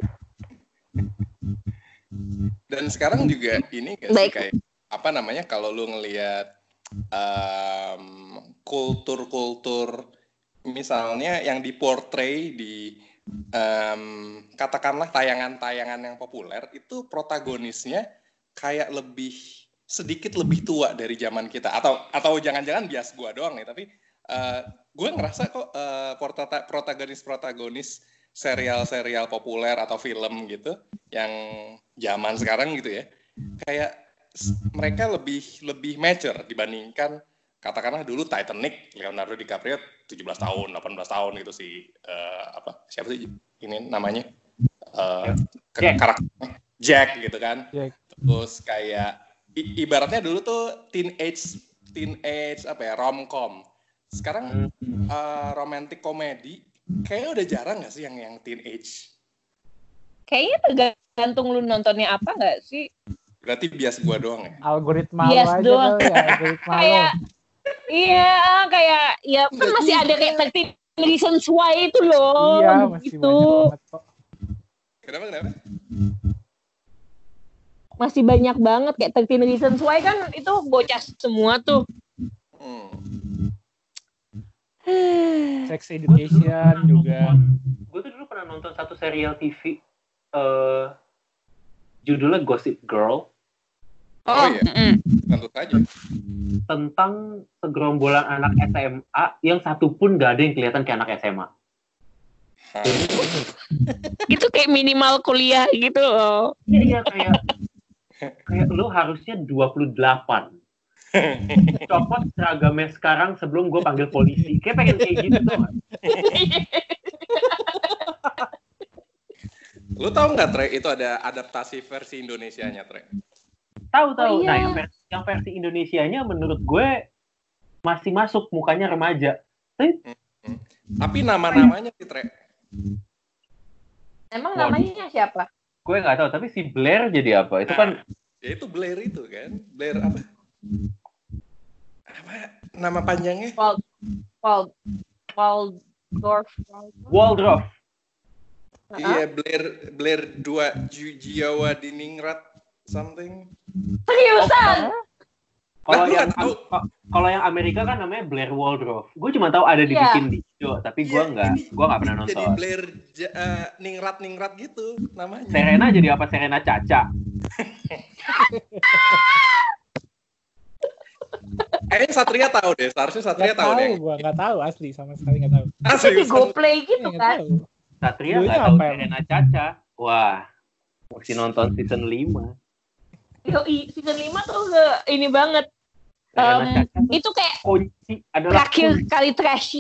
Dan sekarang juga ini gak sih Baik. kayak apa namanya kalau lu ngelihat um, kultur-kultur misalnya yang diportray di um, katakanlah tayangan-tayangan yang populer itu protagonisnya kayak lebih sedikit lebih tua dari zaman kita atau atau jangan-jangan bias gua doang nih tapi uh, gue ngerasa kok uh, protagonis-protagonis serial-serial populer atau film gitu yang zaman sekarang gitu ya kayak mereka lebih lebih mature dibandingkan katakanlah dulu Titanic Leonardo DiCaprio tujuh belas tahun delapan belas tahun gitu si uh, apa siapa sih ini namanya uh, Jack. karakternya Jack gitu kan Jack. Terus kayak i- ibaratnya dulu tuh teenage teenage apa ya romcom sekarang uh, romantic comedy kayaknya udah jarang nggak sih yang yang teenage? Kayaknya tergantung lu nontonnya apa nggak sih? Berarti bias gua doang ya? Algoritma Bias lo aja doang. kali ya, algoritma lo. Kayak, iya kayak, ya kan Enggak masih juga. ada kayak thirteen Reasons Why itu loh. Iya, masih gitu. banyak banget kok. Kenapa kenapa? Masih banyak banget kayak thirteen Reasons Why kan itu bocah semua tuh. Hmm. Sex Education juga. Gue tuh dulu pernah nonton satu serial T V uh, judulnya Gossip Girl Oh iya, mm-mm. tentu saja. tentang segerombolan anak S M A yang satu pun gak ada yang kelihatan kayak anak S M A. Hah. Itu kayak minimal kuliah gitu loh. Iya iya kayak kayak lu harusnya dua puluh delapan. Copot seragamnya sekarang sebelum gue panggil polisi. Kayak pengen kayak gitu tuh. Lu tahu nggak Tre itu ada adaptasi versi Indonesianya Tre? Tahu tahu. Oh, iya. Nah yang versi, yang versi Indonesianya menurut gue masih masuk mukanya remaja. Tapi Tapi nama-namanya sih Tre. Emang Waduh. namanya siapa? gue nggak tahu. Tapi si Blair jadi apa? Itu kan Ya itu Blair itu kan. Blair apa? Apa nama panjangnya? Wald, Wald, Waldorf. Waldorf. Iya Blair Blair dua Ju- Jawa Diningrat something. Seriusan? Kalau Lah, lu yang nggak tahu? kalau yang Amerika kan namanya Blair Waldorf. Gue cuma tahu ada dibikin di Indo, tapi gue Iya, nggak ini gue nggak pernah Jadi nonton. Blair ja- eh, Ningrat Ningrat gitu namanya. Serena jadi apa? Serena Caca. Kayaknya Satria tahu deh. Seharusnya Satria Nggak tahu tahu, deh. gua nggak tahu asli sama sekali nggak tahu. Ah, Itu di seriusan? GoPlay gitu Nggak kan? tahu. Satria Dulunya nggak tahu apa emang? Serena Caca. Wah, mesti nonton season lima. Yoi, season lima tuh udah ini banget. Serena Um, Caca tuh itu kayak kunci adalah terakhir kunci. kali trashy.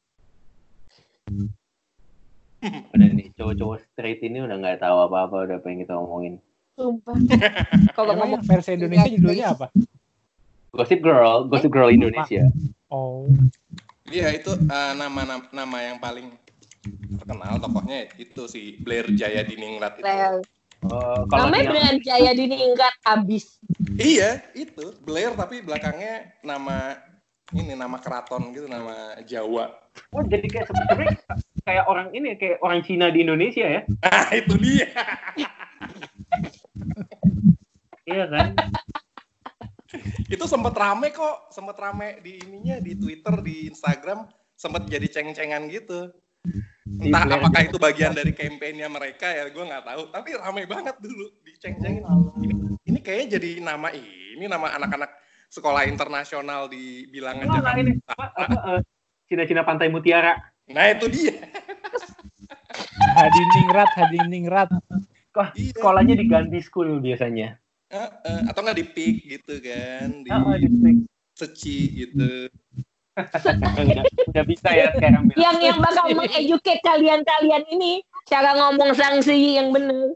Udah nih, cowok-cowok straight ini udah nggak tahu apa-apa, udah pengen kita omongin. Sumpah. Kalau Emang ngomong yang versi Indonesia judulnya apa? Gossip Girl, Gossip Girl Indonesia. Oh, Iya itu eh, nama, nama nama yang paling terkenal tokohnya itu si Blair Jaya Diningrat itu. Blair. Uh, kalau Namanya yang dengan Jaya Diningrat abis. Iya itu Blair tapi belakangnya nama ini nama keraton gitu nama Jawa. oh jadi kayak sebenarnya kayak orang ini kayak orang Cina di Indonesia ya. Ah itu dia. Iya Iya kan? Itu sempat rame kok, sempat rame di ininya, di Twitter, di Instagram, sempat jadi ceng-cengan gitu. Entah Di apakah itu bagian dari kampanye mereka ya, gue nggak tahu. Tapi ramai banget dulu diceng-cengin. Ini, ini kayaknya jadi nama ini, nama anak-anak sekolah internasional di bilangan Oh, Jakarta. ini apa, apa uh, Cina-Cina Pantai Mutiara. Nah itu dia. Hadiningrat, Hadiningrat. Kok Iya. sekolahnya di Gandhi School biasanya. Uh, uh, atau nggak di P I K gitu kan, di Oh, di Slik. Seci gitu. udah, udah bisa ya sekarang. bilang. Yang yang bakal mengeducate kalian-kalian ini cara ngomong sanksi yang bener.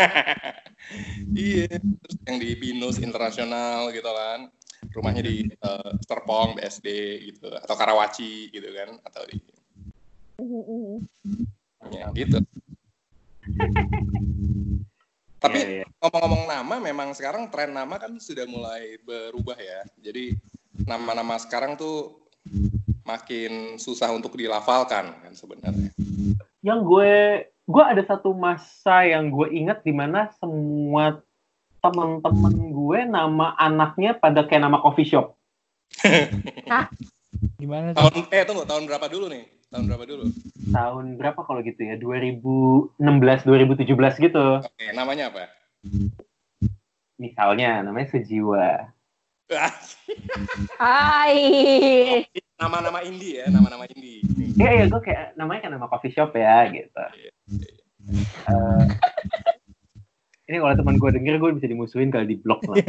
Iya, terus yang di Binus Internasional gitu kan, rumahnya di uh, Serpong, B S D gitu, atau Karawaci gitu kan, atau di ya gitu. Tapi Iya, iya. ngomong-ngomong nama, memang sekarang tren nama kan sudah mulai berubah ya. Jadi nama-nama sekarang tuh makin susah untuk dilafalkan kan sebenarnya. Yang gue, gue ada satu masa yang gue ingat di mana semua teman-teman gue nama anaknya pada kayak nama coffee shop. Gimana tuh? Tahun eh tunggu, tahun berapa dulu nih? Tahun berapa dulu? Tahun berapa kalau gitu ya? dua ribu enam belas, dua ribu tujuh belas gitu. Oke, namanya apa? Misalnya namanya Sejiwa. Hai. Nama-nama indie ya, nama-nama indie. Iya, iya, gue kayak namanya kan nama coffee shop ya, gitu. Uh, ini kalau teman gue denger, gue bisa dimusuhin kalau di blog lah.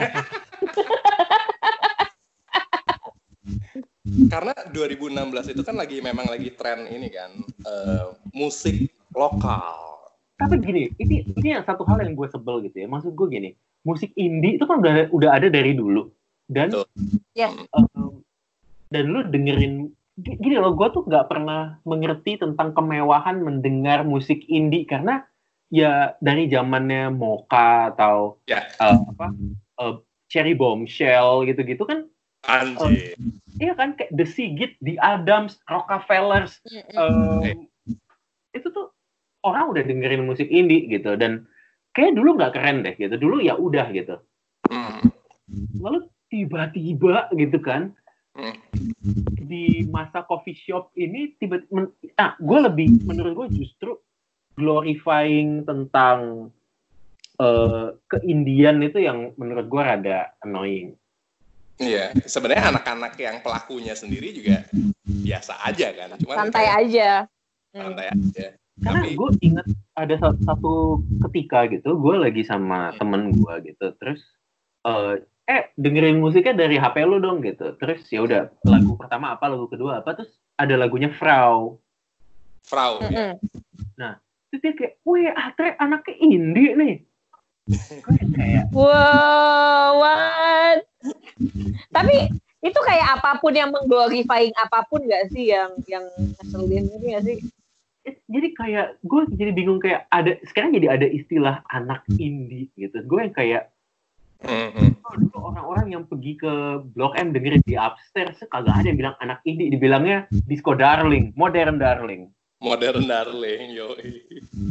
Karena dua ribu enam belas itu kan lagi memang lagi tren ini kan, uh, musik lokal. Tapi gini, ini ini yang satu hal yang gue sebel gitu ya. Maksud gue gini, musik indie itu kan udah udah ada dari dulu. Dan Yes. um, dan lu dengerin gini loh, gue tuh nggak pernah mengerti tentang kemewahan mendengar musik indie karena ya dari zamannya Mocha atau Ya. uh, apa uh, Cherry Bombshell gitu-gitu kan. Anjir. Um, iya kan kayak The Sigit, The Adams, Rockefellers, um, itu tuh orang udah dengerin musik indie gitu dan kayak dulu nggak keren deh gitu, dulu ya udah gitu. Hmm. Lalu tiba-tiba gitu kan Hmm. di masa coffee shop ini tiba-tiba, ah gue lebih menurut gue justru glorifying tentang uh, keindian itu yang menurut gue rada annoying. Iya, sebenarnya anak-anak yang pelakunya sendiri juga biasa aja kan, cuma Santai aja. santai aja. Karena Tapi gue ingat ada satu, satu ketika gitu, gue lagi sama temen gue gitu, terus uh, eh dengerin musiknya dari H P lu dong gitu, terus ya udah lagu pertama apa, lagu kedua apa, terus ada lagunya Frau. Frau ya. Nah, terus dia kayak, wih Atre anaknya indie nih. Gue kayak, Wow, what? Tapi itu kayak apapun yang mengglorifying apapun nggak sih yang yang ngeselin gitu nggak sih? jadi kayak gue jadi bingung kayak ada sekarang jadi ada istilah anak indie gitu. Gue yang kayak Mm-hmm. oh, dulu orang-orang yang pergi ke Blok M dengerin di upstairs kagak ada yang bilang anak indie, dibilangnya disco darling, modern darling. Modern darling, yoi.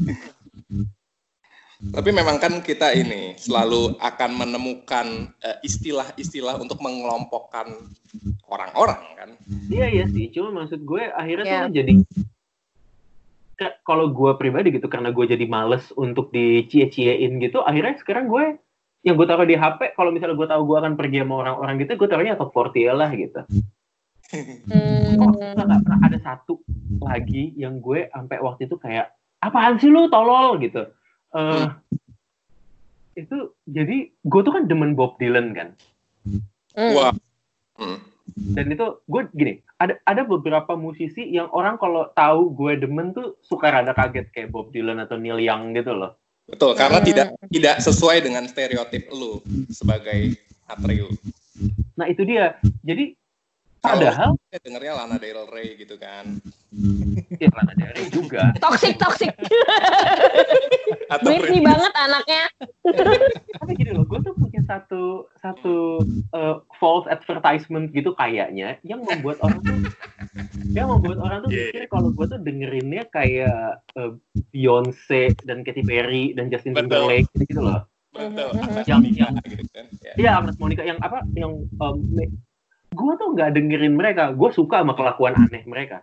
Tapi memang kan kita ini selalu akan menemukan uh, istilah-istilah untuk mengelompokkan orang-orang kan. Iya iya sih, cuma maksud gue akhirnya Yeah. tuh jadi k- kalau gue pribadi gitu karena gue jadi males untuk dicie-ciein gitu, akhirnya sekarang gue yang gue taruh di H P kalau misalnya gue tahu gue akan pergi sama orang-orang gitu, gue taruhnya top empat puluh lah gitu. Hmm. Oh, nggak pernah ada satu lagi yang gue sampai waktu itu kayak apaan sih lu tolol gitu. Uh, itu jadi gue tuh kan demen Bob Dylan kan. Hmm. Wah. Hmm. Dan itu gue gini, ada ada beberapa musisi yang orang kalau tahu gue demen tuh suka rada kaget kayak Bob Dylan atau Neil Young gitu loh. Betul, karena Hmm. tidak tidak sesuai dengan stereotip lu sebagai Atriu. Nah itu dia. Jadi padahal saya dengernya Lana Del Rey gitu kan. ya Lana Del Rey juga. Toxic toxic. Atau Britney Britney. banget anaknya. Tapi gini loh, gue tuh punya satu satu uh, false advertisement gitu kayaknya yang membuat orang tuh yang membuat orang tuh Yeah. mikir kalau gue tuh dengerinnya kayak uh, Beyonce dan Katy Perry dan Justin Betul. Timberlake gitu, gitu loh. Betul, Agnes yang Monica yang gitu kan. Ya. iya Agnes Monica yang apa yang um, gue tuh nggak dengerin mereka, gue suka sama kelakuan aneh mereka.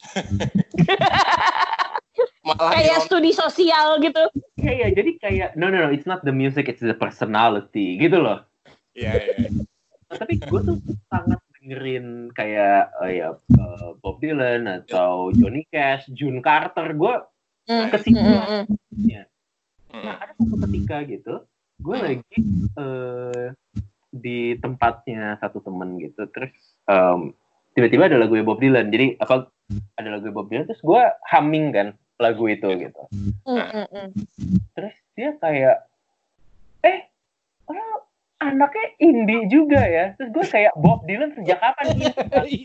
Malah Kayak iron- studi sosial gitu. Iya iya, jadi kayak no no no, it's not the music, it's the personality gitu loh. Iya, iya. Nah, tapi gue tuh sangat dengerin kayak uh, ya uh, Bob Dylan atau Johnny Cash, June Carter, gue Mm, kesimpulan. mm, mm, Nah ada satu ketika gitu, gue lagi uh, di tempatnya satu temen gitu, terus um, tiba-tiba ada lagu Bob Dylan, jadi apa ada lagu Bob Dylan, terus gue humming kan lagu itu gitu, mm, mm, mm. terus dia kayak eh oh, anaknya indie juga ya, terus gue kayak Bob Dylan sejak kapan indie?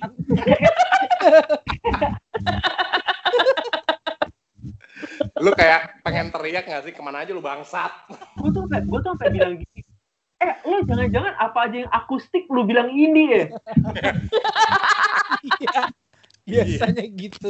Lu kayak pengen teriak nggak sih, kemana aja lu bangsat? Gue tuh sampai gue tuh sampai bilang gini, eh lo jangan-jangan apa aja yang akustik lu bilang indie ya? Iya, biasanya gitu.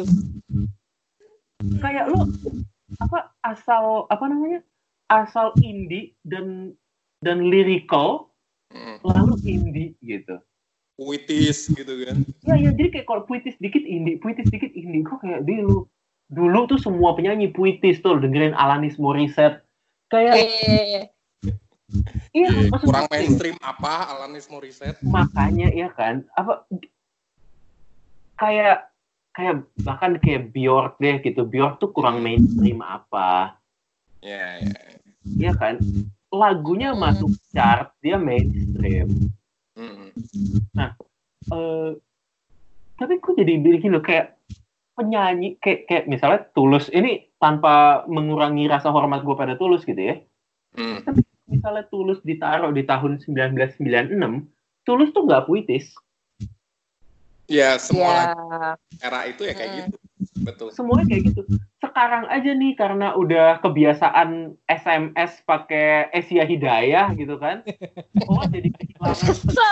Kayak lo apa asal apa namanya asal indie dan dan lyrical Hmm. lalu indie gitu. Puitis gitu kan. Ya ya, jadi kayak kalau puitis dikit indie, puitis dikit indie. Kok kayak dulu dulu tuh semua penyanyi puitis tuh dengerin Alanis Morissette kayak Iya. iya maksud Kurang gue, mainstream apa Alanis Morissette? makanya ya kan apa kayak kayak bahkan kayak Björk deh gitu, Björk tuh kurang mainstream apa Ya, ya. ya kan, lagunya masuk chart, dia mainstream. Hmm. Eh, tapi gue jadi bikin loh kayak penyanyi kayak kayak misalnya Tulus ini, tanpa mengurangi rasa hormat gue pada Tulus gitu ya. Hmm. Tapi misalnya Tulus ditaruh di tahun sembilan belas sembilan puluh enam, Tulus tuh nggak puitis. Ya, semua Ya. lagu era itu ya kayak Hmm. gitu. Betul. Semuanya kayak gitu. Sekarang aja nih karena udah kebiasaan S M S pakai Asia Hidayah gitu kan. Oh, jadi kehilangan So.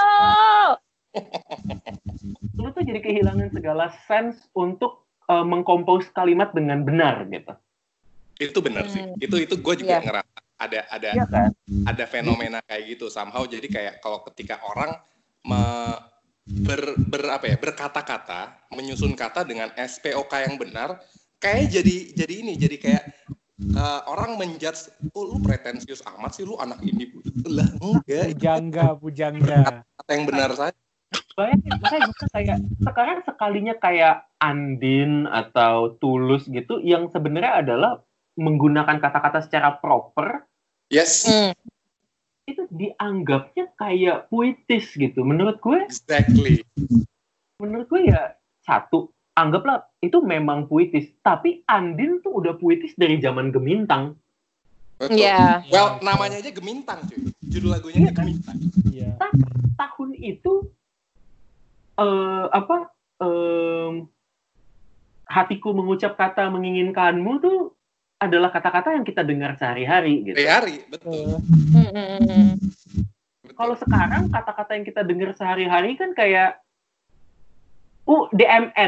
lu tuh jadi kehilangan segala sense untuk uh, mengkompos kalimat dengan benar gitu. Itu benar sih. Hmm. Itu itu gue juga Iya. ngerasa ada ada Iya kan? ada fenomena kayak gitu somehow. Jadi kayak kalau ketika orang me- ber, ber apa ya berkata-kata, menyusun kata dengan S P O K yang benar, kayak jadi jadi ini jadi kayak uh, orang menjudge, oh lu pretensius amat sih, lu anak ini. Lah enggak, itu Pujangga, pujangga. kata yang benar saja. Bayangin, makanya gue kayak sekarang sekalinya kayak Andin atau Tulus gitu yang sebenarnya adalah menggunakan kata-kata secara proper, Yes, Hmm. itu dianggapnya kayak puitis gitu. Menurut gue, exactly. menurut gue ya satu, anggaplah itu memang puitis. Tapi Andin tuh udah puitis dari zaman Gemintang. Betul. Iya. Well, namanya aja Gemintang, cuy. Judul lagunya aja Gemintang. Iya. Tahun itu eh apa em, hatiku mengucap kata menginginkanmu tuh adalah kata-kata yang kita dengar sehari-hari gitu. Hari-hari, betul. Hmm, hmm, hmm. Betul. Kalau sekarang kata-kata yang kita dengar sehari-hari kan kayak uh D M N.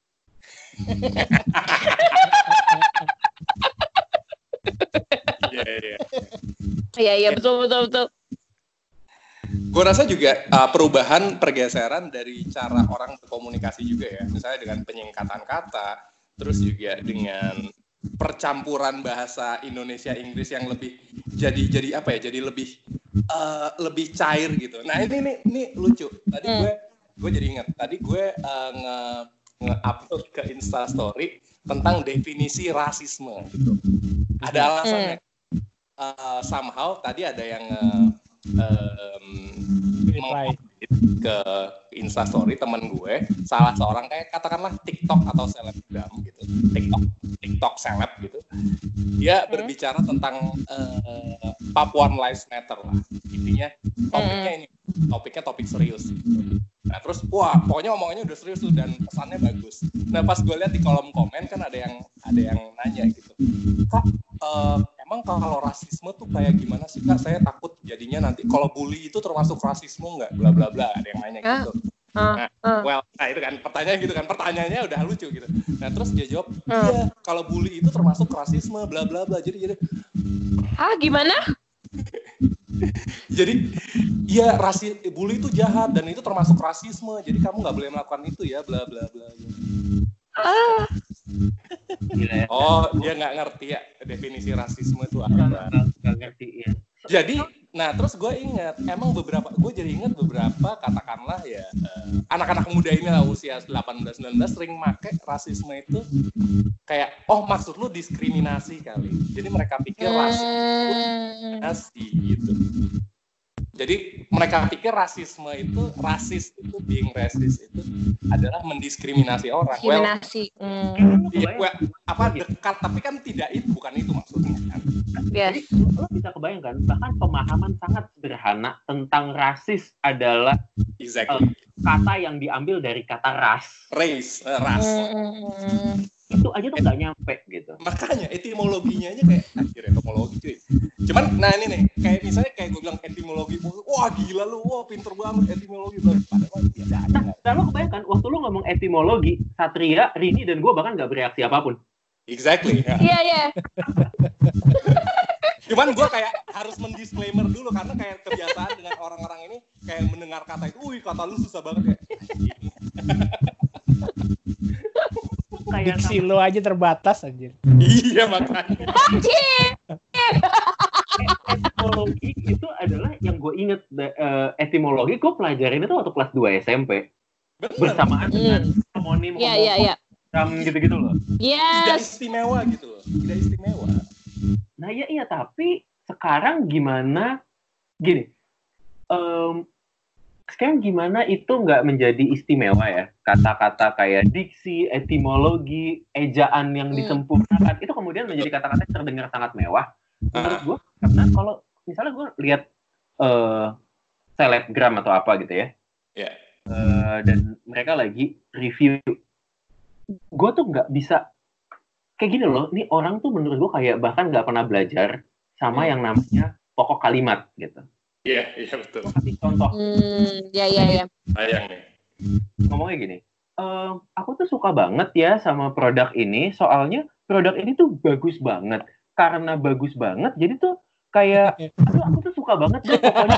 Iya, iya. Iya, iya, betul, betul, betul. Gue rasa juga uh, perubahan pergeseran dari cara orang berkomunikasi juga ya. Misalnya dengan penyingkatan kata, terus juga dengan percampuran bahasa Indonesia Inggris yang lebih jadi jadi apa ya? Jadi lebih uh, lebih cair gitu. Nah ini nih ini lucu. Tadi Hmm. gue gue jadi ingat. Tadi gue uh, nge nge-upload ke Instastory tentang definisi rasisme gitu. Ada alasannya. Uh, somehow tadi ada yang uh, um, Reply. ke Instastory temen gue, salah seorang kayak katakanlah TikTok atau selebgram gitu, TikTok TikTok seleb gitu, dia berbicara tentang uh, Papuan Lives Matter lah, intinya topiknya ini topiknya topik serius gitu. Nah terus wah pokoknya omongannya udah serius tuh dan pesannya bagus. Nah pas gue lihat di kolom komen kan ada yang ada yang nanya gitu, kak uh, emang kalau rasisme tuh kayak gimana sih kak? Saya takut jadinya nanti kalau bully itu termasuk rasisme nggak? Bla bla bla, ada yang nanya gitu. Ah, Nah, ah. well, nah itu kan pertanyaan gitu kan, pertanyaannya udah lucu gitu. Nah terus dia jawab, iya kalau bully itu termasuk rasisme, bla bla bla. Jadi jadi Ah, gimana? Jadi ya rasi bully itu jahat dan itu termasuk rasisme. Jadi kamu nggak boleh melakukan itu ya, bla bla bla. Ah. Gila ya. Oh, dia nggak ngerti ya definisi rasisme itu apa. Nggak ngerti ya. Jadi, nah terus gue ingat, emang beberapa, gue jadi ingat beberapa katakanlah ya uh, anak-anak muda ini lah usia delapan belas sembilan belas sering make rasisme itu kayak, oh maksud lu diskriminasi kali. Jadi mereka pikir rasisme itu diskriminasi gitu. Jadi mereka pikir rasisme itu, rasis itu, being racist itu adalah mendiskriminasi orang. Diskriminasi. Well, hmm. ya, well, apa dekat, tapi kan tidak itu, bukan itu maksudnya kan. Yes. Jadi lo bisa kebayangkan bahkan pemahaman sangat sederhana tentang rasis adalah Exactly. uh, kata yang diambil dari kata ras. Race, uh, ras. Hmm. Itu aja tuh nggak nyampe gitu. Makanya etimologinya aja kayak anjir etimologi cuy. Cuman nah ini nih kayak misalnya kayak gue bilang etimologi, wah gila lu, wah pinter banget etimologi, padahal biasa aja. Nah, dan lo kebayangkan waktu lo ngomong etimologi, Satria, Rini dan gue bahkan nggak bereaksi apapun. Exactly. Iya ya. Yeah. Cuman gue kayak harus mendisclaimer dulu karena kayak kebiasaan dengan orang-orang ini kayak mendengar kata itu, wih kata lu susah banget kayak. Kayak diksi lo aja terbatas anjir. Iya makanya. Etimologi itu adalah yang gue inget uh, etimologi gue pelajarin itu waktu kelas dua S M P. Bener. Bersamaan mm. dengan homonim, yeah, yeah, yeah. gitu-gitu loh. Yes. Tidak istimewa gitu loh. Tidak istimewa. Nah ya iya tapi sekarang gimana gini. Um, Sekarang gimana itu nggak menjadi istimewa ya? Kata-kata kayak diksi, etimologi, ejaan yang disempurnakan, hmm. itu kemudian menjadi kata-kata yang terdengar sangat mewah. Menurut gue, karena kalau misalnya gue lihat uh, selebgram atau apa gitu ya, yeah. uh, dan mereka lagi review, gue tuh nggak bisa, kayak gini loh, nih orang tuh menurut gue kayak bahkan nggak pernah belajar sama yang namanya pokok kalimat gitu. Iya, iya betul. Kasih contoh. Hmm, ya, ya, ya. Sayang nih. Ngomongnya gini, ehm, aku tuh suka banget ya sama produk ini, soalnya produk ini tuh bagus banget. Karena bagus banget, jadi tuh kayak, aduh aku tuh suka banget deh pokoknya.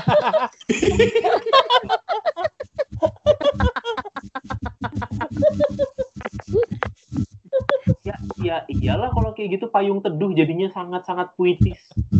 ya, ya iyalah kalau kayak gitu payung teduh jadinya sangat-sangat puitis.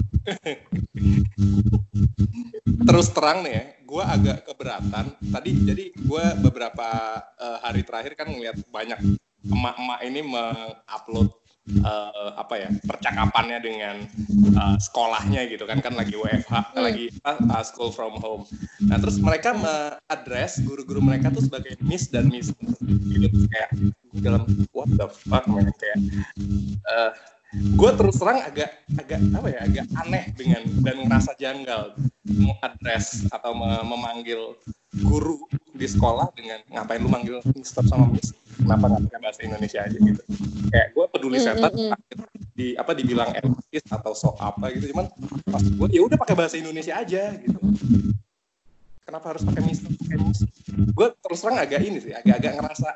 Terus terang nih ya, gue agak keberatan. Tadi jadi gue beberapa uh, hari terakhir kan ngeliat banyak emak-emak ini mengupload uh, apa ya percakapannya dengan uh, sekolahnya gitu kan kan lagi W F H, hmm. lagi uh, school from home. Nah terus mereka mengadres guru-guru mereka tuh sebagai Miss dan Mister gitu kayak dalam what the fuck man kayak. Uh, gue terus terang agak agak apa ya agak aneh dengan dan merasa janggal mengadres atau memanggil guru di sekolah dengan ngapain lu manggil Mister sama Miss, kenapa nggak pakai bahasa Indonesia aja gitu. Kayak gue peduli setan di apa dibilang elitis atau sok apa gitu, cuman pas gue ya udah pakai bahasa Indonesia aja gitu. Kenapa harus pakai Mister pakai Miss? Gue terus terang agak ini sih agak-agak ngerasa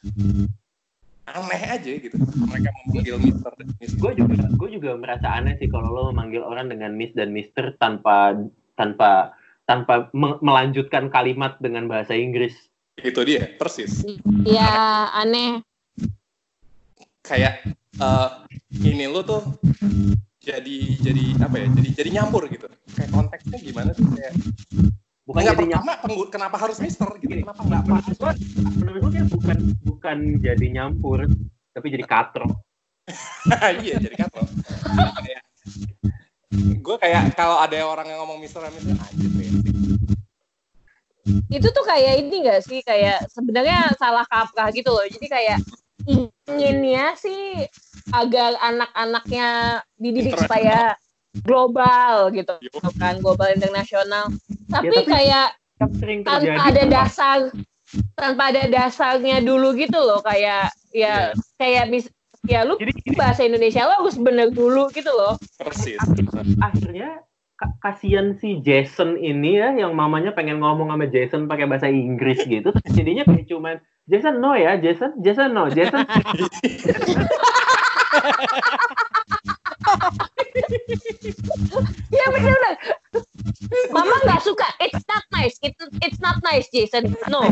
aneh aja gitu mereka memanggil Mister dan Miss. Gue juga gue juga merasa aneh sih kalau lo memanggil orang dengan Miss dan Mister tanpa tanpa tanpa me- melanjutkan kalimat dengan bahasa Inggris. Itu dia persis. Iya aneh. Kayak uh, ini lo tuh jadi jadi apa ya jadi jadi nyampur gitu. Kayak konteksnya gimana sih kayak bukan jadi pertama penggu- kenapa harus Mister gitu gini, kenapa nggak Pak? Menurut gue bukan bukan jadi nyampur tapi jadi katro. Iya jadi katro. Kayak gue kayak kalau ada orang yang ngomong Mister Mister anjir basic. Itu tuh kayak ini nggak sih kayak sebenarnya salah kaprah gitu loh. Jadi kayak inginnya sih agar anak-anaknya dididik supaya global gitu kan, global internasional. Tapi, ya, tapi kayak tanpa ada dasar, tanpa ada dasarnya dulu gitu loh. Kayak ya, yeah. kayak mis, ya lu jadi, bahasa Indonesia lo harus bener dulu gitu loh. Persis. Akhirnya kasihan si Jason ini ya, yang mamanya pengen ngomong sama Jason pakai bahasa Inggris gitu, jadinya kayak cuman Jason no ya, Jason, Jason no, Jason. Ya benar. Mama nggak suka. It's not nice. It's it's not nice, Jason. No.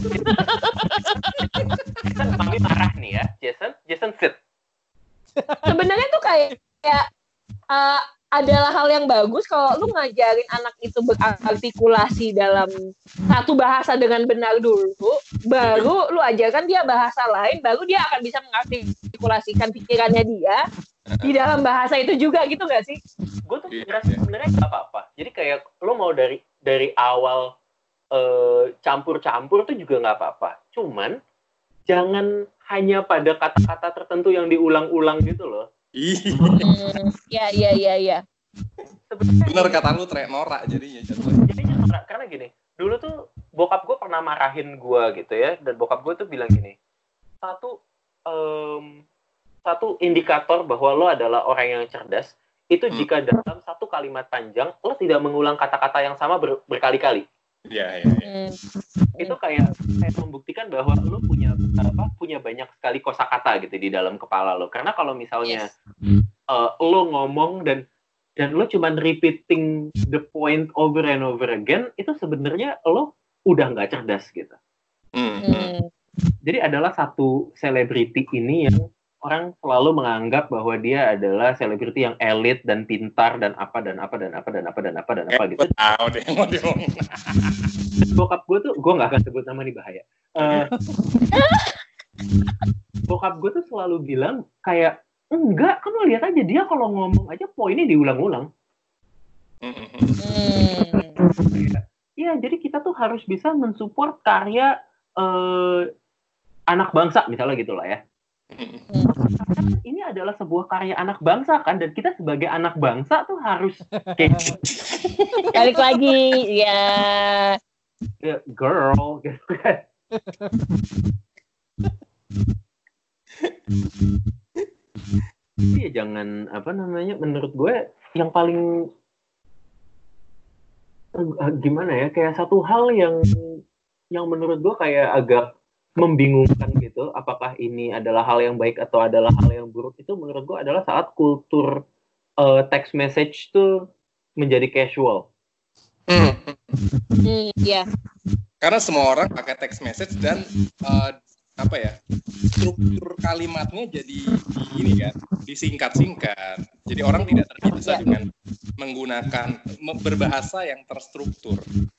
Jason, mami marah nih ya, Jason. Jason sit. Sebenarnya tuh kayak, kayak uh, adalah hal yang bagus kalau lu ngajarin anak itu berartikulasi dalam satu bahasa dengan benar dulu, baru lu ajarkan dia bahasa lain, baru dia akan bisa mengartikulasikan pikirannya dia di dalam bahasa itu juga, gitu nggak sih? Gue tuh ngerasa sebenarnya nggak apa-apa. Jadi kayak lu mau dari dari awal uh, campur-campur tuh juga nggak apa-apa. Cuman jangan hanya pada kata-kata tertentu yang diulang-ulang gitu loh. Hmm, ya, ya, ya, ya. Bener kata lu, Tre, norak jadinya jatuhnya. Jadinya norak, karena gini, dulu tuh bokap gue pernah marahin gue gitu ya, dan bokap gue tuh bilang gini, satu, um, satu indikator bahwa lo adalah orang yang cerdas, itu hmm. jika dalam satu kalimat panjang, lo tidak mengulang kata-kata yang sama ber- berkali-kali. Iya, iya, iya. Itu kayak kayak membuktikan bahwa lo punya apa punya banyak sekali kosakata gitu di dalam kepala lo. Karena kalau misalnya yes. uh, lo ngomong dan dan lo cuman repeating the point over and over again, itu sebenarnya lo udah nggak cerdas gitu. Mm. Jadi adalah satu selebriti ini yang orang selalu menganggap bahwa dia adalah selebriti yang elit dan pintar dan apa dan apa dan apa dan apa dan apa dan apa gitu. Tahu deh mau diomong. Bokap gue tuh, gue nggak akan sebut nama nih bahaya. Uh, bokap gue tuh selalu bilang kayak enggak, kamu lihat aja dia kalau ngomong aja poinnya diulang-ulang. Iya, jadi kita tuh harus bisa mensupport karya uh, anak bangsa misalnya gitulah ya. Karena ini adalah sebuah karya anak bangsa kan, dan kita sebagai anak bangsa tuh harus kayak balik lagi ya yeah, girl gitu kan. Iya, jangan apa namanya, menurut gue yang paling uh, gimana ya, kayak satu hal yang yang menurut gue kayak agak membingungkan gitu, apakah ini adalah hal yang baik atau adalah hal yang buruk, itu menurut gue adalah saat kultur uh, text message tuh menjadi casual. Hmm, iya. Karena semua orang pakai text message dan uh, apa ya, struktur kalimatnya jadi ini kan, disingkat-singkat. Jadi orang tidak terbiasa ya. Dengan menggunakan berbahasa yang terstruktur.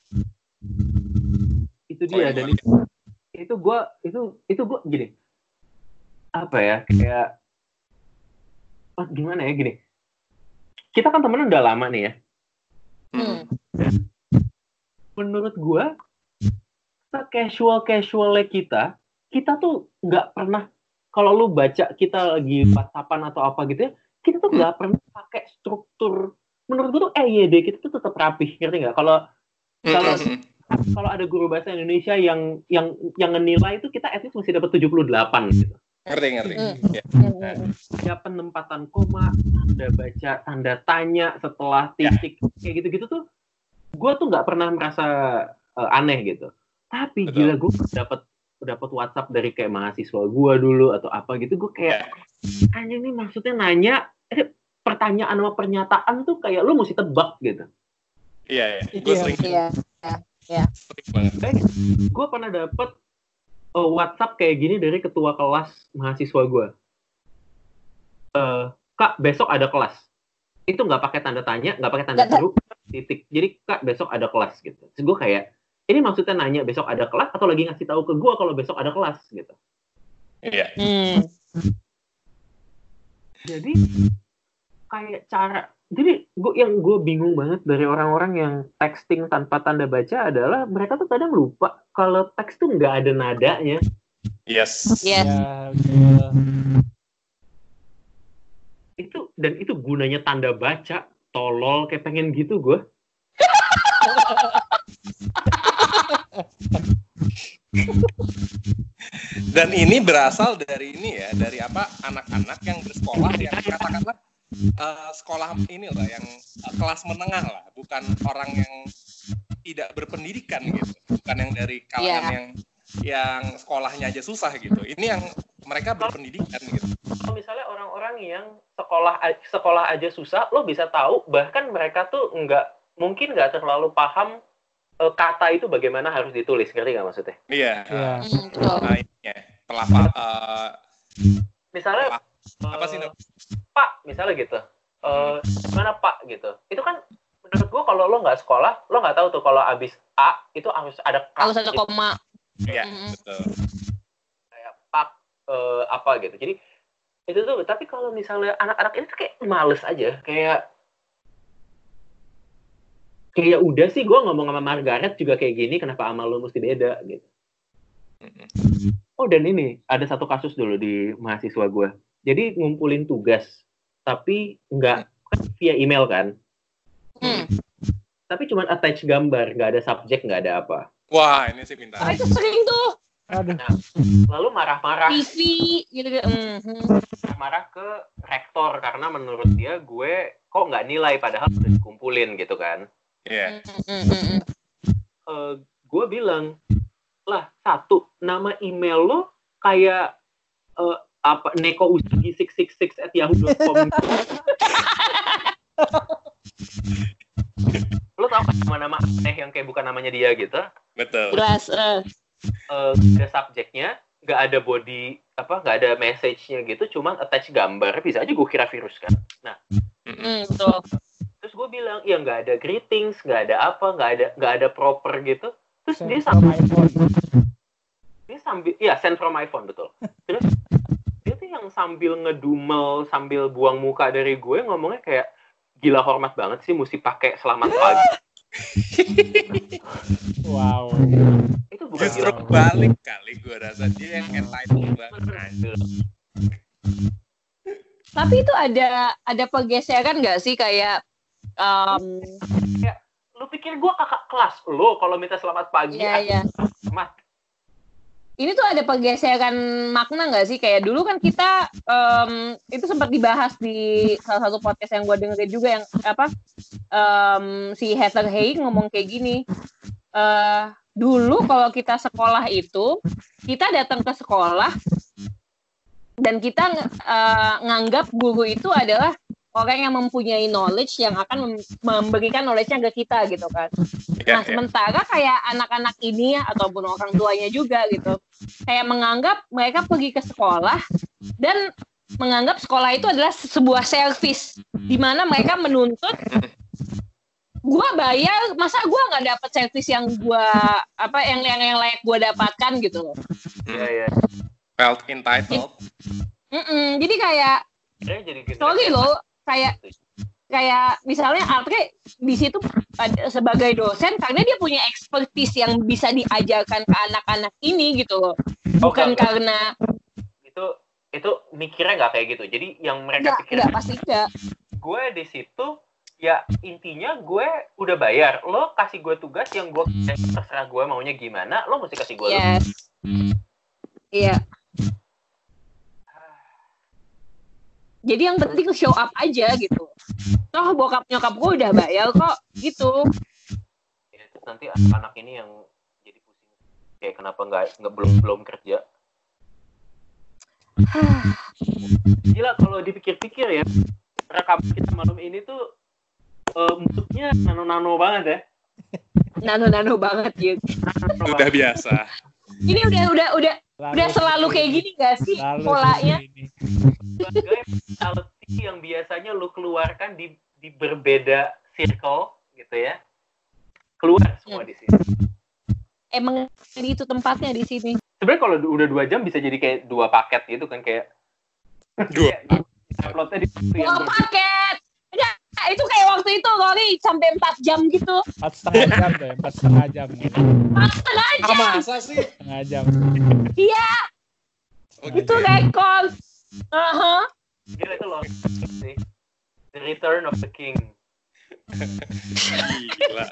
Itu dia, oh, dan itu itu gue itu itu gue gini, apa ya, kayak oh, gimana ya, gini, kita kan temenan udah lama nih ya. hmm. Menurut gue se-casual casualnya kita kita tuh nggak pernah, kalau lu baca kita lagi WhatsAppan atau apa gitu ya, kita tuh nggak pernah pakai struktur. Menurut gue tuh E Y D kita tuh tetap rapih, ngerti nggak? Kalau kalau kalau ada guru bahasa Indonesia yang yang yang ngenilai itu, kita at least mesti dapat tujuh puluh delapan gitu. Ngerti, ngerti. Mm. Ya. Ya, penempatan koma, tanda baca, tanda tanya setelah titik, ya. Kayak gitu-gitu tuh, gue tuh nggak pernah merasa uh, aneh gitu. Tapi betul. Gila, gue dapat dapat WhatsApp dari kayak mahasiswa gue dulu atau apa gitu, gue kayak, ya. Anjing nih maksudnya nanya, eh, pertanyaan sama pernyataan tuh kayak lu mesti tebak gitu. Iya, iya. Gue sering. Iya. Ya. Gue pernah dapet uh, WhatsApp kayak gini dari ketua kelas mahasiswa gue. Uh, Kak, besok ada kelas. Itu nggak pakai tanda tanya, nggak pakai tanda seru, titik. Jadi Kak, besok ada kelas gitu. Terus gue kayak, ini maksudnya nanya besok ada kelas atau lagi ngasih tahu ke gue kalau besok ada kelas gitu. Iya. Hmm. Jadi kayak cara, jadi gue yang gue bingung banget dari orang-orang yang texting tanpa tanda baca adalah mereka tuh kadang lupa kalau teks tuh nggak ada nadanya. Yes. Yes. Ya, betul. Itu dan itu gunanya tanda baca, tolol kayak pengen gitu gue. Dan ini berasal dari ini ya, dari apa, anak-anak yang bersekolah yang katakanlah uh, sekolah ini lah, yang uh, kelas menengah lah, bukan orang yang tidak berpendidikan gitu, bukan yang dari kalangan yeah. yang yang sekolahnya aja susah gitu. Ini yang mereka berpendidikan gitu. Kalau misalnya orang-orang yang sekolah sekolah aja susah, lo bisa tahu bahkan mereka tuh nggak mungkin nggak terlalu paham uh, kata itu bagaimana harus ditulis, ngerti nggak maksudnya? Iya. Iya. Uh, nah, ini ya. Pelafal, uh, Misalnya pelaf- apa sih, uh, Nuk? Pak, misalnya gitu. Uh, gimana Pak gitu. Itu kan menurut gua kalau lo nggak sekolah, lo nggak tahu tuh kalau abis A itu harus ada K. Harus ada gitu. koma. Iya, Mm-mm. betul. Kayak Pak uh, apa gitu. Jadi itu tuh. Tapi kalau misalnya anak-anak ini tuh kayak males aja. Kayak kayak udah sih gue ngomong sama Margaret juga kayak gini, kenapa sama lo mesti beda gitu. Oh dan ini ada satu kasus dulu di mahasiswa gue. Jadi ngumpulin tugas, tapi nggak kan via email kan. Hmm. Tapi cuma attach gambar, nggak ada subjek, nggak ada apa. Wah, ini sih pintar. Ah, itu sering tuh. Aduh. Nah, lalu marah-marah, T V gitu gitu. Mm-hmm. marah ke rektor karena menurut dia gue kok nggak nilai padahal udah dikumpulin gitu kan. Iya. Mm-hmm. Uh, gue bilang lah satu nama email lo kayak uh, apa neko usagi enam enam enam at yahoo dot com. Lo tau kan nama-nama aneh yang kayak bukan namanya dia gitu? Betul. Jelas. Uh. Uh, ada subjeknya, nggak ada body apa, nggak ada message-nya gitu, cuman attach gambar, bisa aja gue kira virus kan. Nah, Mm, betul. terus gue bilang ya nggak ada greetings, nggak ada apa, nggak ada nggak ada proper gitu. Terus Send dia from sambil iPhone. dia sambil ya send from iPhone betul. Terus dia tuh yang sambil ngedumel, sambil buang muka dari gue, ngomongnya kayak gila hormat banget sih mesti pakai selamat pagi. Wow. Itu bukan Justru gila. balik kali gue rasa dia yang entitled banget. Tapi itu ada ada pergeseran nggak sih kayak um, Kayak lu pikir gue kakak kelas lo kalau minta selamat pagi? Iya, iya. Mat. ini tuh ada pergeseran makna nggak sih, kayak dulu kan kita um, itu sempat dibahas di salah satu podcast yang gue dengerin juga yang apa um, si Heather Hay ngomong kayak gini, uh, dulu kalau kita sekolah itu kita datang ke sekolah dan kita uh, nganggap guru itu adalah orang yang mempunyai knowledge yang akan mem- memberikan knowledge-nya ke kita gitu kan. Ya, Nah, ya. sementara kayak anak-anak ini ya, ataupun orang tuanya juga gitu, kayak menganggap mereka pergi ke sekolah dan menganggap sekolah itu adalah sebuah service di mana mereka menuntut gue bayar, masa gue nggak dapet service yang gue apa yang yang yang layak gue dapatkan gitu loh. Iya iya. Felt entitled. Mm-mm, jadi kayak Kayaknya jadi generasi sorry yang loh, kayak kayak misalnya Atre di situ ada- sebagai dosen karena dia punya expertise yang bisa diajarkan ke anak-anak ini gitu loh, bukan enggak, karena itu itu mikirnya nggak kayak gitu. Jadi yang mereka enggak pikirin, enggak pasti enggak. gue di situ ya intinya gue udah bayar, lo kasih gue tugas yang gue terserah gue maunya gimana, lo mesti kasih gue. Yes. Iya. Jadi yang penting show up aja gitu. Toh bokap nyokap gue udah bayar kok gitu. Ya, terus nanti anak ini yang jadi pusing kayak kenapa nggak nggak belum belum kerja. Gila kalau dipikir-pikir ya, rekaman kita malam ini tuh uh, musiknya nano-nano banget ya. Nano-nano banget ya. Nano Udah banget. biasa. Ini udah udah udah Lalu udah selalu kayak gini gak sih Lalu polanya? ini. Sebagai personality yang biasanya lu keluarkan di di berbeda circle gitu ya, keluar semua Hmm. di sini. Emang itu tempatnya di sini. Sebenarnya kalau udah dua jam bisa jadi kayak dua paket gitu kan, kayak Dua. uploadnya di waktu yang Dua berbeda. paket. Enggak, itu kayak waktu itu Rory sampai empat jam gitu. Empat setengah jam tuh, ya, empat setengah jam, Empat setengah Ah, jam. masa sih? setengah jam. Iya, Oh, itu gitu ya? rekor. Aha. Gila itu loh sih. The Return of the King. Gila.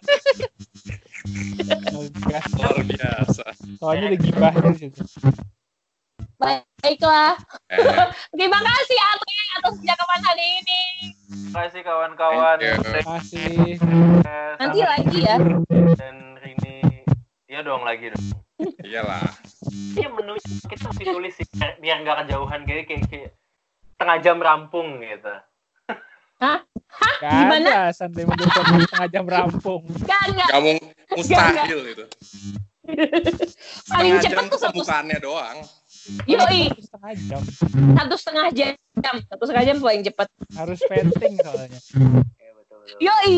Luar biasa. Soalnya ada gibahnya di situ. Baiklah. Eh, Terima kasih Atre atas percakapan hari ini. Terima kasih kawan-kawan. Thank you. Terima kasih. Nanti lagi ya. Dan Rini, iya dong lagi dong. iyalah. Iya menulis, kita mesti tulis sih biar, biar nggak kejauhan kayak kayak kayak setengah jam rampung gitu. Hah? Hah? Gak Gimana? ada santai mendepan setengah jam rampung. Gak, gak. Kamu mustahil itu. Paling Setengah cepat jam tuh tuh satu, pembukaannya doang. yoi, Satu setengah jam. satu setengah jam. Satu setengah jam paling cepat. Harus venting soalnya. Ya, betul, betul. Yoi.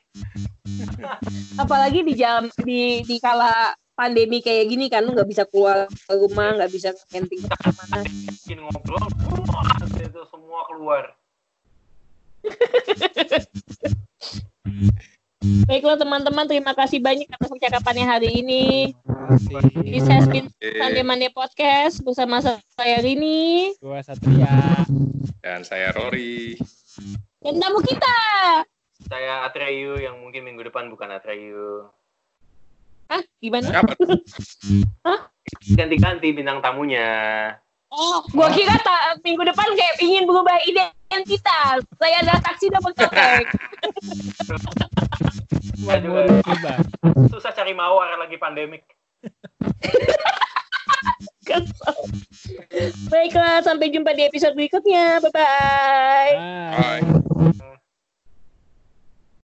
Apalagi di jam di di kala pandemi kayak gini kan, lu nggak bisa keluar rumah, nggak bisa camping kemana-mana. Bikin ngobrol, wah, itu semua keluar. Baiklah teman-teman, terima kasih banyak atas percakapannya hari ini. This has been Sunday Monday Podcast bersama saya Rini. Gua Satria. Dan saya Rory. Dan tamu kita. Saya Atreyu yang mungkin minggu depan bukan Atreyu. Hah? Gimana? Siapa? Ganti-ganti bintang tamunya. Oh, gua kira ta- minggu depan kayak ingin berubah identitas. Saya adalah taksi double copek. Gua juga tiba. Susah cari mawar lagi pandemik. Baiklah, sampai jumpa di episode berikutnya. Bye-bye. Bye. Bye.